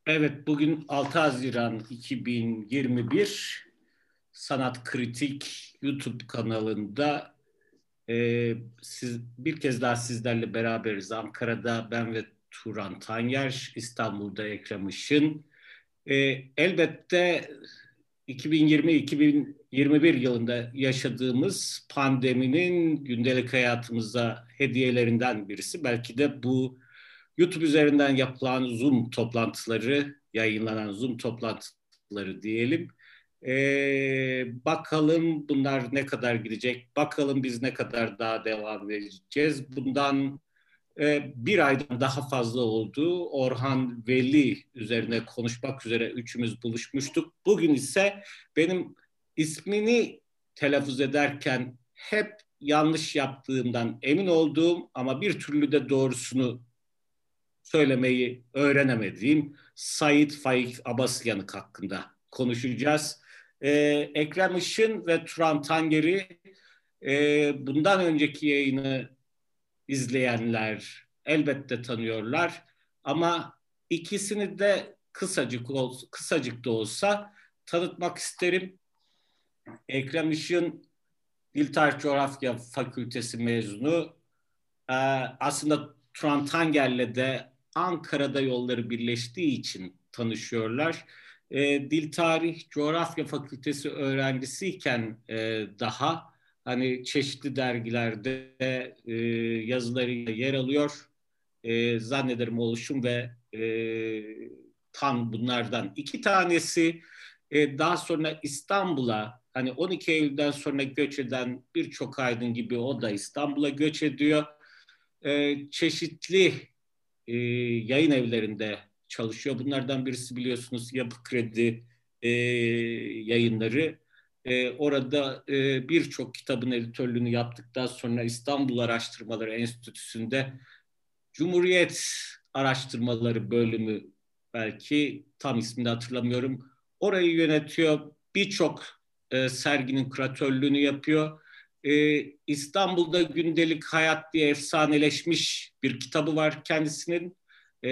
Evet, bugün 6 Haziran 2021 Sanat Kritik YouTube kanalında bir kez daha sizlerle beraberiz. Ankara'da ben ve Turan Tanyer, İstanbul'da Ekrem Işın. Elbette 2020-2021 yılında yaşadığımız pandeminin gündelik hayatımıza hediyelerinden birisi. Belki de bu YouTube üzerinden yapılan Zoom toplantıları, yayınlanan Zoom toplantıları diyelim. Bakalım bunlar ne kadar gidecek, bakalım biz ne kadar daha devam edeceğiz. Bundan bir aydan daha fazla oldu. Orhan Veli üzerine konuşmak üzere üçümüz buluşmuştuk. Bugün ise benim ismini telaffuz ederken hep yanlış yaptığımdan emin olduğum ama bir türlü de doğrusunu söylemeyi öğrenemediğim Said Faik Abasyanık hakkında konuşacağız. Ekrem Işın ve Turan Tanger'i bundan önceki yayını izleyenler elbette tanıyorlar. Ama ikisini de kısacık da olsa tanıtmak isterim. Ekrem Işın Dil Tarih Coğrafya Fakültesi mezunu. Aslında Turan Tanger'le de Ankara'da yolları birleştiği için tanışıyorlar. Dil Tarih Coğrafya Fakültesi öğrencisiyken daha hani çeşitli dergilerde yazılarıyla yer alıyor. Zannederim Oluşum ve Tan bunlardan iki tanesi. Daha sonra İstanbul'a hani 12 Eylül'den sonra göç eden birçok aydın gibi o da İstanbul'a göç ediyor. Çeşitli yayın evlerinde çalışıyor. Bunlardan birisi biliyorsunuz Yapı Kredi yayınları. Orada birçok kitabın editörlüğünü yaptıktan sonra İstanbul Araştırmaları Enstitüsü'nde Cumhuriyet Araştırmaları Bölümü, belki tam ismini hatırlamıyorum, orayı yönetiyor. Birçok serginin küratörlüğünü yapıyor. İstanbul'da Gündelik Hayat diye efsaneleşmiş bir kitabı var kendisinin. E,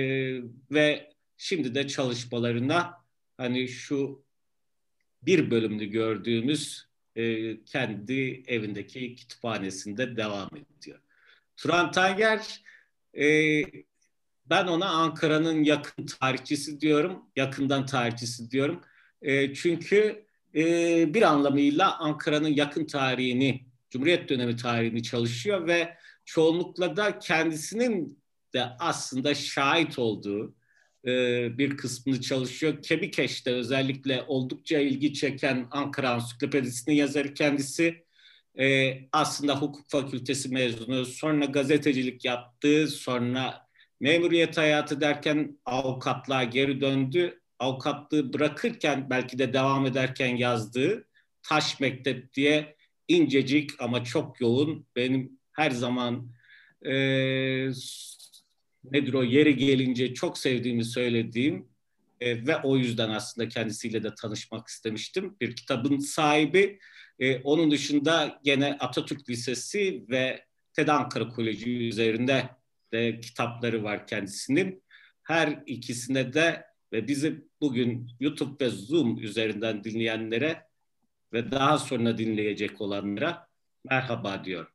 Ve şimdi de çalışmalarına hani şu bir bölümlü gördüğümüz kendi evindeki kütüphanesinde devam ediyor. Turan Tanger, e, ben ona Ankara'nın yakın tarihçisi diyorum, yakından tarihçisi diyorum. Çünkü bir anlamıyla Ankara'nın yakın tarihini, Cumhuriyet dönemi tarihini çalışıyor ve çoğunlukla da kendisinin de aslında şahit olduğu bir kısmını çalışıyor. Kebikeş'te özellikle oldukça ilgi çeken Ankara Ansiklopedisini yazarı kendisi. Aslında hukuk fakültesi mezunu, sonra gazetecilik yaptı, sonra memuriyet hayatı derken avukatlığa geri döndü. Avukatlığı bırakırken belki de devam ederken yazdığı Taş Mektep diye incecik ama çok yoğun, benim her zaman e, nedir o, yeri gelince çok sevdiğimi söylediğim ve o yüzden aslında kendisiyle de tanışmak istemiştim. Bir kitabın sahibi. Onun dışında gene Atatürk Lisesi ve TED Ankara Koleji üzerinde de kitapları var kendisinin. Her ikisine de ve bizi bugün YouTube ve Zoom üzerinden dinleyenlere ve daha sonra dinleyecek olanlara merhaba diyorum.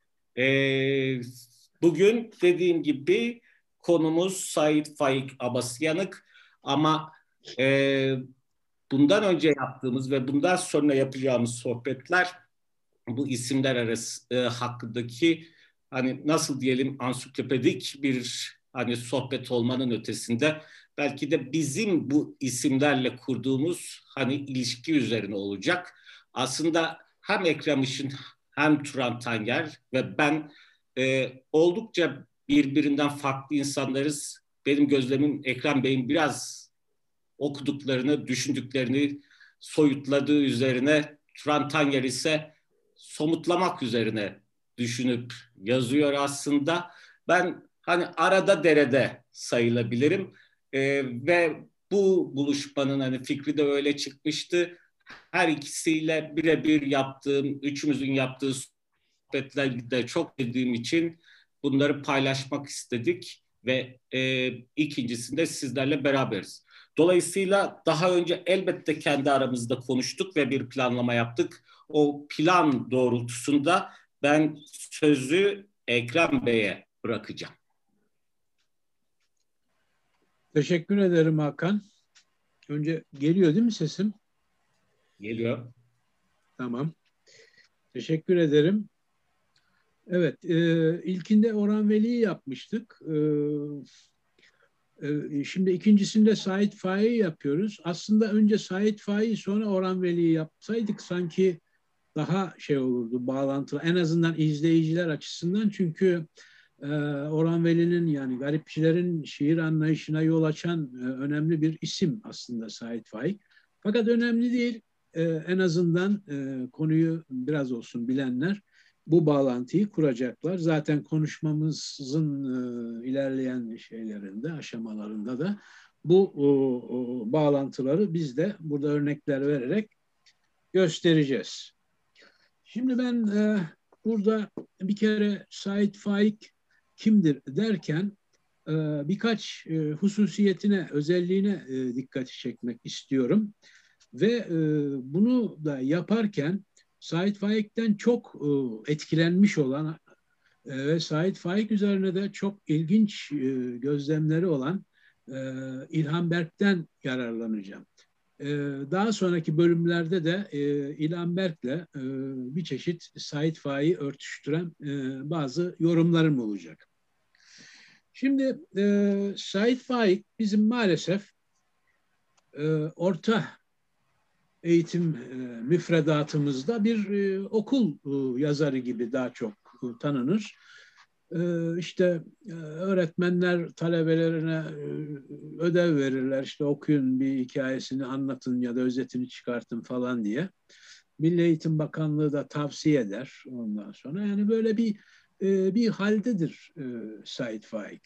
Ee, Bugün dediğim gibi konumuz Said Faik Abasyanık, ama e, bundan önce yaptığımız ve bundan sonra yapacağımız sohbetler bu isimler arası hakkındaki hani nasıl diyelim ansiklopedik bir hani sohbet olmanın ötesinde belki de bizim bu isimlerle kurduğumuz hani ilişki üzerine olacak. Aslında hem Ekrem Işın hem Turan Tanger ve ben oldukça birbirinden farklı insanlarız. Benim gözlemim Ekrem Bey'in biraz okuduklarını, düşündüklerini soyutladığı üzerine, Turan Tanger ise somutlamak üzerine düşünüp yazıyor aslında. Ben hani arada derede sayılabilirim. Ve bu buluşmanın hani fikri de öyle çıkmıştı. Her ikisiyle birebir yaptığım, üçümüzün yaptığı sohbetleri de çok dediğim için bunları paylaşmak istedik ve ikincisinde sizlerle beraberiz. Dolayısıyla daha önce elbette kendi aramızda konuştuk ve bir planlama yaptık. O plan doğrultusunda ben sözü Ekrem Bey'e bırakacağım. Teşekkür ederim Hakan. Önce geliyor değil mi sesim? Geliyor. Tamam. Teşekkür ederim. Evet, ilkinde Orhan Veli'yi yapmıştık. Şimdi ikincisinde Sait Faik'i yapıyoruz. Aslında önce Sait Faik'i sonra Orhan Veli'yi yapsaydık sanki daha şey olurdu, bağlantılı. En azından izleyiciler açısından, çünkü Orhan Veli'nin, yani garipçilerin şiir anlayışına yol açan önemli bir isim aslında Sait Faik. Fakat önemli değil. En azından konuyu biraz olsun bilenler bu bağlantıyı kuracaklar. Zaten konuşmamızın ilerleyen şeylerinde, aşamalarında da bu bağlantıları biz de burada örnekler vererek göstereceğiz. Şimdi ben burada bir kere Sait Faik kimdir derken birkaç hususiyetine, özelliğine dikkati çekmek istiyorum. Ve bunu da yaparken Sait Faik'ten çok etkilenmiş olan ve Sait Faik üzerine de çok ilginç gözlemleri olan İlhan Berk'ten yararlanacağım. Daha sonraki bölümlerde de İlhan Berk'le bir çeşit Sait Faik'i örtüştüren bazı yorumlarım olacak. Şimdi Sait Faik bizim maalesef orta eğitim müfredatımızda bir okul yazarı gibi daha çok tanınır. İşte öğretmenler talebelerine ödev verirler, işte okuyun, bir hikayesini anlatın ya da özetini çıkartın falan diye. Milli Eğitim Bakanlığı da tavsiye eder ondan sonra. Yani böyle bir haldedir Sait Faik.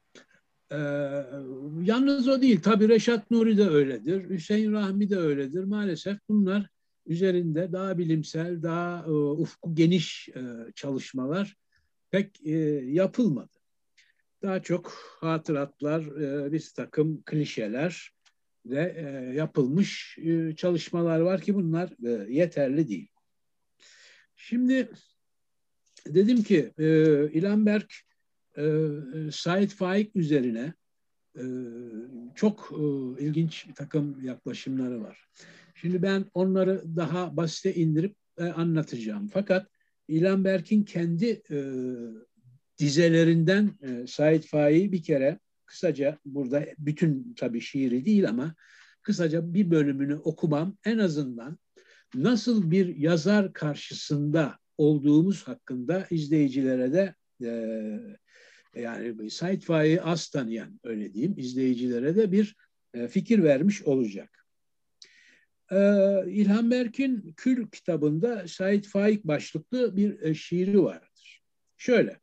Yalnız o değil. Tabii Reşat Nuri de öyledir. Hüseyin Rahmi de öyledir. Maalesef bunlar üzerinde daha bilimsel, daha ufku geniş çalışmalar pek yapılmadı. Daha çok hatıratlar, bir takım klişeler ve yapılmış çalışmalar var ki bunlar yeterli değil. Şimdi dedim ki İlhan Berk Sait Faik üzerine çok ilginç bir takım yaklaşımları var. Şimdi ben onları daha basite indirip anlatacağım. Fakat İlhan Berk'in kendi dizelerinden Sait Faik'i bir kere kısaca, burada bütün tabii şiiri değil ama kısaca bir bölümünü okumam en azından nasıl bir yazar karşısında olduğumuz hakkında izleyicilere de yani Sait Faik'i az tanıyan, öyle diyeyim, izleyicilere de bir fikir vermiş olacak. İlhan Berk'in Kül kitabında Sait Faik başlıklı bir şiiri vardır. Şöyle: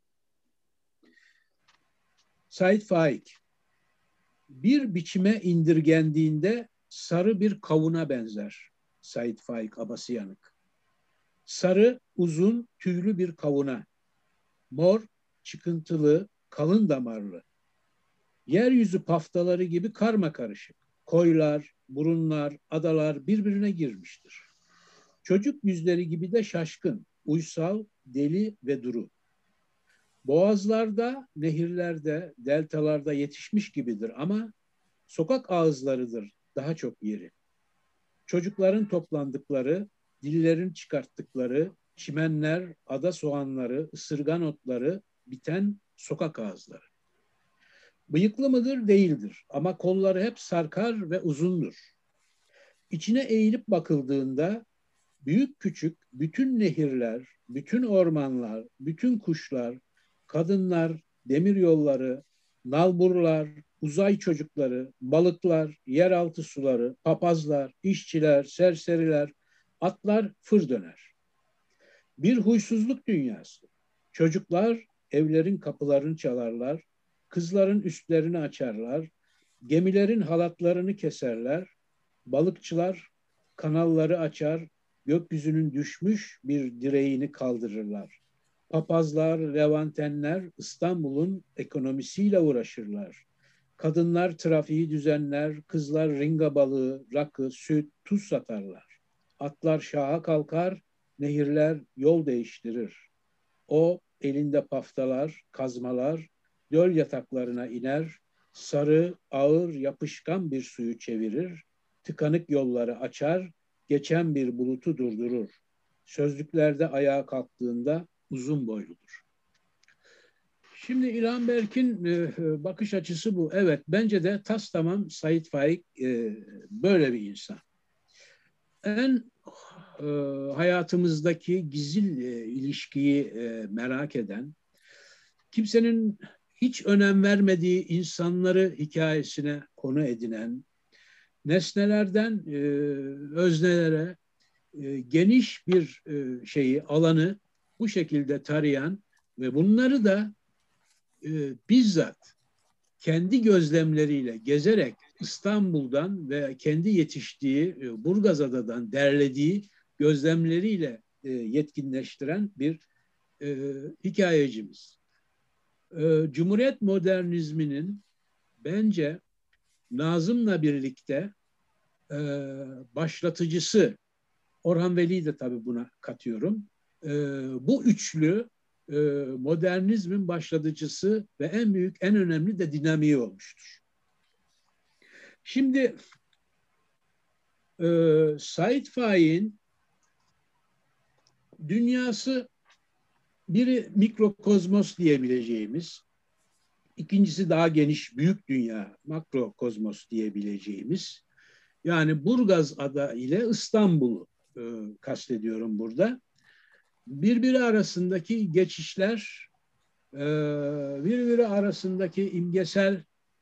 Sait Faik, bir biçime indirgendiğinde sarı bir kavuna benzer. Sait Faik Abasıyanık. Sarı, uzun, tüylü bir kavuna. Mor, çıkıntılı, kalın damarlı. Yeryüzü paftaları gibi karmakarışık. Koylar, burunlar, adalar birbirine girmiştir. Çocuk yüzleri gibi de şaşkın, uysal, deli ve duru. Boğazlarda, nehirlerde, deltalarda yetişmiş gibidir ama sokak ağızlarıdır daha çok yeri. Çocukların toplandıkları, dillerin çıkarttıkları, çimenler, ada soğanları, ısırgan otları, biten sokak ağızları. Bıyıklı mıdır? Değildir. Ama kolları hep sarkar ve uzundur. İçine eğilip bakıldığında büyük küçük bütün nehirler, bütün ormanlar, bütün kuşlar, kadınlar, demir yolları, nalburlar, uzay çocukları, balıklar, yeraltı suları, papazlar, işçiler, serseriler, atlar fır döner. Bir huysuzluk dünyası. Çocuklar evlerin kapılarını çalarlar, kızların üstlerini açarlar, gemilerin halatlarını keserler, balıkçılar kanalları açar, gökyüzünün düşmüş bir direğini kaldırırlar. Papazlar, Levantenler İstanbul'un ekonomisiyle uğraşırlar. Kadınlar trafiği düzenler, kızlar ringa balığı, rakı, süt, tuz satarlar. Atlar şaha kalkar, nehirler yol değiştirir. O elinde paftalar, kazmalar, göl yataklarına iner, sarı, ağır, yapışkan bir suyu çevirir, tıkanık yolları açar, geçen bir bulutu durdurur. Sözlüklerde ayağa kalktığında uzun boyludur. Şimdi İlhan Berk'in bakış açısı bu. Evet, bence de tas tamam Sait Faik böyle bir insan. En hayatımızdaki gizil ilişkiyi merak eden, kimsenin hiç önem vermediği insanları hikayesine konu edinen, nesnelerden öznelere geniş bir alanı bu şekilde tarayan ve bunları da bizzat kendi gözlemleriyle gezerek İstanbul'dan ve kendi yetiştiği Burgazada'dan derlediği gözlemleriyle yetkinleştiren bir hikayecimiz. Cumhuriyet modernizminin bence Nazım'la birlikte başlatıcısı, Orhan Veli'yi de tabii buna katıyorum. Bu üçlü modernizmin başlatıcısı ve en büyük, en önemli de dinamiği olmuştur. Şimdi Sait Faik'in dünyası, biri mikrokozmos diyebileceğimiz, ikincisi daha geniş büyük dünya, makrokozmos diyebileceğimiz, yani Burgazada ile İstanbul'u kastediyorum burada. Birbiri arasındaki geçişler, birbiri arasındaki imgesel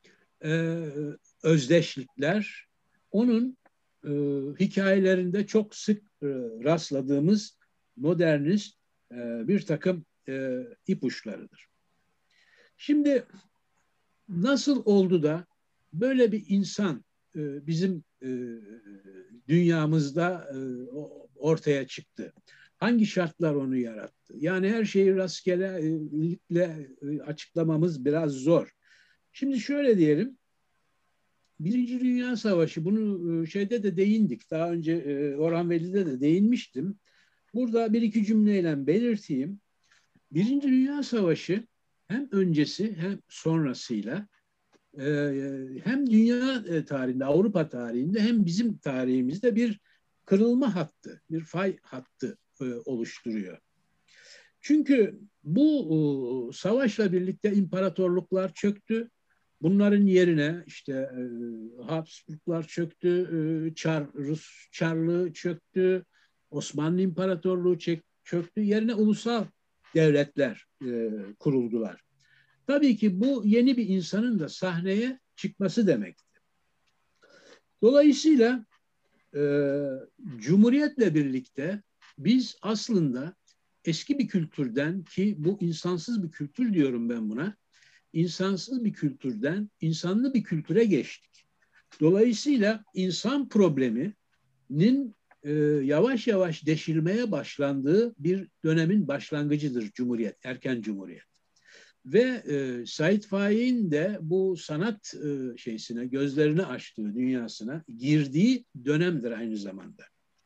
özdeşlikler onun hikayelerinde çok sık rastladığımız modernist bir takım ipuçlarıdır. Şimdi nasıl oldu da böyle bir insan bizim dünyamızda ortaya çıktı? Hangi şartlar onu yarattı? Yani her şeyi rastgele açıklamamız biraz zor. Şimdi şöyle diyelim, Birinci Dünya Savaşı, bunu şeyde de değindik. Daha önce Orhan Veli'de de değinmiştim. Burada bir iki cümleyle belirteyim. Birinci Dünya Savaşı hem öncesi hem sonrasıyla hem dünya tarihinde, Avrupa tarihinde hem bizim tarihimizde bir kırılma hattı, bir fay hattı oluşturuyor. Çünkü bu savaşla birlikte imparatorluklar çöktü. Bunların yerine işte Habsburglar çöktü, Rus Çarlığı çöktü, Osmanlı İmparatorluğu çöktü. Yerine ulusal devletler kuruldular. Tabii ki bu yeni bir insanın da sahneye çıkması demekti. Dolayısıyla Cumhuriyet'le birlikte biz aslında eski bir kültürden, ki bu insansız bir kültür diyorum ben buna, insansız bir kültürden insanlı bir kültüre geçtik. Dolayısıyla insan probleminin yavaş yavaş deşilmeye başlandığı bir dönemin başlangıcıdır Cumhuriyet, erken Cumhuriyet. Ve Sait Faik'in de bu sanat gözlerini açtığı, dünyasına girdiği dönemdir aynı zamanda.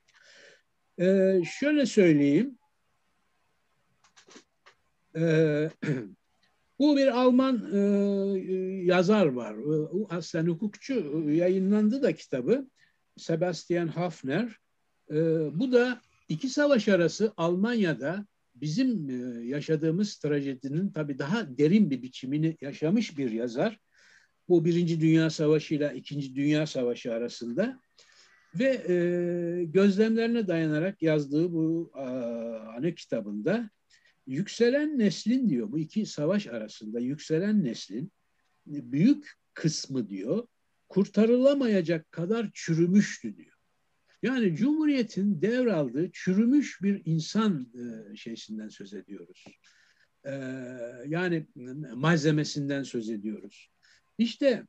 Şöyle söyleyeyim, bu bir Alman yazar var, aslen hukukçu, yayınlandı da kitabı, Sebastian Haffner. Bu da iki savaş arası Almanya'da bizim yaşadığımız trajedinin tabii daha derin bir biçimini yaşamış bir yazar. Bu Birinci Dünya Savaşı ile İkinci Dünya Savaşı arasında ve gözlemlerine dayanarak yazdığı bu ana kitabında yükselen neslin diyor, bu iki savaş arasında yükselen neslin büyük kısmı diyor kurtarılamayacak kadar çürümüştü diyor. Yani Cumhuriyet'in devraldığı çürümüş bir insan şeysinden söz ediyoruz. Yani malzemesinden söz ediyoruz. İşte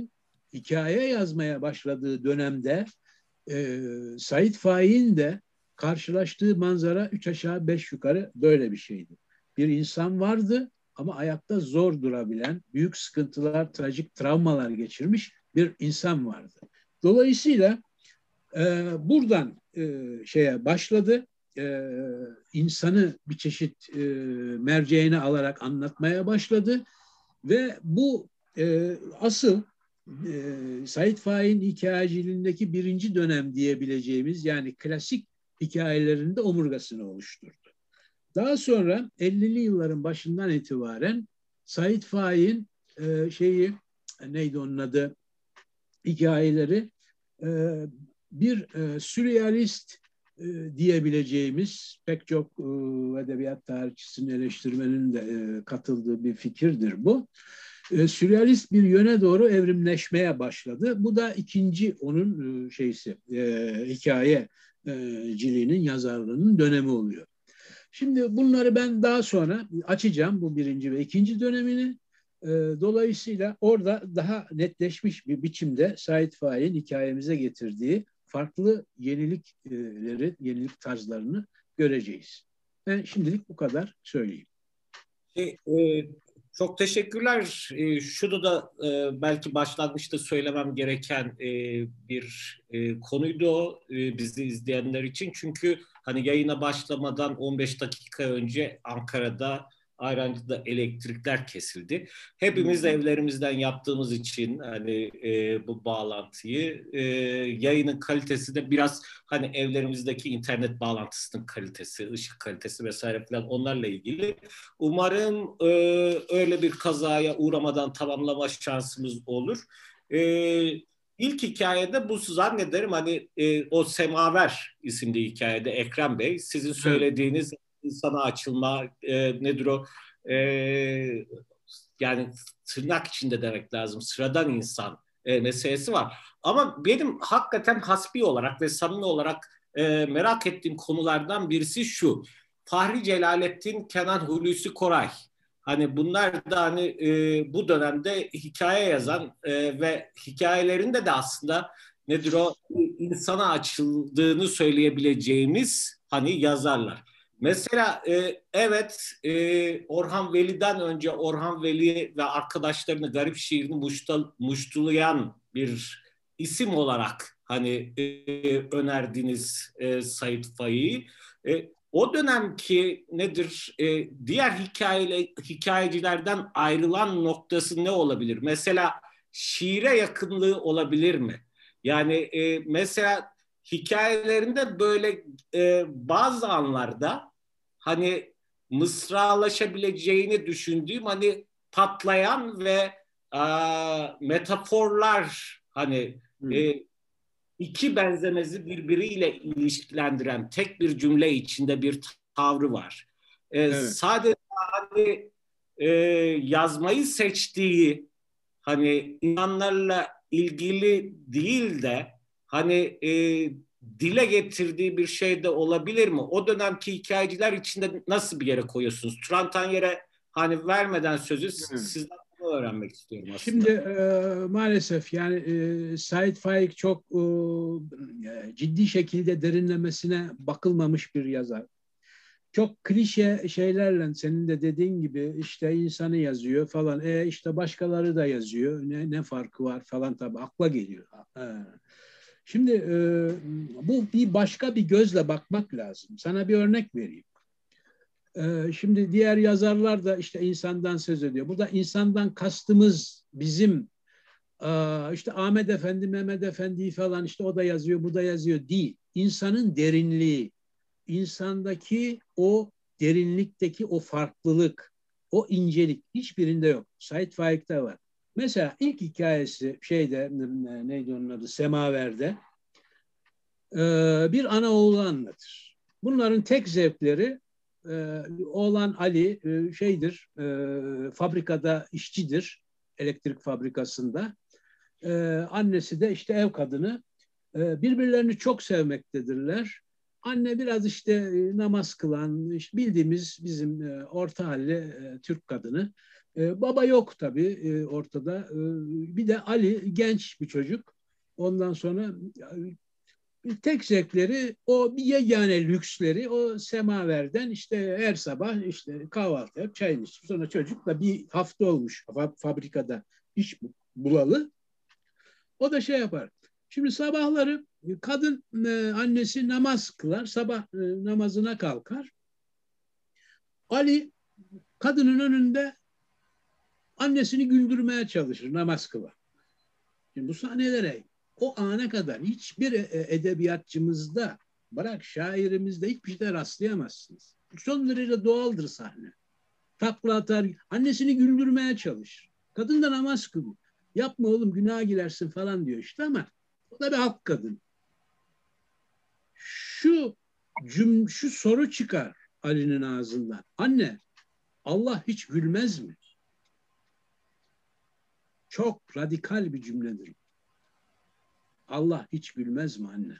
hikaye yazmaya başladığı dönemde Sait Faik'in de karşılaştığı manzara 3 aşağı 5 yukarı böyle bir şeydi. Bir insan vardı ama ayakta zor durabilen, büyük sıkıntılar, trajik travmalar geçirmiş bir insan vardı. Dolayısıyla buradan şeye başladı. İnsanı bir çeşit merceğine alarak anlatmaya başladı ve bu asıl Said Faik'in hikayeciliğindeki birinci dönem diyebileceğimiz, yani klasik hikayelerinde omurgasını oluşturdu. Daha sonra 50'li yılların başından itibaren Said Faik'in neydi onun adı, hikayeleri bir sürrealist diyebileceğimiz, pek çok edebiyat tarihçisinin, eleştirmenin de katıldığı bir fikirdir bu. Sürrealist bir yöne doğru evrimleşmeye başladı. Bu da ikinci onun hikayeciliğinin, yazarlığının dönemi oluyor. Şimdi bunları ben daha sonra açacağım, bu birinci ve ikinci dönemini. Dolayısıyla orada daha netleşmiş bir biçimde Said Faik'in hikayemize getirdiği farklı yenilikleri, yenilik tarzlarını göreceğiz. Ben şimdilik bu kadar söyleyeyim. Çok teşekkürler. Şunu da belki başlangıçta söylemem gereken bir konuydu o bizi izleyenler için. Çünkü hani yayına başlamadan 15 dakika önce Ankara'da, Ayrancı'da elektrikler kesildi. Hepimiz evlerimizden yaptığımız için hani bu bağlantıyı, yayının kalitesi de biraz hani evlerimizdeki internet bağlantısının kalitesi, ışık kalitesi vesaire falan onlarla ilgili. Umarım öyle bir kazaya uğramadan tamamlama şansımız olur. İlk hikayede bu zannederim hani o Semaver isimli hikayede Ekrem Bey sizin söylediğiniz insana açılma nedir o yani tırnak içinde demek lazım sıradan insan meselesi var. Ama benim hakikaten hasbi olarak ve samimi olarak merak ettiğim konulardan birisi şu. Fahri Celalettin, Kenan Hulusi Koray. Hani bunlar da hani bu dönemde hikaye yazan ve hikayelerinde de aslında nedir o insana açıldığını söyleyebileceğimiz hani yazarlar. Mesela evet Orhan Veli'den önce Orhan Veli ve arkadaşlarını Garip şiirini muştulayan bir isim olarak hani önerdiniz Said Faik'i. O dönemki nedir? Diğer hikayecilerden ayrılan noktası ne olabilir? Mesela şiire yakınlığı olabilir mi? Yani mesela hikayelerinde böyle bazı anlarda hani mısralaşabileceğini düşündüğüm hani patlayan ve metaforlar hani iki benzemezi birbiriyle ilişkilendiren tek bir cümle içinde bir tavrı var. Evet. Sadece hani yazmayı seçtiği hani insanlarla ilgili değil de hani dile getirdiği bir şey de olabilir mi? O dönemki hikayeciler içinde nasıl bir yere koyuyorsunuz? Turan Tanyer'e hani vermeden sözü sizden bunu öğrenmek istiyorum aslında. Şimdi maalesef yani Said Faik çok ciddi şekilde derinlemesine bakılmamış bir yazar. Çok klişe şeylerle senin de dediğin gibi işte insanı yazıyor falan. İşte başkaları da yazıyor. Ne farkı var falan tabii akla geliyor. Şimdi bu bir başka bir gözle bakmak lazım. Sana bir örnek vereyim. Şimdi diğer yazarlar da işte insandan söz ediyor. Burada insandan kastımız bizim işte Ahmet Efendi, Mehmet Efendi falan işte o da yazıyor, bu da yazıyor değil. İnsanın derinliği, insandaki o derinlikteki o farklılık, o incelik hiçbirinde yok. Said Faik'te var. Mesela ilk hikayesi neydi onun adı? Semaver'de bir ana oğlu anlatır. Bunların tek zevkleri oğlan Ali fabrikada işçidir, elektrik fabrikasında. Annesi de işte ev kadını. Birbirlerini çok sevmektedirler. Anne biraz işte namaz kılan, işte bildiğimiz bizim orta halli Türk kadını. Baba yok tabii ortada. Bir de Ali genç bir çocuk. Ondan sonra tek zevkleri o bir yegane lüksleri o semaverden işte her sabah işte kahvaltı yap, çayını içip sonra çocukla bir hafta olmuş fabrikada iş bulalı. O da şey yapar. Şimdi sabahları kadın annesi namaz kılar, sabah namazına kalkar. Ali kadının önünde annesini güldürmeye çalışır namaz kılar. Şimdi bu sahnelere o ana kadar hiçbir edebiyatçımızda, bırak şairimizde hiçbir şeyde rastlayamazsınız. Son derece doğaldır sahne. Takla atar, annesini güldürmeye çalışır. Kadın da namaz kılıyor. Yapma oğlum günah girersin falan diyor işte ama o da bir halk kadın. Şu soru çıkar Ali'nin ağzından. Anne, Allah hiç gülmez mi? Çok radikal bir cümledir. Allah hiç gülmez mi anne?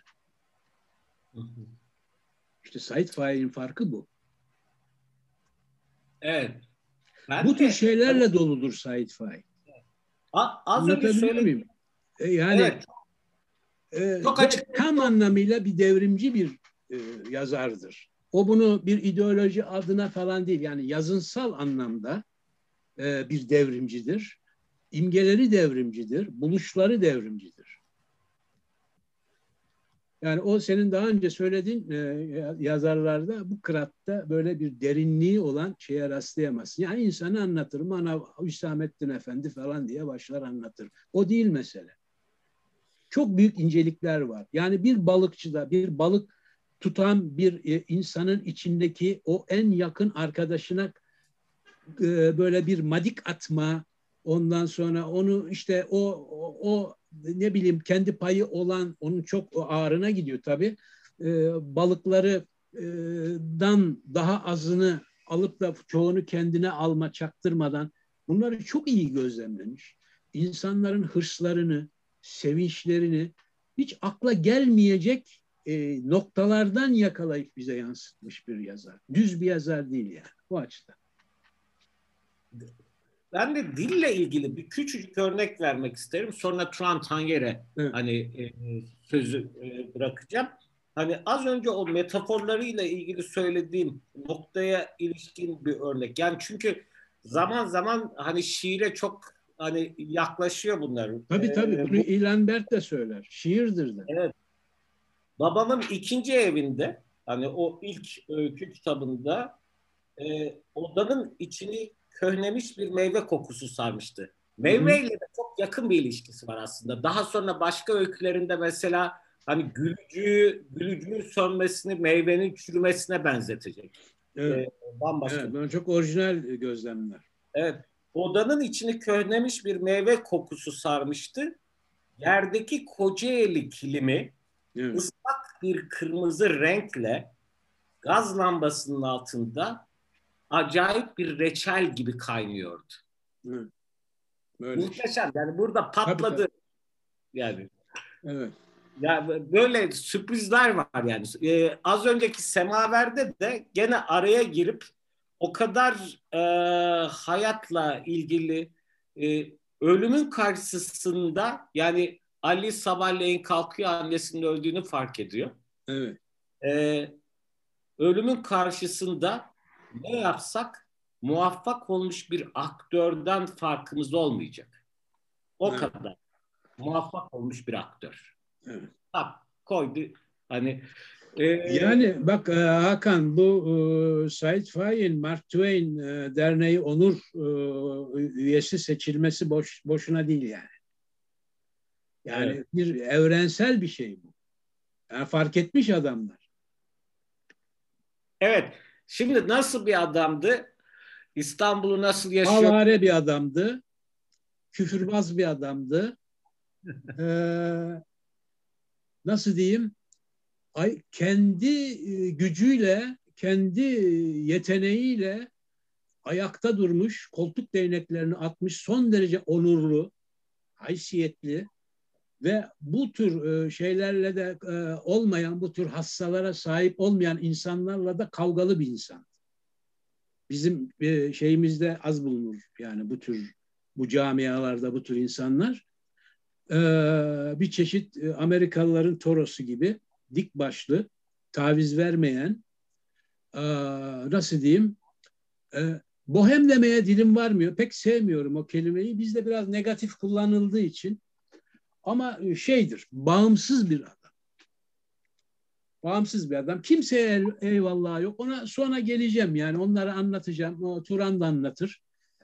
İşte Said Faik'in farkı bu. Evet. Bu tür şeylerle doludur Said Faik. Az önce söyledim. Yani evet. Çok açık. Tam anlamıyla bir devrimci bir yazardır. O bunu bir ideoloji adına falan değil. Yani yazınsal anlamda bir devrimcidir. İmgeleri devrimcidir. Buluşları devrimcidir. Yani o senin daha önce söylediğin yazarlarda bu kıratta böyle bir derinliği olan şeye rastlayamazsın. Yani insanı anlatır. Bana Hüsamettin Efendi falan diye başlar anlatır. O değil mesele. Çok büyük incelikler var. Yani bir balıkçıda bir balık tutan bir insanın içindeki o en yakın arkadaşına böyle bir madik atma, ondan sonra onu işte o ne bileyim kendi payı olan onun çok ağrına gidiyor tabii. Balıklardan daha azını alıp da çoğunu kendine alma çaktırmadan bunları çok iyi gözlemlemiş. İnsanların hırslarını, sevinçlerini hiç akla gelmeyecek noktalardan yakalayıp bize yansıtmış bir yazar. Düz bir yazar değil yani bu açıdan. Ben de dille ilgili bir küçücük örnek vermek isterim. Sonra Turan Tanyer'e hani sözü bırakacağım. Hani az önce o metaforlarıyla ilgili söylediğim noktaya ilişkin bir örnek. Yani çünkü zaman zaman hani şiire çok hani yaklaşıyor bunlar. Tabii bunu İlhan Bert de söyler. Şiirdir de. Evet. Babamın ikinci evinde hani o ilk öykü kitabında odanın içini köhnemiş bir meyve kokusu sarmıştı. Meyveyle de çok yakın bir ilişkisi var aslında. Daha sonra başka öykülerinde mesela hani gülücüğün sönmesini meyvenin çürümesine benzetecek. Evet. Bambaşka. Evet, böyle çok orijinal gözlemler. Evet. Odanın içini köhnemiş bir meyve kokusu sarmıştı. Yerdeki Kocaeli kilimi ıslak bir kırmızı renkle gaz lambasının altında acayip bir reçel gibi kaynıyordu. Böyle muhteşem. Yani burada patladı. Tabii. Yani. Evet. Ya böyle sürprizler var yani. Az önceki Semaver'de de gene araya girip o kadar hayatla ilgili ölümün karşısında yani Ali sabahleyin kalkıyor annesinin öldüğünü fark ediyor. Evet. Ölümün karşısında ne yapsak muvaffak olmuş bir aktörden farkımız olmayacak. O kadar muvaffak olmuş bir aktör. Evet. Bak koydu hani yani bak Hakan bu Said Faik'in Mark Twain Derneği Onur üyesi seçilmesi boşuna değil yani. Yani evet. Bir evrensel bir şey bu. Yani fark etmiş adamlar. Evet. Şimdi nasıl bir adamdı? İstanbul'u nasıl yaşıyor? Avare bir adamdı. Küfürbaz bir adamdı. Nasıl diyeyim? Kendi gücüyle, kendi yeteneğiyle ayakta durmuş, koltuk değneklerini atmış, son derece onurlu, haysiyetli ve bu tür şeylerle de olmayan, bu tür hassalara sahip olmayan insanlarla da kavgalı bir insan. Bizim şeyimizde az bulunur yani bu camialarda bu tür insanlar. Bir çeşit Amerikalıların Toros'u gibi dik başlı, taviz vermeyen, nasıl diyeyim, bohem demeye dilim varmıyor. Pek sevmiyorum o kelimeyi. Bizde biraz negatif kullanıldığı için. Ama şeydir, bağımsız bir adam. Bağımsız bir adam. Kimseye eyvallah yok. Ona sonra geleceğim yani. Onları anlatacağım. O Turan da anlatır.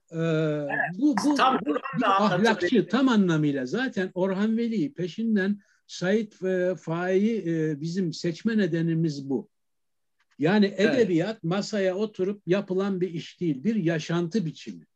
Bu bir ahlakçı tam anlamıyla. Zaten Orhan Veli peşinden Said Faik'i bizim seçme nedenimiz bu. Yani edebiyat masaya oturup yapılan bir iş değil. Bir yaşantı biçimi.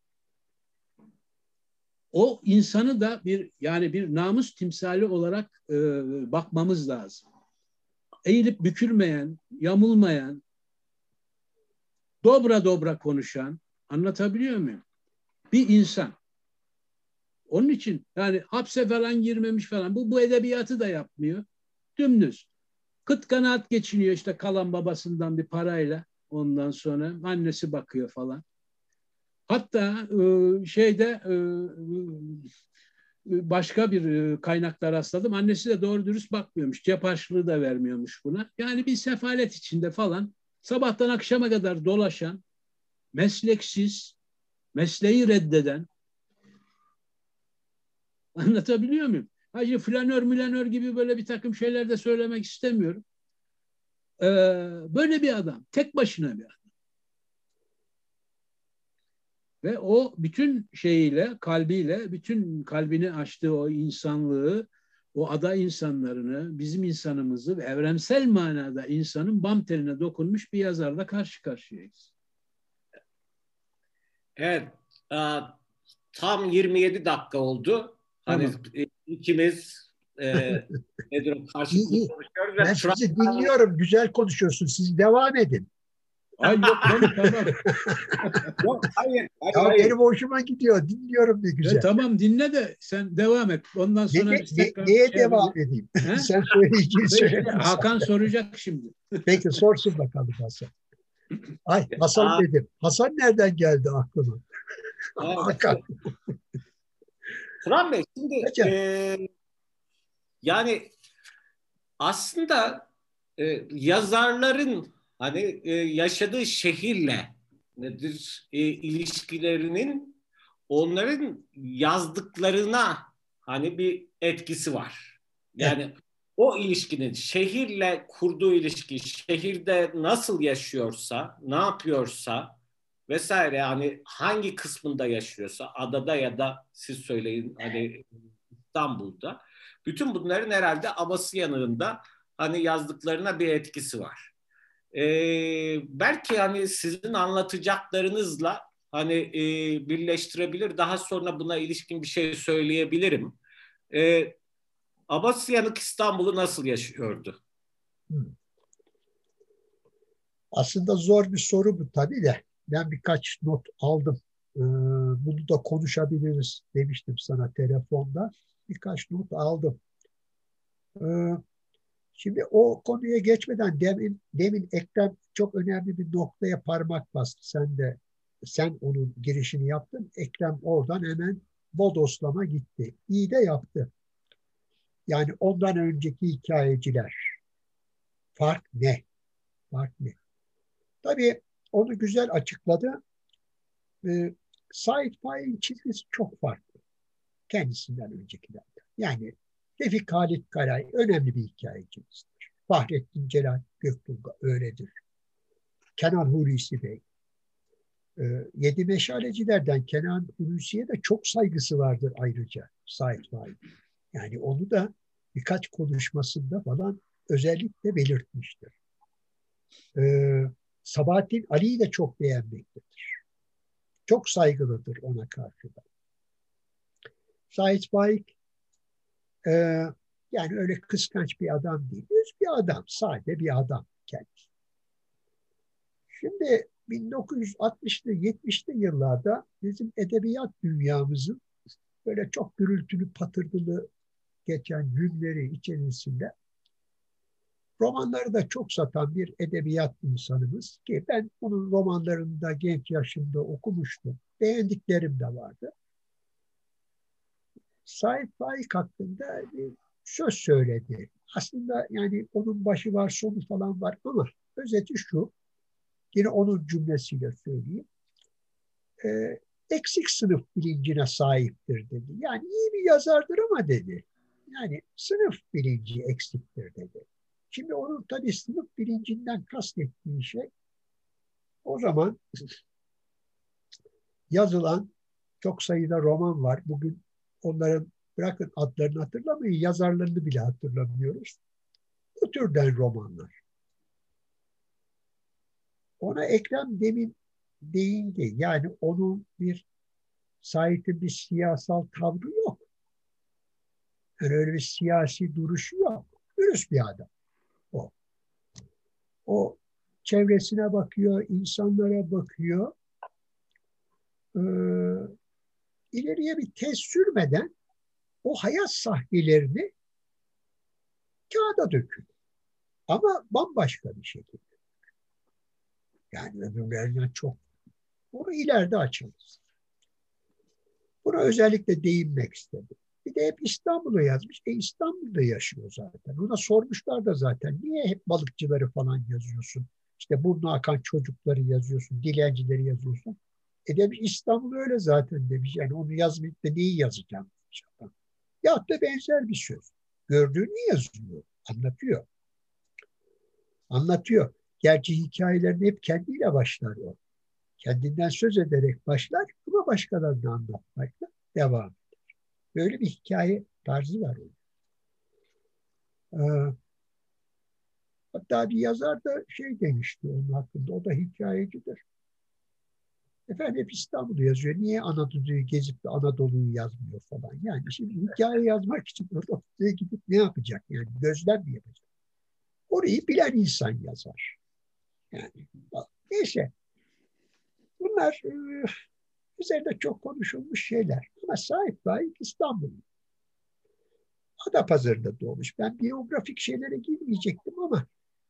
O insanı da bir namus timsali olarak bakmamız lazım. Eğilip bükülmeyen, yamulmayan, dobra dobra konuşan, anlatabiliyor muyum? Bir insan. Onun için yani hapse falan girmemiş falan. Bu edebiyatı da yapmıyor. Dümdüz. Kıt kanaat geçiniyor işte kalan babasından bir parayla. Ondan sonra annesi bakıyor falan. Hatta başka bir kaynaklar rastladım. Annesi de doğru dürüst bakmıyormuş. Cep harçlığı da vermiyormuş buna. Yani bir sefalet içinde falan. Sabahtan akşama kadar dolaşan, mesleksiz, mesleği reddeden. Anlatabiliyor muyum? Hacı flanör gibi böyle bir takım şeyler de söylemek istemiyorum. Böyle bir adam. Tek başına bir adam. Ve o bütün şeyiyle, kalbiyle, bütün kalbini açtığı o insanlığı, o ada insanlarını, bizim insanımızı ve evrensel manada insanın bam teline dokunmuş bir yazarla karşı karşıyayız. Evet, tam 27 dakika oldu. Hani Tamam. ikimiz nedir o, karşılıklı konuşuyoruz Ben ve sizi dinliyorum. Güzel konuşuyorsunuz. Siz devam edin. Ay yok canım tamam. Yok, hayır. Ya benim hoşuma gidiyor. Dinliyorum ne güzel. Tamam dinle de sen devam et. Ondan sonra biz tekrar neye devam edeyim? Sen söyleyeceğini söyle. Hakan soracak şimdi. Peki sorsun bakalım Hasan. Ay Hasan dedim. Hasan nereden geldi aklıma? Hakan. Turan Bey şimdi yani aslında yazarların hani yaşadığı şehirle nedir ilişkilerinin onların yazdıklarına hani bir etkisi var. Yani o ilişkinin şehirle kurduğu ilişki, şehirde nasıl yaşıyorsa, ne yapıyorsa vesaire yani hangi kısmında yaşıyorsa, adada ya da siz söyleyin hani İstanbul'da, bütün bunların herhalde Abasıyanık'ında hani yazdıklarına bir etkisi var. Belki hani sizin anlatacaklarınızla hani birleştirebilir. Daha sonra buna ilişkin bir şey söyleyebilirim. Abasıyanık İstanbul'u nasıl yaşıyordu? Aslında zor bir soru bu tabii de. Ben birkaç not aldım. Bunu da konuşabiliriz demiştim sana telefonda. Birkaç not aldım. Şimdi o konuya geçmeden demin Ekrem çok önemli bir noktaya parmak bastı. Sen onun girişini yaptın. Ekrem oradan hemen bodoslama gitti. İyi de yaptı. Yani ondan önceki hikayeciler. Fark ne? Fark ne? Tabii onu güzel açıkladı. Sait Faik'in çizgisi çok farklı. Kendisinden öncekilerden. Yani Tevfik Halit Karay önemli bir hikayecimizdir. Fahrettin Celal Göktuğ öyledir. Kenan Hulusi Bey. Yedi Meşalecilerden Kenan Hulusi'ye de çok saygısı vardır ayrıca Sait Faik. Yani onu da birkaç konuşmasında falan özellikle belirtmiştir. Sabahattin Ali'yi de çok beğenmektedir. Çok saygılıdır ona karşı da. Sait Faik yani öyle kıskanç bir adam değil. Düz bir adam, sade bir adam kendisi. Şimdi 1960'lı 70'li yıllarda bizim edebiyat dünyamızın böyle çok gürültülü patırtılı geçen günleri içerisinde romanları da çok satan bir edebiyat insanımız ki ben onun romanlarını da genç yaşımda okumuştum. Beğendiklerim de vardı. Sait Faik hakkında bir söz söyledi. aslında yani onun başı var, sonu falan var ama özeti şu, yine onun cümlesiyle söyleyeyim. Eksik sınıf bilincine sahiptir dedi. Yani iyi bir yazardır ama dedi. Yani sınıf bilinci eksiktir dedi. Şimdi onun tabii sınıf bilincinden kastettiği şey o zaman yazılan çok sayıda roman var. Bugün onların bırakın adlarını hatırlamayın, yazarlarını bile hatırlamıyoruz. Bu türden romanlar. Ona Ekrem demin değindi. Yani onun bir Said'in bir siyasal tavrı yok. Yani öyle bir siyasi duruşu yok. Dürüst bir adam o. O çevresine bakıyor, insanlara bakıyor. Ee, ileriye bir tez sürmeden o hayat sahnelerini kağıda döküyor. Ama bambaşka bir şekilde. Yani öbürlerinden çok. Onu ileride açarız. Buna özellikle değinmek istedim. Bir de hep İstanbul'u yazmış. İstanbul'da yaşıyor zaten. Ona sormuşlar da zaten. Niye hep balıkçıları falan yazıyorsun? İşte burnu akan çocukları yazıyorsun. Dilencileri yazıyorsun. Demiş İstanbul öyle zaten demiş. Yani onu yazmayıp da neyi yazacağım demiş adam. Ya da benzer bir söz. Gördüğünü yazıyor. Anlatıyor. Anlatıyor. Gerçi hikayelerini hep kendiyle başlar o. Kendinden söz ederek başlar ama başkalarına anlatmakla devam eder. Böyle bir hikaye tarzı var onun. Hatta bir yazar da şey demişti onun hakkında, o da hikayecidir. Efendim hep İstanbul'u yazıyor. Niye Anadolu'yu gezip de Anadolu'yu yazmıyor falan. Yani şimdi hikaye yazmak için oraya gidip ne yapacak? Yani gözlem mi yapacak? Orayı bilen insan yazar. Yani neyse. Bunlar üzerinde çok konuşulmuş şeyler. Ama Sait Faik İstanbul'u. Adapazarı'nda doğmuş. Ben biyografik şeylere girmeyecektim ama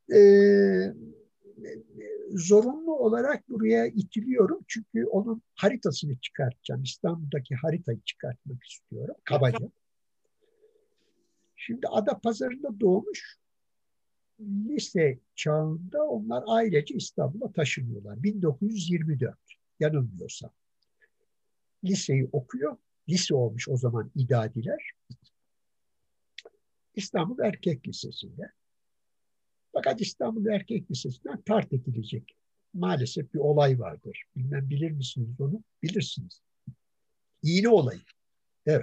zorunlu olarak buraya itiliyorum. Çünkü onun haritasını çıkartacağım. İstanbul'daki haritayı çıkartmak istiyorum. Kabaca. Şimdi Adapazarı'nda doğmuş. Lise çağında onlar ailece İstanbul'a taşınıyorlar. 1924 yanılmıyorsam. Liseyi okuyor. Lise olmuş o zaman İdadiler. İstanbul Erkek Lisesi'nde. Fakat İstanbul Erkek Lisesi'nden tart edilecek. Maalesef bir olay vardır. Bilmem bilir misiniz onu? Bilirsiniz. İğne olayı. Evet.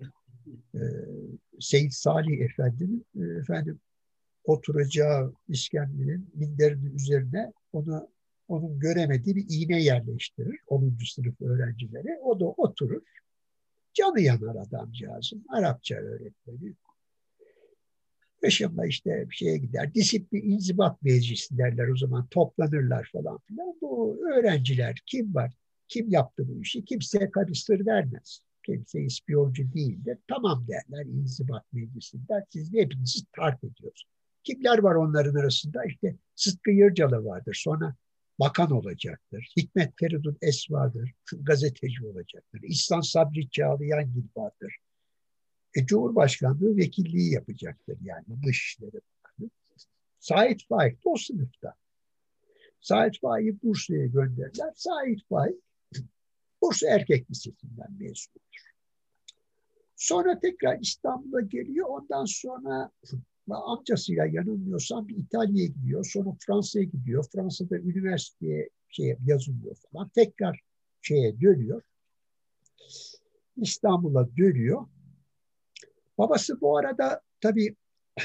Seyyid Salih Efendi'nin efendim oturacağı iskemlenin minderinin üzerine onun göremediği bir iğne yerleştirir 10. sınıf öğrencileri. O da oturur. Canı yanar adamcağızın. Arapça öğretmeni. Yaşamla işte bir şeye gider. Disiplin inzibat meclisi derler o zaman. Toplanırlar falan filan. Bu öğrenciler kim var? Kim yaptı bu işi? Kimse karıştır vermez. Kimse ispiyoncu değildir. Tamam derler inzibat meclisinden. Siz de hepinizi tart ediyoruz. Kimler var onların arasında? İşte Sıtkı Yırcalı vardır. Sonra bakan olacaktır. Hikmet Feridun Esva'dır. Gazeteci olacaktır. İhsan Sabri Çağlayangil vardır. Cumhurbaşkanlığı vekilliği yapacaktır yani Dışişleri Bakanı. Sait Faik de o sınıfta. Sait Faik'i Bursa'ya gönderdiler. Sait Faik Bursa Erkek Lisesi'nden mezundur. Sonra tekrar İstanbul'a geliyor. Ondan sonra amcasıyla yanılmıyorsam bir İtalya'ya gidiyor. Sonra Fransa'ya gidiyor. Fransa'da üniversiteye yazılıyor falan. Tekrar dönüyor. İstanbul'a dönüyor. Babası bu arada tabii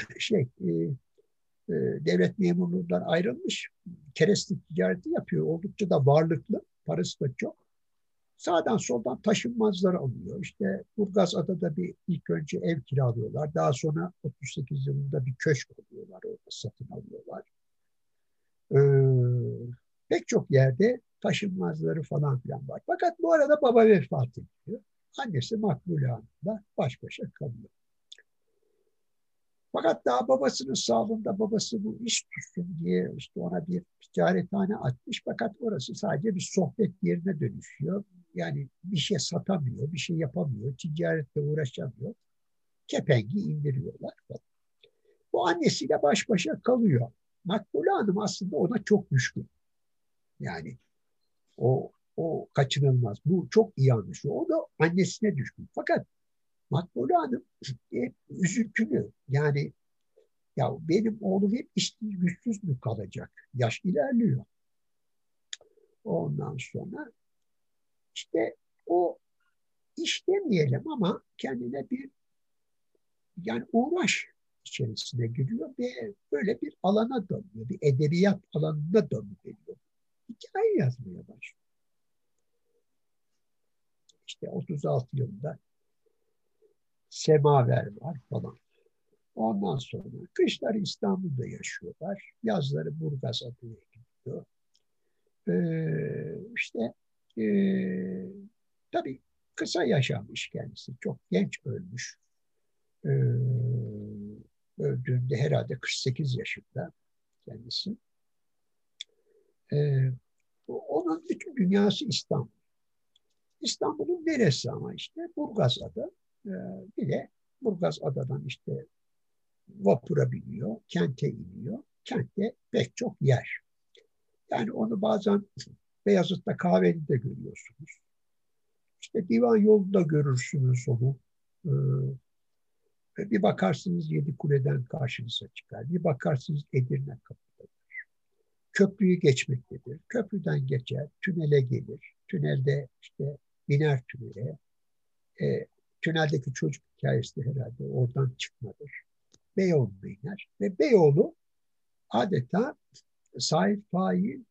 devlet memurluğundan ayrılmış. Kereste ticareti yapıyor. Oldukça da varlıklı. Parası da çok. Sağdan soldan taşınmazlar alıyor. İşte Burgazada'da ilk önce ev kiralıyorlar. Daha sonra 38 yılında bir köşk alıyorlar. Orada satın alıyorlar. Pek çok yerde taşınmazları falan filan var. Fakat bu arada baba vefat ediyor. Annesi Makbule Hanım'la baş başa kalıyor. Fakat daha babasının sağlığında babası bu iş tutsun diye işte ona bir ticarethane açmış. Fakat orası sadece bir sohbet yerine dönüşüyor. Yani bir şey satamıyor, bir şey yapamıyor, ticaretle uğraşamıyor. Kepengi indiriyorlar. O annesiyle baş başa kalıyor. Makbule Hanım aslında ona çok düşkün. Yani o kaçınılmaz. Bu çok iyi anlaşılıyor. O da annesine düşkün. Fakat Makbule Hanım hep üzüntülü. Yani ya benim oğlum hep işsiz güçsüz mü kalacak? Yaş ilerliyor. Ondan sonra işte o iş demeyelim ama kendine bir yani uğraş içerisine giriyor ve böyle bir alana dönüyor. Bir edebiyat alanına dönüyor. Hikaye yazmaya başlıyor. İşte 36 yılında Semaver var falan. Ondan sonra kışları İstanbul'da yaşıyorlar. Yazları Burgaz adına gidiyor. İşte tabii kısa yaşamış kendisi. Çok genç ölmüş. Ee, Öldüğünde herhalde 48 yaşında kendisi. Onun bütün dünyası İstanbul. İstanbul'un neresi ama işte Burgazada. Bir de Burgazada'dan işte vapura biniyor, kente iniyor. Kentte pek çok yer. Yani onu bazen Beyazıt'ta Kahveli'de görüyorsunuz. İşte Divan Yolu'nda görürsünüz onu. Bir bakarsınız Yedikule'den karşınıza çıkar. Bir bakarsınız Edirne Kapı'da. Köprüyü geçmektedir. Köprüden geçer, tünele gelir. Tünelde işte biner tünele. Tüneldeki çocuk hikayesi de herhalde oradan çıkmadır. Beyoğlu'na iner. Ve Beyoğlu adeta Sait Faik'in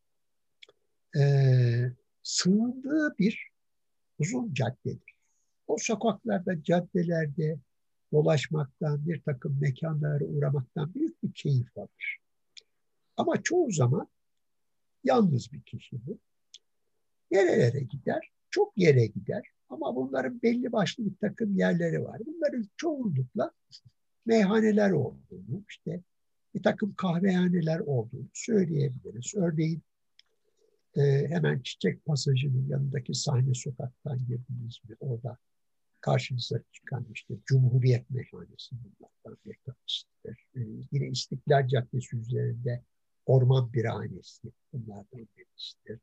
sığındığı bir uzun caddedir. O sokaklarda, caddelerde dolaşmaktan, bir takım mekanlara uğramaktan büyük bir keyif alır. Ama çoğu zaman yalnız bir kişi bu. Nerelere gider? Çok yere gider. Ama bunların belli başlı bir takım yerleri var. Bunların çoğunlukla meyhaneler olduğunu, işte bir takım kahvehaneler olduğunu söyleyebiliriz. Örneğin hemen Çiçek Pasajı'nın yanındaki Sahne Sokak'tan girdiniz mi? Orada karşınıza çıkan işte Cumhuriyet Meyhanesi bunlardan bir tanesidir. Yine İstiklal Caddesi üzerinde Orman Birhanesi bunlardan birisidir.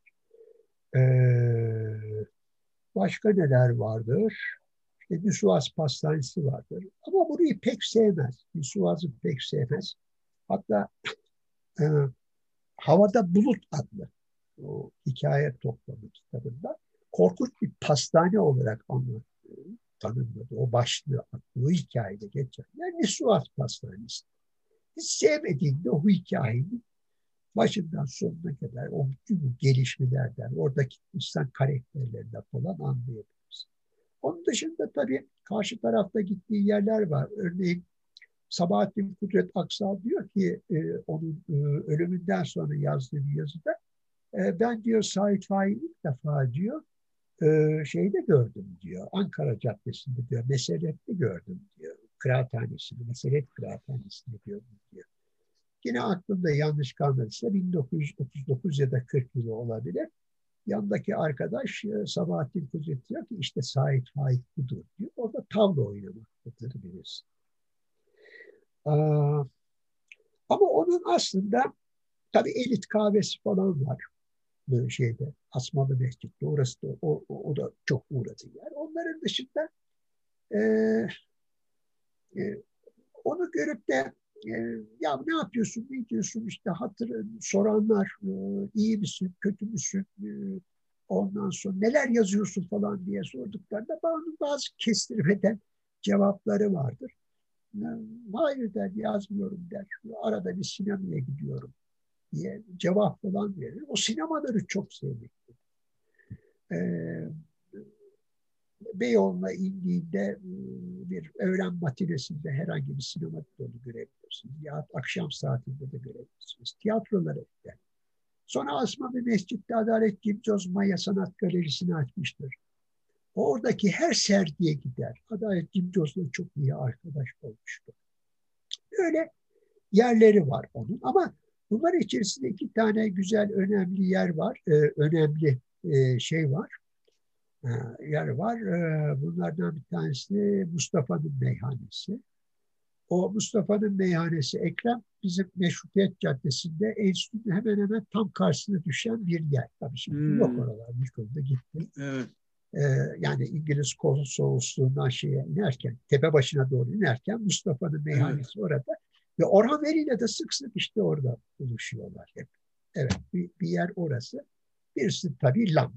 Başka neler vardır? İşte Nisuaz Pastanesi vardır. Ama burayı pek sevmez. Nisuaz'ı pek sevmez. Hatta e, Havada Bulut adlı o hikaye toplamı kitabında korkunç bir pastane olarak tanımladı. O başlığı attığı o hikayede geçen. Yani Nisuaz Pastanesi. Hiç sevmediğinde o hikayenin başından sonuna kadar o bütün gelişmelerden, oradaki insan karakterlerinden falan anlayabiliriz. Onun dışında tabii karşı tarafta gittiği yerler var. Örneğin Sabahattin Kudret Aksal diyor ki onun ölümünden sonra yazdığı bir yazıda ben diyor Sait Faik'i ilk defa diyor şeyde gördüm diyor. Ankara Caddesi'nde diyor. Meselet'te gördüm diyor. Kıraathanesini, Meselet Kıraathanesi'ni gördüm diyor. Yine aklımda yanlış kalmadıysa 1939 ya da 40 yılı olabilir. Yanındaki arkadaş Sabahattin Kudret diyor ki işte Sait Faik budur diyor. Orada tavla oynamaktadır birisi. Ama onun aslında tabii elit kahvesi falan var şeyde Asmalı Mescid'de. Orası da o da çok uğradığı yer. Onların dışında e, e, onu görüp de ya ne yapıyorsun, ne diyorsun işte soranlar iyi misin, kötü müsün, ondan sonra neler yazıyorsun falan diye sorduklarında bazı kestirmeden cevapları vardır. Hayır der, yazmıyorum der. Arada bir sinemaya gidiyorum diye cevap falan verir. O sinemaları çok sevmektir. Beyoğlu'na indiğinde bir öğlen matinesinde herhangi bir sinema dolu görebilirsiniz. Ya akşam saatinde de görebilirsiniz. Tiyatrolara gider. Sonra Asmalı Mescid'de Adalet Cimcoz Maya Sanat Galerisi'ni açmıştır. Oradaki her sergiye gider. Adalet Cimcoz'la çok iyi arkadaş olmuştur. Böyle yerleri var onun ama bunlar içerisinde iki tane güzel, önemli yer var. Önemli şey var. Yer var. Bunlardan bir tanesi Mustafa'nın meyhanesi. O Mustafa'nın meyhanesi Ekrem bizim Meşrutiyet Caddesi'nde enstitünün hemen hemen tam karşısına düşen bir yer. Tabii şimdi yok oralar. Yıkıldı gitti. Evet. Yani İngiliz konsolosluğundan şeye inerken, tepe başına doğru inerken Mustafa'nın meyhanesi orada. Ve Orhan Veli'yle de sık sık işte orada buluşuyorlar hep. Evet, bir yer orası. Birisi tabii Lambo.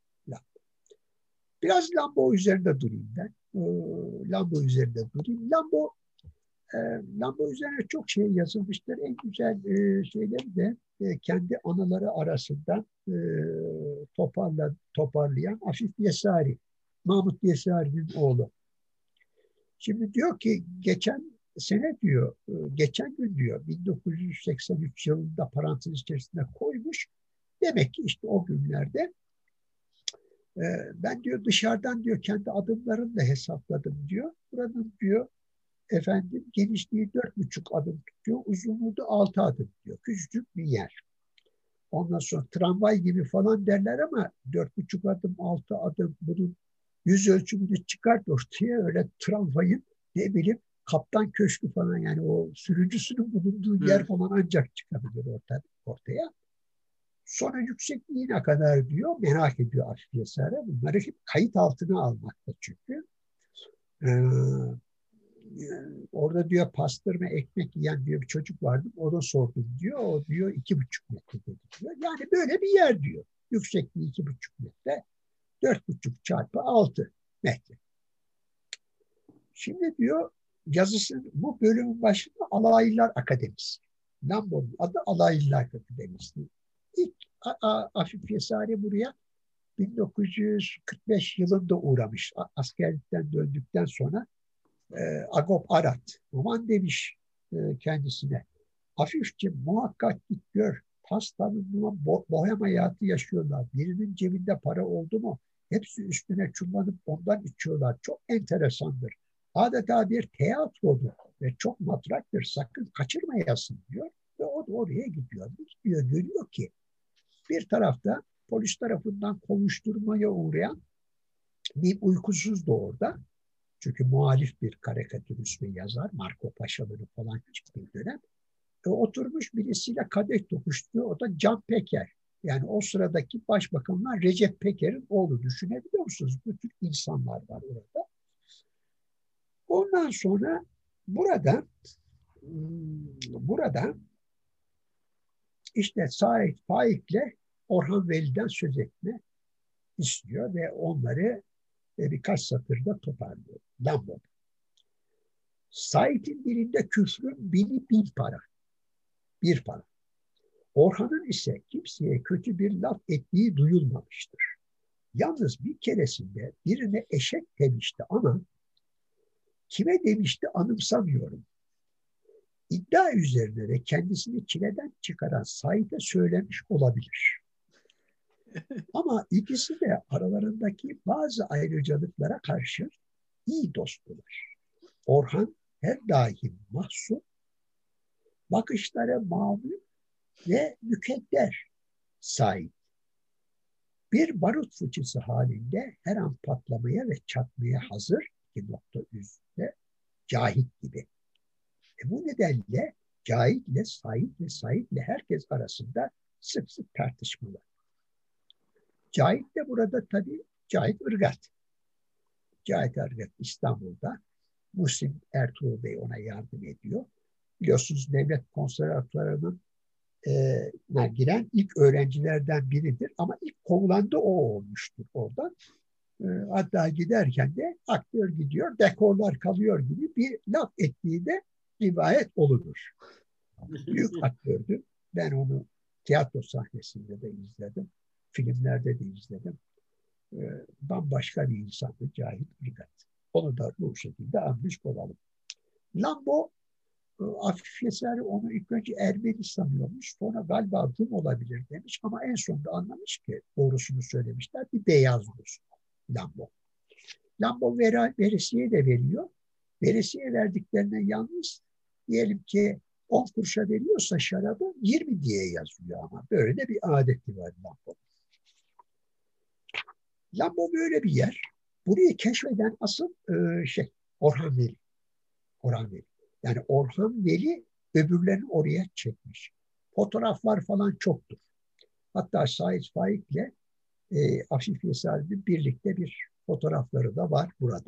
Biraz Lambo üzerinde durayım ben. Lambo üzerinde durayım. Lambo üzerine çok şey yazılmıştır. En güzel şeyleri de kendi anıları arasından toparlayan Afif Yesari. Mahmut Yesari'nin oğlu. Şimdi diyor ki geçen sene diyor, geçen gün diyor 1983 yılında parantez içerisinde koymuş. Demek ki işte o günlerde ben diyor dışarıdan diyor kendi adımlarımla hesapladım diyor. Buranın diyor efendim genişliği 4,5 adım tutuyor, uzunluğu da 6 adım diyor. Küçücük bir yer. Ondan sonra tramvay gibi falan derler ama 4,5 adım, 6 adım bunun yüz ölçümünü çıkart ortaya öyle tramvayın ne bileyim Kaptan Köşkü falan yani o sürücüsünün bulunduğu yer falan ancak çıkabilir ortaya. Sonra yüksekliği ne kadar diyor merak ediyor Afif Yesari. Bunları hep kayıt altına almakta çünkü. Orada diyor pastırma ekmek yiyen diyor bir çocuk vardı. Ona sordum diyor. O diyor 2,5 metre dedi diyor. Yani böyle bir yer diyor. Yüksekliği 2,5 metre. 4,5 çarpı 6 metre. Şimdi diyor yazısının bu bölümün başında Alaylılar Akademisi. Lambo'nun adı Alaylılar Akademisi. İlk Afif Yesari buraya 1945 yılında uğramış. Askerlikten döndükten sonra Agop Arat. Aman demiş kendisine. Hafifçe muhakkak git gör. Pastanınla bohem hayatı yaşıyorlar. Birinin cebinde para oldu mu hepsi üstüne çullanıp ondan içiyorlar. Çok enteresandır. Adeta bir tiyatrodur ve çok matraktır. Sakın kaçırmayasın diyor. Ve o da oraya gidiyor. Gidiyor görüyor ki bir tarafta polis tarafından kovuşturmaya uğrayan bir uykusuz da orada. Çünkü muhalif bir karikatürist ve yazar. Marco Paşaları falan çıktığı dönem. Oturmuş birisiyle kadeh tokuşturuyor. O da Can Peker. Yani o sıradaki başbakanlar Recep Peker'in oğlu. Düşünebiliyor musunuz? Bu tür insanlar var orada. Ondan sonra burada işte Sait Faik'le Orhan Veli'den söz etme istiyor ve onları birkaç satırda toparlıyor. Lambo. Sait'in birinde küfrün bin para. Bir para. Orhan'ın ise kimseye kötü bir laf ettiği duyulmamıştır. Yalnız bir keresinde birine eşek demişti ama kime demişti anımsamıyorum. İddia üzerine de kendisini çileden çıkaran Sait'e söylemiş olabilir. Ama ikisi de aralarındaki bazı ayrıcalıklara karşı iyi dosttular. Orhan her daim mahzun, bakışları mavi ve mükedder Sait. Bir barut fıçısı halinde her an patlamaya ve çatmaya hazır ki nokta üstünde Cahit gibi. Bu nedenle Cahit'le Sait'le herkes arasında sık sık tartışmalar. Cahit de burada tabii Cahit Irgat. Cahit Irgat İstanbul'da. Muhsin Ertuğrul Bey ona yardım ediyor. Biliyorsunuz devlet konservatuvarının giren ilk öğrencilerden biridir. Ama ilk kovulan da o olmuştur orada. Hatta giderken de aktör gidiyor, dekorlar kalıyor gibi bir laf ettiği de rivayet olunur. Büyük aktördü. Ben onu tiyatro sahnesinde de izledim. Filmlerde de izledim. Bambaşka bir insandı Cahit Irgat. Onu da bu şekilde anmış olalım. Lambo Afif Yesari onu ilk önce Ermeni sanıyormuş. Sonra galiba Rum olabilir demiş ama en sonunda anlamış ki doğrusunu söylemişler. Bir beyaz Rus Lambo. Lambo veresiye de veriyor. Veresiye verdiklerine yalnız diyelim ki 10 kuruşa veriyorsa şarabı 20 diye yazıyor ama böyle de bir adeti var Lambo. Lambo böyle bir yer. Burayı keşfeden asıl Orhan Veli. Yani Orhan Veli öbürlerini oraya çekmiş. Fotoğraflar falan çoktur. Hatta Sait Faik'le Afif Yesari'nin birlikte bir fotoğrafları da var burada.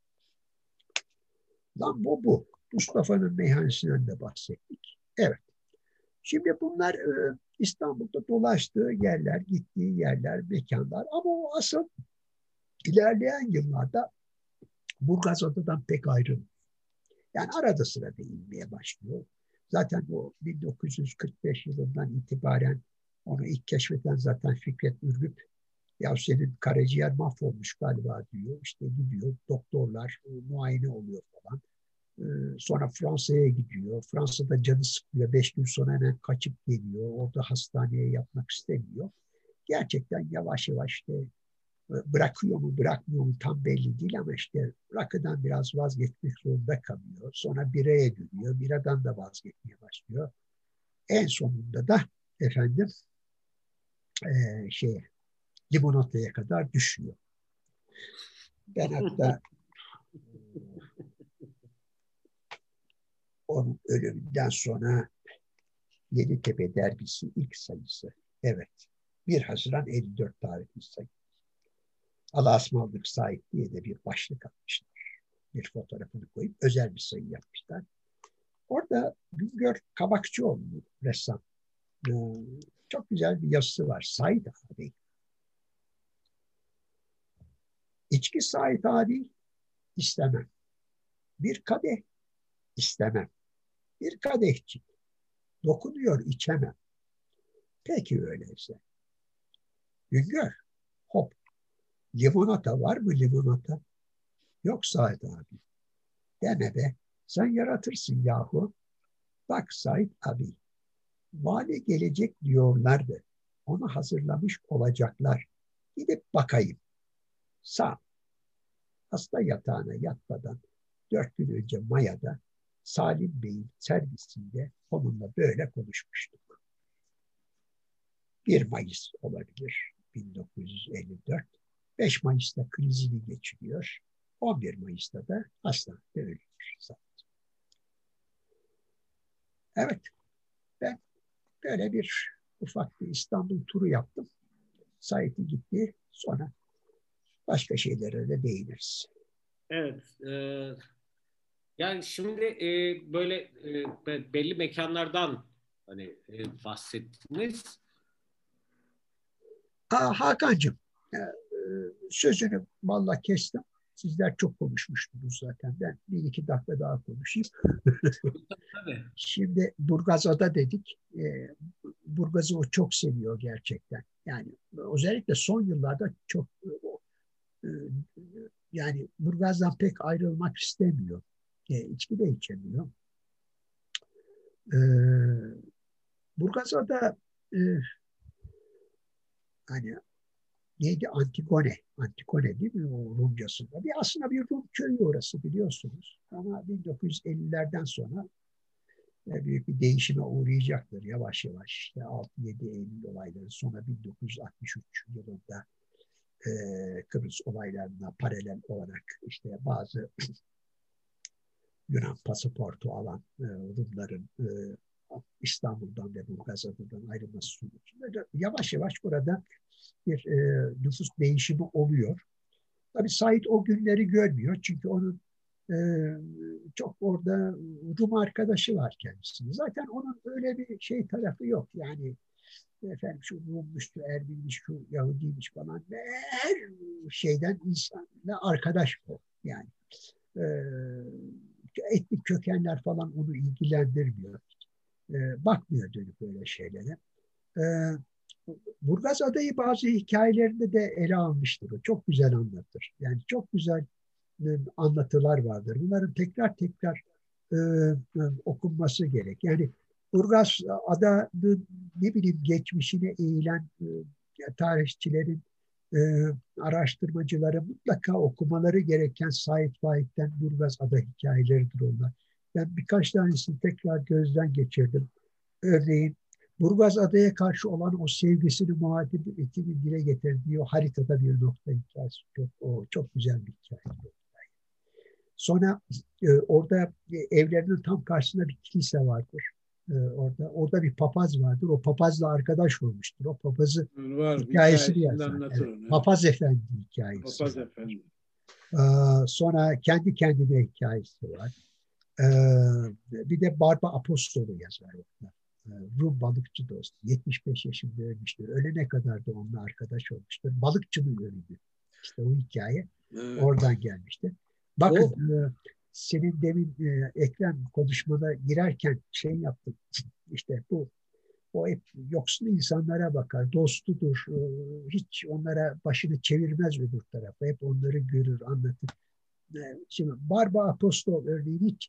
Lan bu. Mustafa'nın meyhanesinden de bahsettik. Evet. Şimdi bunlar İstanbul'da dolaştığı yerler, gittiği yerler, mekanlar. Ama o asıl ilerleyen yıllarda Burgazada'dan pek ayrılmıyor. Yani arada sırada inmeye başlıyor. Zaten o 1945 yılından itibaren onu ilk keşfeden zaten Fikret Ürgüp, ya senin karaciğer mahvolmuş galiba diyor. İşte gidiyor, doktorlar muayene oluyor falan. Sonra Fransa'ya gidiyor. Fransa'da canı sıkıyor. 5 gün sonra hemen kaçıp geliyor. Orada hastaneye yatmak istemiyor. Gerçekten yavaş yavaş işte bırakıyor mu bırakmıyor mu tam belli değil ama işte rakıdan biraz vazgeçmek zorunda kalıyor. Sonra biraya dönüyor. Biradan da vazgeçmeye başlıyor. En sonunda da efendim limonataya kadar düşüyor. Ben hatta onun ölümünden sonra Yeditepe Derbisi ilk sayısı. Evet. 1 Haziran 54 tarihli sayı. Allah'a ısmarladık Sait diye de bir başlık atmışlar. Bir fotoğrafını koyup özel bir sayı yapmışlar. Orada Güngör Kabakçıoğlu ressam. Çok güzel bir yazısı var. Sait abi. İçki Sait abi istemem. Bir kadeh istemem. Bir kadehçik. Dokunuyor içemem. Peki öyleyse. Güngör, hop. Limonata var mı limonata? Yok Sait abi. Deme be. Sen yaratırsın yahu. Bak Sait abi. Vali gelecek diyorlardı. Onu hazırlamış olacaklar. Gidip bakayım. Sağ. Hasta yatağına yatmadan 4 gün önce Maya'da Salim Bey'in servisinde onunla böyle konuşmuştuk. 1 Mayıs olabilir 1954. 5 Mayıs'ta krizini geçiriyor. 11 Mayıs'ta da hastanede ölüyor. Evet, ben böyle bir ufak bir İstanbul turu yaptım. Sait'i gitti. Sonra başka şeylere de değiniriz. Evet. Yani şimdi böyle belli mekanlardan hani bahsettiniz. Hakan'cığım, sözünü vallahi kestim. Sizler çok konuşmuştunuz zaten. Ben 1-2 dakika daha konuşayım. Tabii. Şimdi Burgazada dedik. Burgaz'ı o çok seviyor gerçekten. Yani özellikle son yıllarda çok yani Burgaz'dan pek ayrılmak istemiyor. İçki de içemiyor. Burgazada hani neydi? Antigone. Antigone değil mi o Rumcasında? Aslında bir Rum köyü orası biliyorsunuz. Ama 1950'lerden sonra büyük bir değişime uğrayacaktır yavaş yavaş. İşte 6-7 Eylül olayları sonra 1963 yılında Kıbrıs olaylarına paralel olarak işte bazı Yunan pasaportu alan Rumların İstanbul'dan ve Burgazada'dan ayrılması sonucunda yavaş yavaş burada bir nüfus değişimi oluyor. Tabii Sait o günleri görmüyor. Çünkü onun çok orada Rum arkadaşı var kendisinin. Zaten onun öyle bir şey tarafı yok. Yani efendim şu Rummuş, şu Erbilmiş, şu Yahudiymiş falan. Her şeyden insanla arkadaş o. Yani etnik kökenler falan onu ilgilendirmiyor. Bakmıyor dönüp öyle şeylere. Burgaz Adayı bazı hikayelerinde de ele almıştır. O çok güzel anlatır. Yani çok güzel anlatılar vardır. Bunların tekrar tekrar okunması gerek. Yani Burgaz Ada'nın ne bileyim geçmişine eğilen tarihçilerin, araştırmacıları mutlaka okumaları gereken Sait Faik'ten Burgaz Ada hikayeleridir onlar. Ben birkaç tanesini tekrar gözden geçirdim. Örneğin Burgaz Adaya karşı olan o sevgisini muhatibinin dile getirdiği o haritada bir nokta hikayesi çok güzel bir hikaye. Sonra orada evlerinin tam karşısında bir kilise vardır. Orada bir papaz vardır. O papazla arkadaş olmuştur. O papazı Var, hikayesini hikayesinde yazar. anlatır Evet. onu. Evet. Papaz Efendi hikayesi. Papaz Efendi. Sonra kendi kendine hikayesi var. Bir de Barba Apostol'u yazar orada. Rum balıkçı dost. 75 yaşında ölmüştür. Ölene kadar da onunla arkadaş olmuştur. Balıkçının ölümü. İşte o hikaye oradan gelmiştir. Bakın senin demin Ekrem konuşmana girerken şey yaptın. İşte o hep yoksul insanlara bakar, dostudur. Hiç onlara başını çevirmez öbür tarafa. Hep onları görür, anlatır. Şimdi Barba Apostol örneğin hiç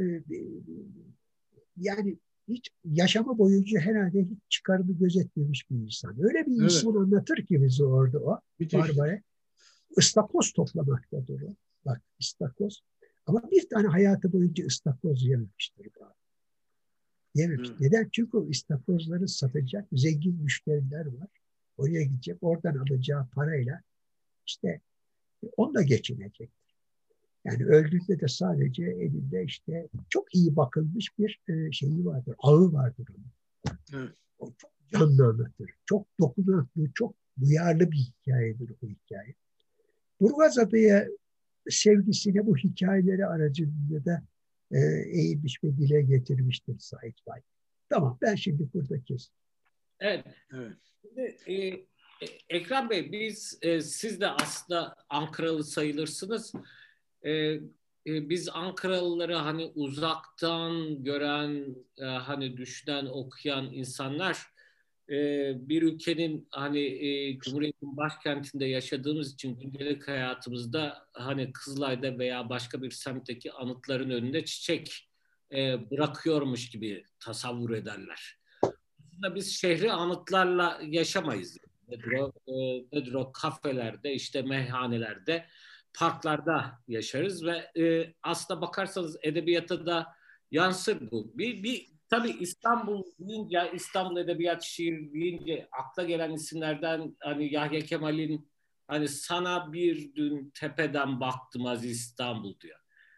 yani hiç yaşamı boyunca herhalde hiç çıkarını gözetmemiş bir insan. Öyle bir insan anlatır ki bizi orada o. Barba'ya. Istakoz toplamaktadır o. Bak istakoz. Ama bir tane hayatı boyunca ıstakoz yememiştir. Yememiş. Neden? Çünkü o istakozları satacak zengin müşteriler var. Oraya gidecek. Oradan alacağı parayla işte onunla geçinecek. Yani öldüğünde de sadece elinde işte çok iyi bakılmış bir şeyi vardır. Ağı vardır onun. O çok canlı anlatır. Çok dokunaklı, çok duyarlı bir hikayedir bu hikaye. Burgazada'ya sevgisini bu hikayeleri aracılığıyla da eğilmiş ve dile getirmiştir Sait Faik. Tamam, ben şimdi burada kestim. Evet. Şimdi, Ekrem Bey, siz de aslında Ankaralı sayılırsınız. Biz Ankaralıları hani uzaktan gören, hani düşünen, okuyan insanlar bir ülkenin hani Cumhuriyet'in başkentinde yaşadığımız için gündelik hayatımızda hani Kızılay'da veya başka bir semtteki anıtların önünde çiçek bırakıyormuş gibi tasavvur ederler. Aslında biz şehri anıtlarla yaşamayız. Nedir o kafelerde, işte meyhanelerde, parklarda yaşarız ve aslında bakarsanız edebiyata da yansır bu. Tabii İstanbul deyince, İstanbul Edebiyat Şiir deyince akla gelen isimlerden hani Yahya Kemal'in hani sana bir dün tepeden baktım Aziz İstanbul diyor.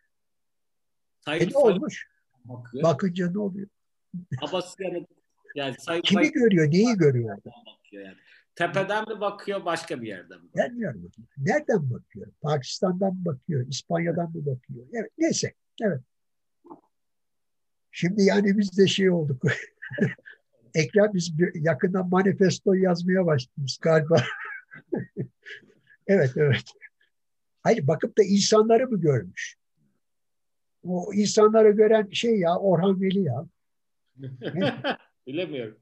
Ne olmuş? Bakıyor. Bakınca ne oluyor? Abasıyan'ın yani kimi görüyor, neyi görüyor? Yani. Tepeden mi bakıyor, başka bir yerden mi bakıyor? Bilmiyorum. Nereden bakıyor? Pakistan'dan mı bakıyor? İspanya'dan mı bakıyor? Evet, neyse. Evet. Şimdi yani biz de şey olduk. Ekrem biz yakından manifesto yazmaya başladık galiba. Evet. Hayır, bakıp da insanları mı görmüş? O insanları gören şey ya Orhan Veli ya. Bilemiyorum.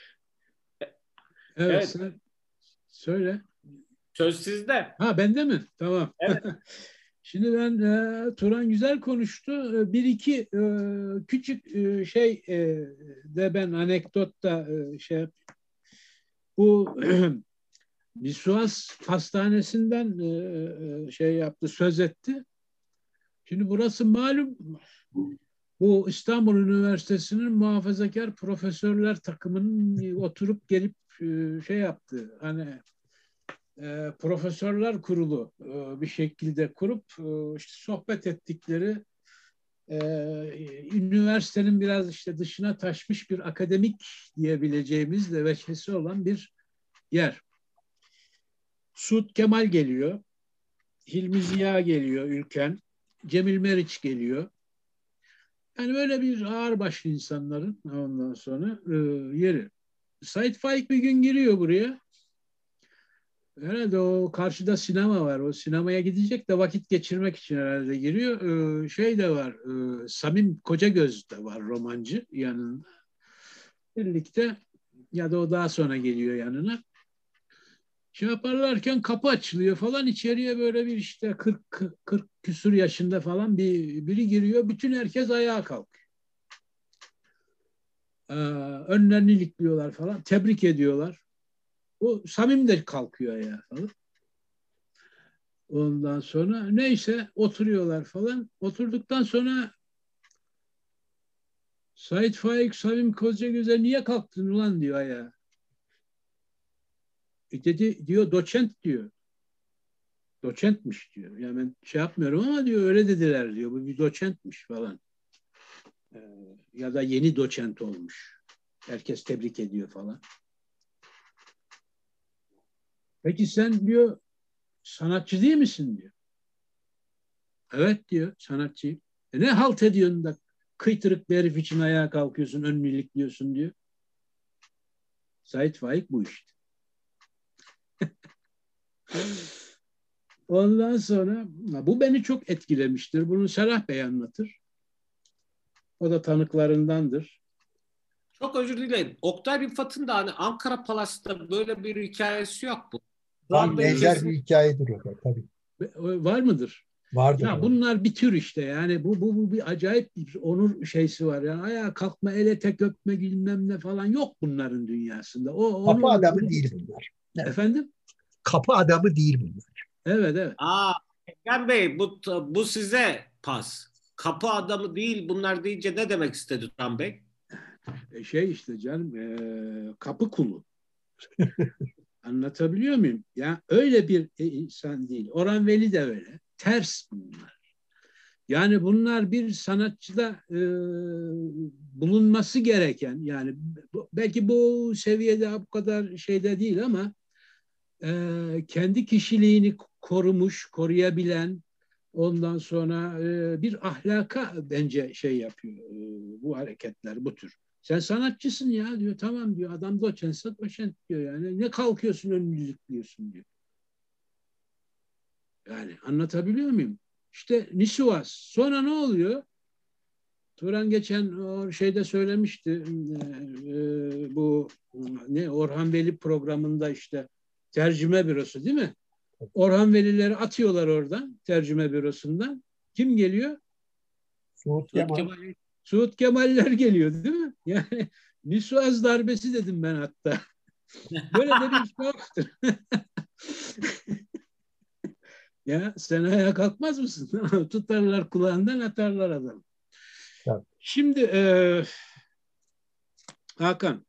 Evet. Sen söyle. Söz sizde. Bende mi? Tamam. Evet. Şimdi ben Turan güzel konuştu. Bir iki küçük şey de ben anekdotta şey bu Bisuas Hastanesi'nden şey yaptı, söz etti. Şimdi burası malum bu İstanbul Üniversitesi'nin muhafazakar profesörler takımının oturup gelip şey yaptı. Hani profesörler kurulu bir şekilde kurup işte sohbet ettikleri üniversitenin biraz işte dışına taşmış bir akademik diyebileceğimiz de veçhesi olan bir yer. Suud Kemal geliyor, Hilmi Ziya geliyor Ülken, Cemil Meriç geliyor. Yani böyle bir ağırbaşlı insanların ondan sonra yeri. Sait Faik bir gün giriyor buraya. Herhalde o karşıda sinema var. O sinemaya gidecek de vakit geçirmek için herhalde giriyor. Şey de var. Samim Kocagöz de var, romancı yanında. Birlikte ya da o daha sonra geliyor yanına. Şey yaparlarken kapı açılıyor falan. İçeriye böyle bir işte 40 küsur yaşında falan biri giriyor. Bütün herkes ayağa kalkıyor. Önlerini ilikliyorlar falan. Tebrik ediyorlar. O Samim de kalkıyor ayağa falan. Ondan sonra neyse oturuyorlar falan. Oturduktan sonra Sait Faik Samim Kocagöz'e niye kalktın ulan diyor ayağa. Dedi diyor doçent diyor. Doçentmiş diyor. Ya ben şey yapmıyorum ama diyor öyle dediler diyor. Bu bir doçentmiş falan. Ya da yeni doçent olmuş. Herkes tebrik ediyor falan. Peki sen diyor sanatçı değil misin diyor. Evet diyor sanatçıyım. Ne halt ediyorsun da kıytırık bir herif için ayağa kalkıyorsun, önlülük diyorsun diyor. Sait Faik bu işte. Ondan sonra bu beni çok etkilemiştir. Bunu Serah Bey anlatır. O da tanıklarındandır. Çok özür dilerim. Oktay Rıfat'ın da hani Ankara Palas'ta böyle bir hikayesi yok mu? Tam Doğan Bey benzer bir kesin hikayedir o da tabii. Var mıdır? Vardır. Ya bunlar bir tür işte yani bu bir acayip bir onur şeysi var. Yani ayağa kalkma, ele tek öpme bilmem ne falan yok bunların dünyasında. Kapı adamı değil bunlar. Evet. Efendim? Kapı adamı değil bunlar. Evet evet. Ekrem Bey bu size pas. Kapı adamı değil bunlar deyince ne demek istedi Doğan Bey? Şey işte canım kapı kulu. Anlatabiliyor muyum? Ya öyle bir insan değil. Orhan Veli de öyle. Ters bunlar. Yani bunlar bir sanatçıda bulunması gereken yani belki bu seviyede bu kadar şeyde değil ama kendi kişiliğini korumuş, koruyabilen ondan sonra bir ahlaka bence şey yapıyor bu hareketler bu tür. Sen sanatçısın ya diyor tamam diyor adam doçentse doçent diyor yani ne kalkıyorsun önünü diyorsun diyor. Yani anlatabiliyor muyum? İşte Nişivas. Sonra ne oluyor? Turan geçen o şeyde söylemişti bu ne Orhan Veli programında işte tercüme bürosu değil mi? Orhan Velileri atıyorlar oradan tercüme bürosundan. Kim geliyor? Suud Kemal. Suud Kemaller geliyor değil mi? Yani Nisuaz darbesi dedim ben hatta. Böyle de bir şey yoktur. Ya sen ayağa kalkmaz mısın? Tutarlar kulağından atarlar adam. Evet. Şimdi Hakan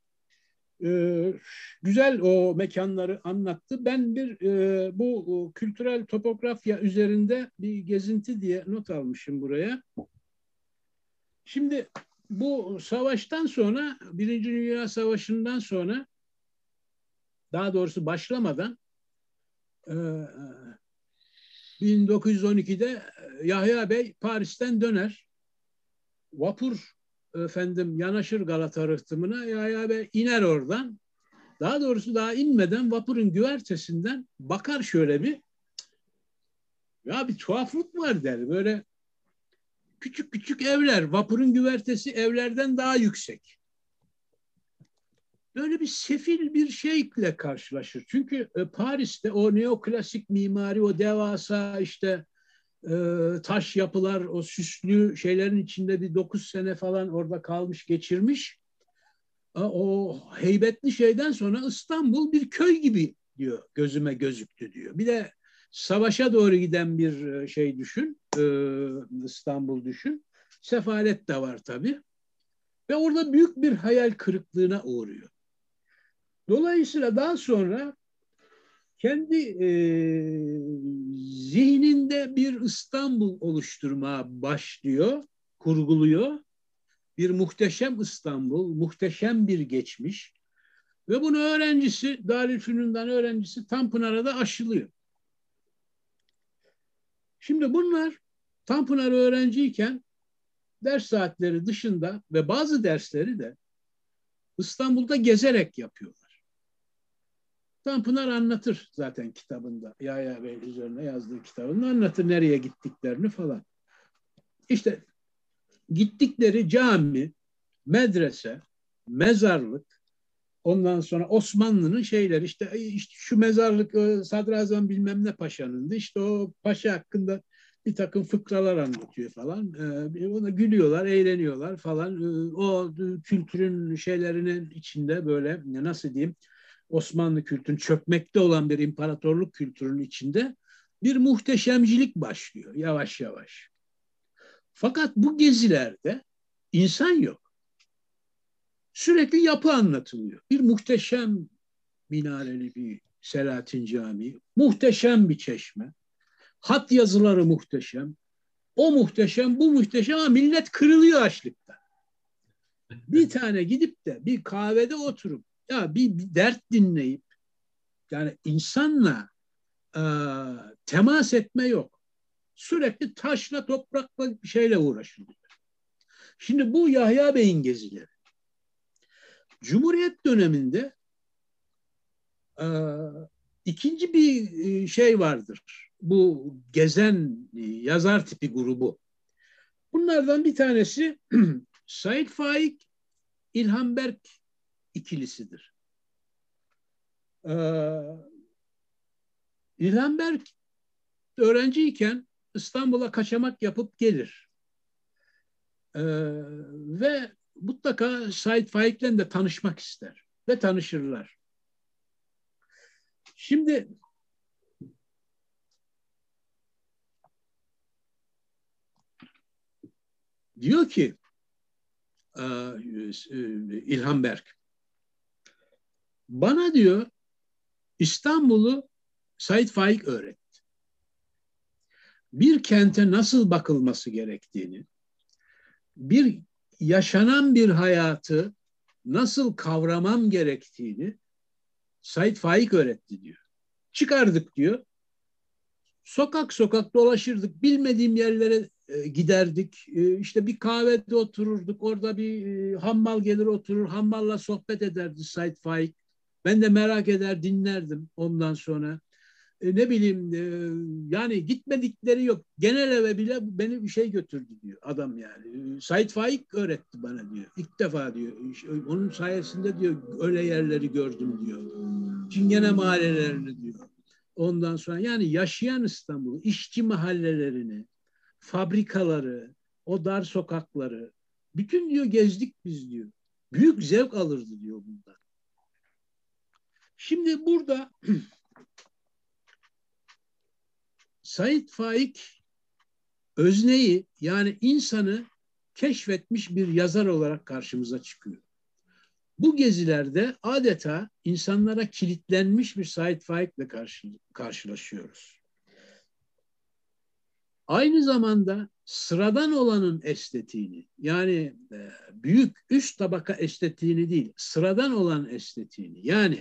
güzel o mekanları anlattı. Ben bir bu kültürel topografya üzerinde bir gezinti diye not almışım buraya. Şimdi bu savaştan sonra Birinci Dünya Savaşı'ndan sonra daha doğrusu başlamadan 1912'de Yahya Bey Paris'ten döner. Vapur efendim yanaşır Galata rıhtımına. Yahya Bey iner oradan. Daha doğrusu daha inmeden vapurun güvertesinden bakar şöyle bir. Ya bir tuhaflık var der. Böyle küçük küçük evler. Vapurun güvertesi evlerden daha yüksek. Böyle bir sefil bir şeyle karşılaşır. Çünkü Paris'te o neoklasik mimari, o devasa işte taş yapılar, o süslü şeylerin içinde bir 9 sene falan orada kalmış, geçirmiş. O heybetli şeyden sonra İstanbul bir köy gibi diyor, gözüme gözüktü diyor. Bir de savaşa doğru giden bir şey düşün, İstanbul düşün. Sefalet de var tabii. Ve orada büyük bir hayal kırıklığına uğruyor. Dolayısıyla daha sonra kendi zihninde bir İstanbul oluşturmaya başlıyor, kurguluyor. Bir muhteşem İstanbul, muhteşem bir geçmiş. Ve bunu öğrencisi, Darülfünun'dan öğrencisi Tanpınar'a da aşılıyor. Şimdi bunlar Tanpınar öğrenciyken ders saatleri dışında ve bazı dersleri de İstanbul'da gezerek yapıyorlar. Tanpınar anlatır zaten kitabında. Yahya Bey üzerine yazdığı kitabında anlatır nereye gittiklerini falan. İşte gittikleri cami, medrese, mezarlık, ondan sonra Osmanlı'nın şeyleri işte şu mezarlık Sadrazam bilmem ne paşanındı. İşte o paşa hakkında bir takım fıkralar anlatıyor falan. Ona gülüyorlar, eğleniyorlar falan. O kültürün şeylerinin içinde böyle nasıl diyeyim Osmanlı kültürün çökmekte olan bir imparatorluk kültürünün içinde bir muhteşemcilik başlıyor yavaş yavaş. Fakat bu gezilerde insan yok. Sürekli yapı anlatılıyor. Bir muhteşem minareli bir Selahattin Camii, muhteşem bir çeşme, Hat yazıları muhteşem. O muhteşem, bu muhteşem ama millet kırılıyor açlıktan. Bir tane gidip de bir kahvede oturup ya bir dert dinleyip yani insanla temas etme yok. Sürekli taşla, toprakla bir şeyle uğraşılıyor. Şimdi bu Yahya Bey'in gezileri. Cumhuriyet döneminde ikinci bir şey vardır. Bu gezen yazar tipi grubu. Bunlardan bir tanesi Said Faik, İlhan Berk ikilisidir. İlhan Berk öğrenciyken İstanbul'a kaçamak yapıp gelir. Ve mutlaka Said Faik'le de tanışmak ister. Ve tanışırlar. Şimdi diyor ki İlhan Berk, bana diyor İstanbul'u Said Faik öğretti. Bir kente nasıl bakılması gerektiğini, bir yaşanan bir hayatı nasıl kavramam gerektiğini Said Faik öğretti diyor. Çıkardık diyor. Sokak sokak dolaşırdık. Bilmediğim yerlere giderdik. İşte bir kahvede otururduk. Orada bir hammal gelir oturur. Hammalla sohbet ederdi Said Faik. Ben de merak eder dinlerdim ondan sonra. Ne bileyim yani gitmedikleri yok. Genel eve bile beni bir şey götürdü diyor adam yani. Said Faik öğretti bana diyor. İlk defa diyor. Onun sayesinde diyor öyle yerleri gördüm diyor. Çingene mahallelerini diyor. Ondan sonra yani yaşayan İstanbul'u, işçi mahallelerini, fabrikaları, o dar sokakları, bütün diyor gezdik biz diyor. Büyük zevk alırdı diyor bundan. Şimdi burada Said Faik özneyi yani insanı keşfetmiş bir yazar olarak karşımıza çıkıyor. Bu gezilerde adeta insanlara kilitlenmiş bir Said Faik'le karşılaşıyoruz. Aynı zamanda sıradan olanın estetiğini yani büyük üst tabaka estetiğini değil sıradan olan estetiğini yani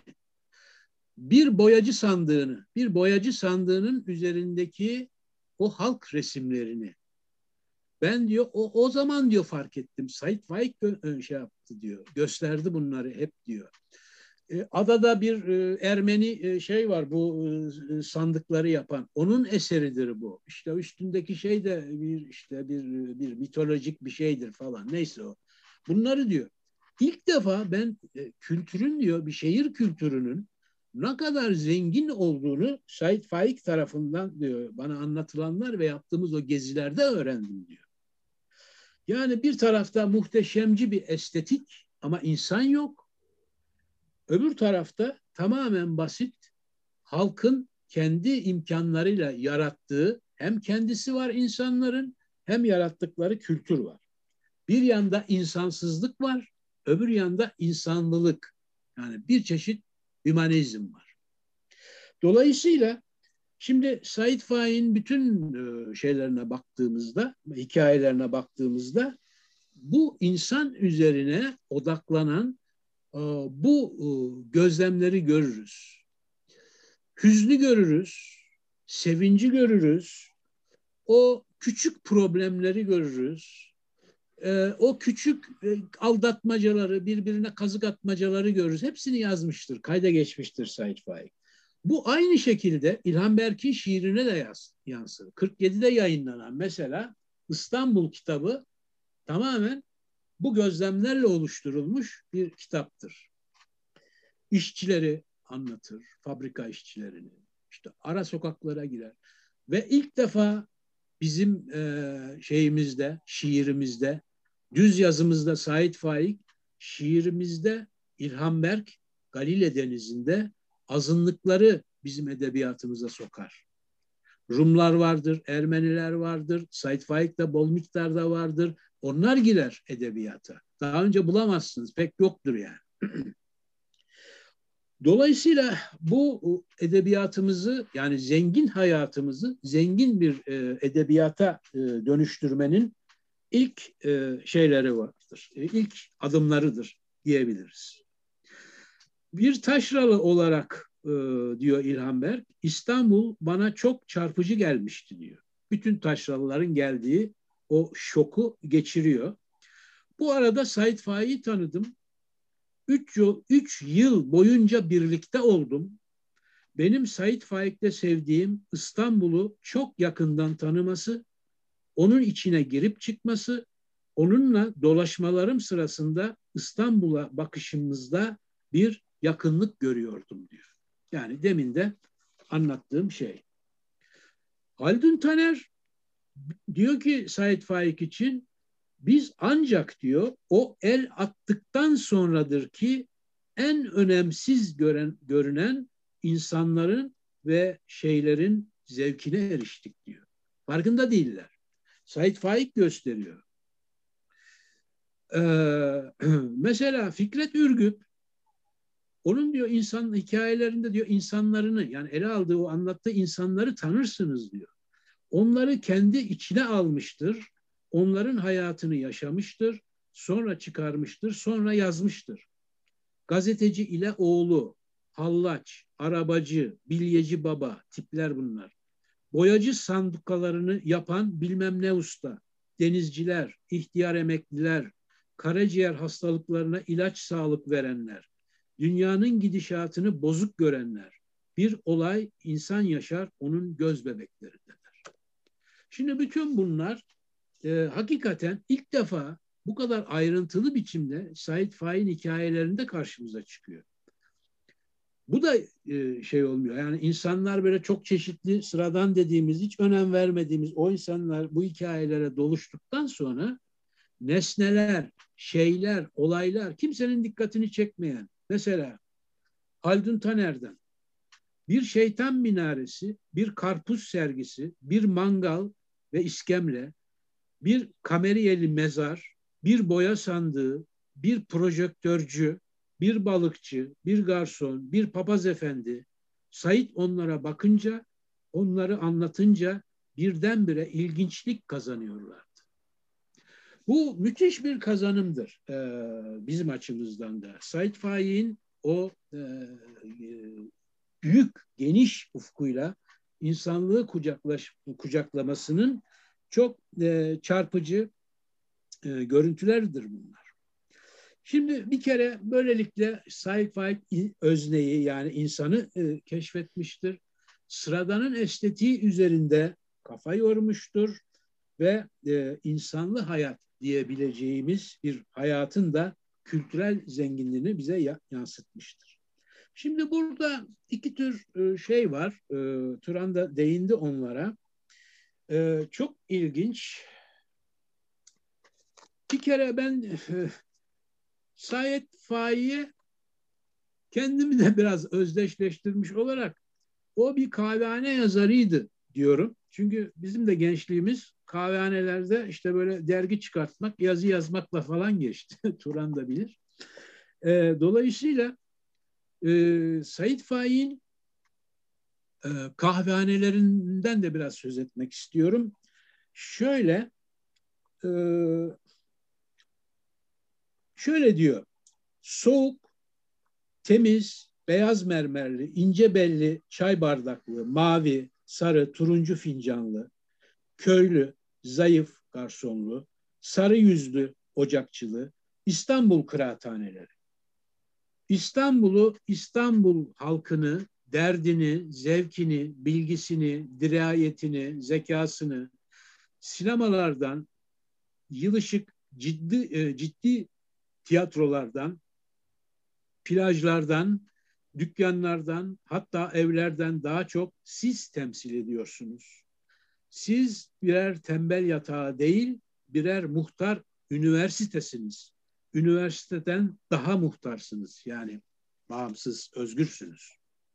bir boyacı sandığının üzerindeki o halk resimlerini ben diyor o zaman diyor fark ettim. Said Faik şey yaptı diyor. Gösterdi bunları hep diyor. Adada bir Ermeni şey var bu sandıkları yapan. Onun eseridir bu. İşte üstündeki şey de bir mitolojik bir şeydir falan. Neyse o. Bunları diyor. İlk defa ben kültürün diyor bir şehir kültürünün ne kadar zengin olduğunu Said Faik tarafından diyor bana anlatılanlar ve yaptığımız o gezilerde öğrendim diyor. Yani bir tarafta muhteşemci bir estetik ama insan yok. Öbür tarafta tamamen basit halkın kendi imkanlarıyla yarattığı hem kendisi var insanların hem yarattıkları kültür var. Bir yanda insansızlık var, öbür yanda insanlılık. Yani bir çeşit hümanizm var. Dolayısıyla şimdi Said Faik'in bütün şeylerine baktığımızda, hikayelerine baktığımızda bu insan üzerine odaklanan bu gözlemleri görürüz. Hüznü görürüz, sevinci görürüz, o küçük problemleri görürüz, o küçük aldatmacaları, birbirine kazık atmacaları görürüz. Hepsini yazmıştır, kayda geçmiştir Said Faik. Bu aynı şekilde İlhan Berk'in şiirine de yansır. 47'de yayınlanan mesela İstanbul kitabı tamamen bu gözlemlerle oluşturulmuş bir kitaptır. İşçileri anlatır, fabrika işçilerini. İşte ara sokaklara girer. Ve ilk defa bizim şeyimizde, şiirimizde, düz yazımızda Said Faik, şiirimizde İlhan Berk, Galile Denizi'nde azınlıkları bizim edebiyatımıza sokar. Rumlar vardır, Ermeniler vardır, Said Faik de bol miktarda vardır. Onlar girer edebiyata. Daha önce bulamazsınız, pek yoktur yani. Dolayısıyla bu edebiyatımızı, yani zengin hayatımızı zengin bir edebiyata dönüştürmenin ilk şeyleri vardır. İlk adımlarıdır diyebiliriz. Bir taşralı olarak diyor İlhan Berk, İstanbul bana çok çarpıcı gelmişti diyor. Bütün taşralıların geldiği o şoku geçiriyor. Bu arada Sait Faik'i tanıdım. 3 yıl boyunca birlikte oldum. Benim Sait Faik'te sevdiğim İstanbul'u çok yakından tanıması, onun içine girip çıkması, onunla dolaşmalarım sırasında İstanbul'a bakışımızda bir yakınlık görüyordum diyor. Yani demin de anlattığım şey. Haldun Taner diyor ki Sait Faik için, biz ancak diyor o el attıktan sonradır ki en önemsiz görünen insanların ve şeylerin zevkine eriştik diyor. Farkında değiller. Sait Faik gösteriyor. Mesela Fikret Ürgüp, onun diyor insan hikayelerinde diyor insanlarını, yani ele aldığı, o anlattığı insanları tanırsınız diyor. Onları kendi içine almıştır. Onların hayatını yaşamıştır. Sonra çıkarmıştır. Sonra yazmıştır. Gazeteci ile oğlu, hallaç, arabacı, bilyeci baba tipler bunlar. Boyacı sandukalarını yapan bilmem ne usta, denizciler, ihtiyar emekliler, karaciğer hastalıklarına ilaç sağlık verenler, dünyanın gidişatını bozuk görenler, bir olay insan yaşar onun göz bebeklerindedir. Şimdi bütün bunlar hakikaten ilk defa bu kadar ayrıntılı biçimde Sait Faik'in hikayelerinde karşımıza çıkıyor. Bu da şey olmuyor. Yani insanlar böyle çok çeşitli, sıradan dediğimiz, hiç önem vermediğimiz o insanlar bu hikayelere doluştuktan sonra nesneler, şeyler, olaylar kimsenin dikkatini çekmeyen, mesela Haldun Taner'den bir şeytan minaresi, bir karpuz sergisi, bir mangal ve iskemle, bir kameriyeli mezar, bir boya sandığı, bir projektörcü, bir balıkçı, bir garson, bir papaz efendi. Sait onlara bakınca, onları anlatınca birdenbire ilginçlik kazanıyorlardı. Bu müthiş bir kazanımdır bizim açımızdan da. Sait Faik'in o büyük, geniş ufkuyla insanlığı kucaklamasının çok çarpıcı görüntüleridir bunlar. Şimdi bir kere böylelikle Sait Faik özneyi, yani insanı keşfetmiştir. Sıradanın estetiği üzerinde kafa yormuştur ve insanlı hayat diyebileceğimiz bir hayatın da kültürel zenginliğini bize yansıtmıştır. Şimdi burada iki tür şey var. Turan da değindi onlara. Çok ilginç. Bir kere ben Sait Faik'e kendimi de biraz özdeşleştirmiş olarak o bir kahvehane yazarıydı diyorum. Çünkü bizim de gençliğimiz kahvehanelerde işte böyle dergi çıkartmak, yazı yazmakla falan geçti. Turan da bilir. Dolayısıyla Sait Faik'in kahvehanelerinden de biraz söz etmek istiyorum. Şöyle diyor: soğuk, temiz, beyaz mermerli, ince belli çay bardaklı, mavi, sarı, turuncu fincanlı, köylü, zayıf garsonlu, sarı yüzlü ocakçılı, İstanbul kıraathaneleri. İstanbul'u, İstanbul halkını, derdini, zevkini, bilgisini, dirayetini, zekasını sinemalardan, yılışık ciddi tiyatrolardan, plajlardan, dükkanlardan, hatta evlerden daha çok siz temsil ediyorsunuz. Siz birer tembel yatağı değil, birer muhtar üniversitesiniz. Üniversiteden daha muhtarsınız. Yani bağımsız, özgürsünüz.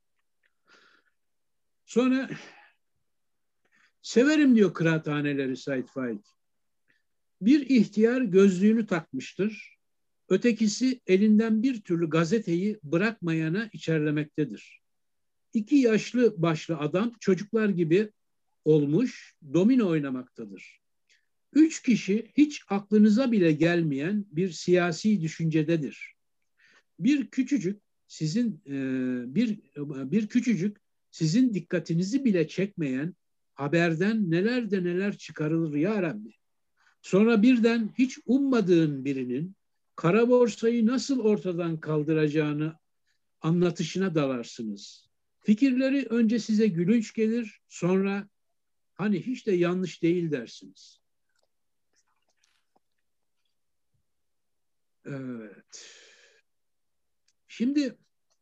Sonra severim diyor kıraathaneleri Sait Faik. Bir ihtiyar gözlüğünü takmıştır. Ötekisi elinden bir türlü gazeteyi bırakmayana içerlemektedir. İki yaşlı başlı adam çocuklar gibi olmuş domino oynamaktadır. Üç kişi hiç aklınıza bile gelmeyen bir siyasi düşüncededir. Bir küçücük bir küçücük sizin dikkatinizi bile çekmeyen haberden neler de neler çıkarılır ya Rabbi. Sonra birden hiç ummadığın birinin kara borsayı nasıl ortadan kaldıracağını anlatışına dalarsınız. Fikirleri önce size gülünç gelir, sonra hani hiç de yanlış değil dersiniz. Evet. Şimdi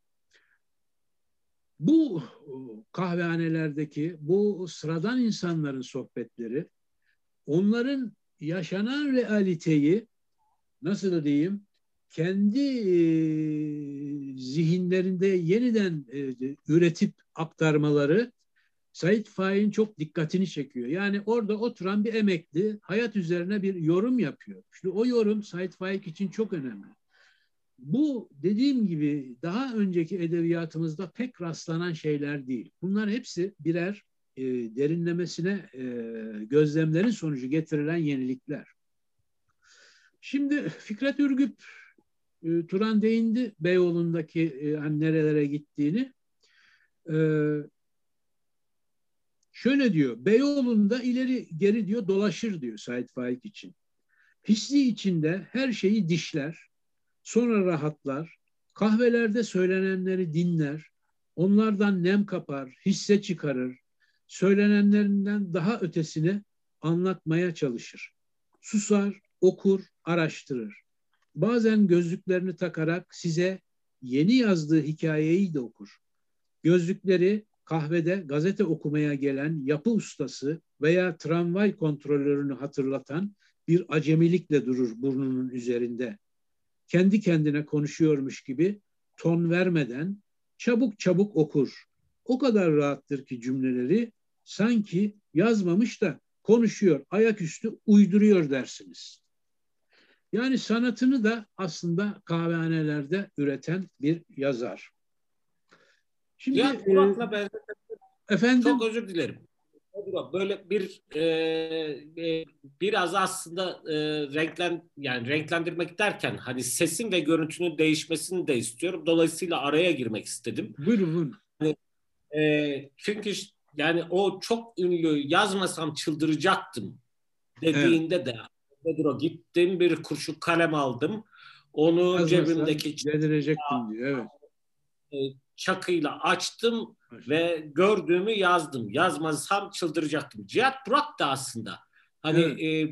bu kahvehanelerdeki bu sıradan insanların sohbetleri, onların yaşanan realiteyi nasıl diyeyim, kendi zihinlerinde yeniden üretip aktarmaları Said Faik'in çok dikkatini çekiyor. Yani orada oturan bir emekli hayat üzerine bir yorum yapıyor. İşte o yorum Said Faik için çok önemli. Bu dediğim gibi daha önceki edebiyatımızda pek rastlanan şeyler değil. Bunlar hepsi birer derinlemesine gözlemlerin sonucu getirilen yenilikler. Şimdi Fikret Ürgüp, Turan değindi Beyoğlu'ndaki hani nerelere gittiğini. Şöyle diyor, Beyoğlu'nda ileri geri diyor dolaşır diyor Said Faik için. Hissi içinde her şeyi dişler, sonra rahatlar, kahvelerde söylenenleri dinler, onlardan nem kapar, hisse çıkarır, söylenenlerinden daha ötesini anlatmaya çalışır. Susar, okur, araştırır. Bazen gözlüklerini takarak size yeni yazdığı hikayeyi de okur. Gözlükleri kahvede gazete okumaya gelen yapı ustası veya tramvay kontrolörünü hatırlatan bir acemilikle durur burnunun üzerinde. Kendi kendine konuşuyormuş gibi ton vermeden çabuk çabuk okur. O kadar rahattır ki cümleleri sanki yazmamış da konuşuyor, ayaküstü uyduruyor dersiniz. Yani sanatını da aslında kahvehanelerde üreten bir yazar. Şimdi Burak'la ben efendim, çok özür dilerim. Böyle biraz aslında renklendirmek derken hani sesin ve görüntünün değişmesini de istiyorum. Dolayısıyla araya girmek istedim. Buyurun. Hani, çünkü yani o çok ünlü yazmasam çıldıracaktım dediğinde evet. Nedir o? Gittim bir kurşun kalem aldım. Onu yazmasam cebimdeki delirecektim diyor. Evet. Çakıyla açtım ve gördüğümü yazdım. Yazmazsam çıldıracaktım. Cihat Burak da aslında hani evet.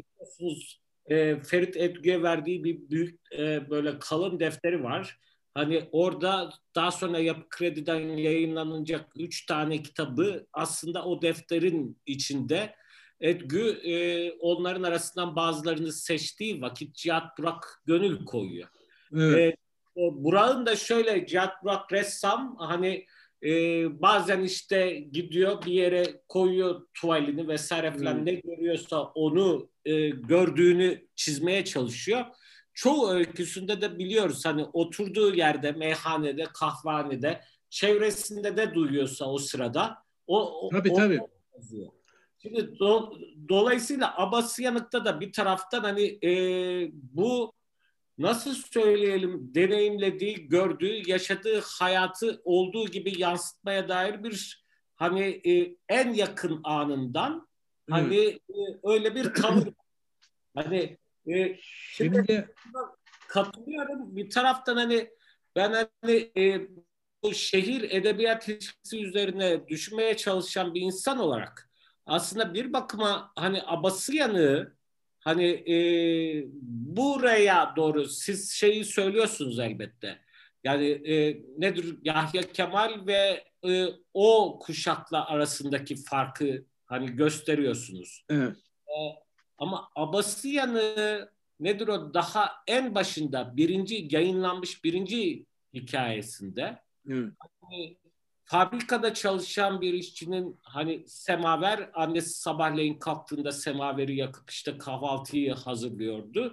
Ferit Edgü'ye verdiği bir büyük böyle kalın defteri var. Hani orada daha sonra Yapı Kredi'den yayınlanacak 3 tane kitabı aslında o defterin içinde. Edgü onların arasından bazılarını seçtiği vakit Cihat Burak gönül koyuyor. Evet. Burak'ın da şöyle, Cihat Burak ressam, hani bazen işte gidiyor bir yere koyuyor tuvalini vesaire falan, ne görüyorsa onu gördüğünü çizmeye çalışıyor. Çoğu öyküsünde de biliyoruz hani oturduğu yerde, meyhanede, kahvehanede, çevresinde de duyuyorsa o sırada tabii. Yazıyor. Şimdi dolayısıyla Abasıyanık'ta da bir taraftan hani bu nasıl söyleyelim, deneyimlediği, gördüğü, yaşadığı hayatı olduğu gibi yansıtmaya dair bir hani en yakın anından hani öyle bir tavır. Hani şimdi katılıyorum. Bir taraftan hani ben hani bu şehir edebiyat ilişkisi üzerine düşünmeye çalışan bir insan olarak aslında bir bakıma hani Abasıyanık'ı hani buraya doğru siz şeyi söylüyorsunuz elbette. Yani nedir Yahya Kemal ve o kuşakla arasındaki farkı hani gösteriyorsunuz. Evet. Ama Abasıyanık nedir o daha en başında yayınlanmış birinci hikayesinde hani, fabrikada çalışan bir işçinin hani semaver, annesi sabahleyin kalktığında semaveri yakıp işte kahvaltıyı hazırlıyordu.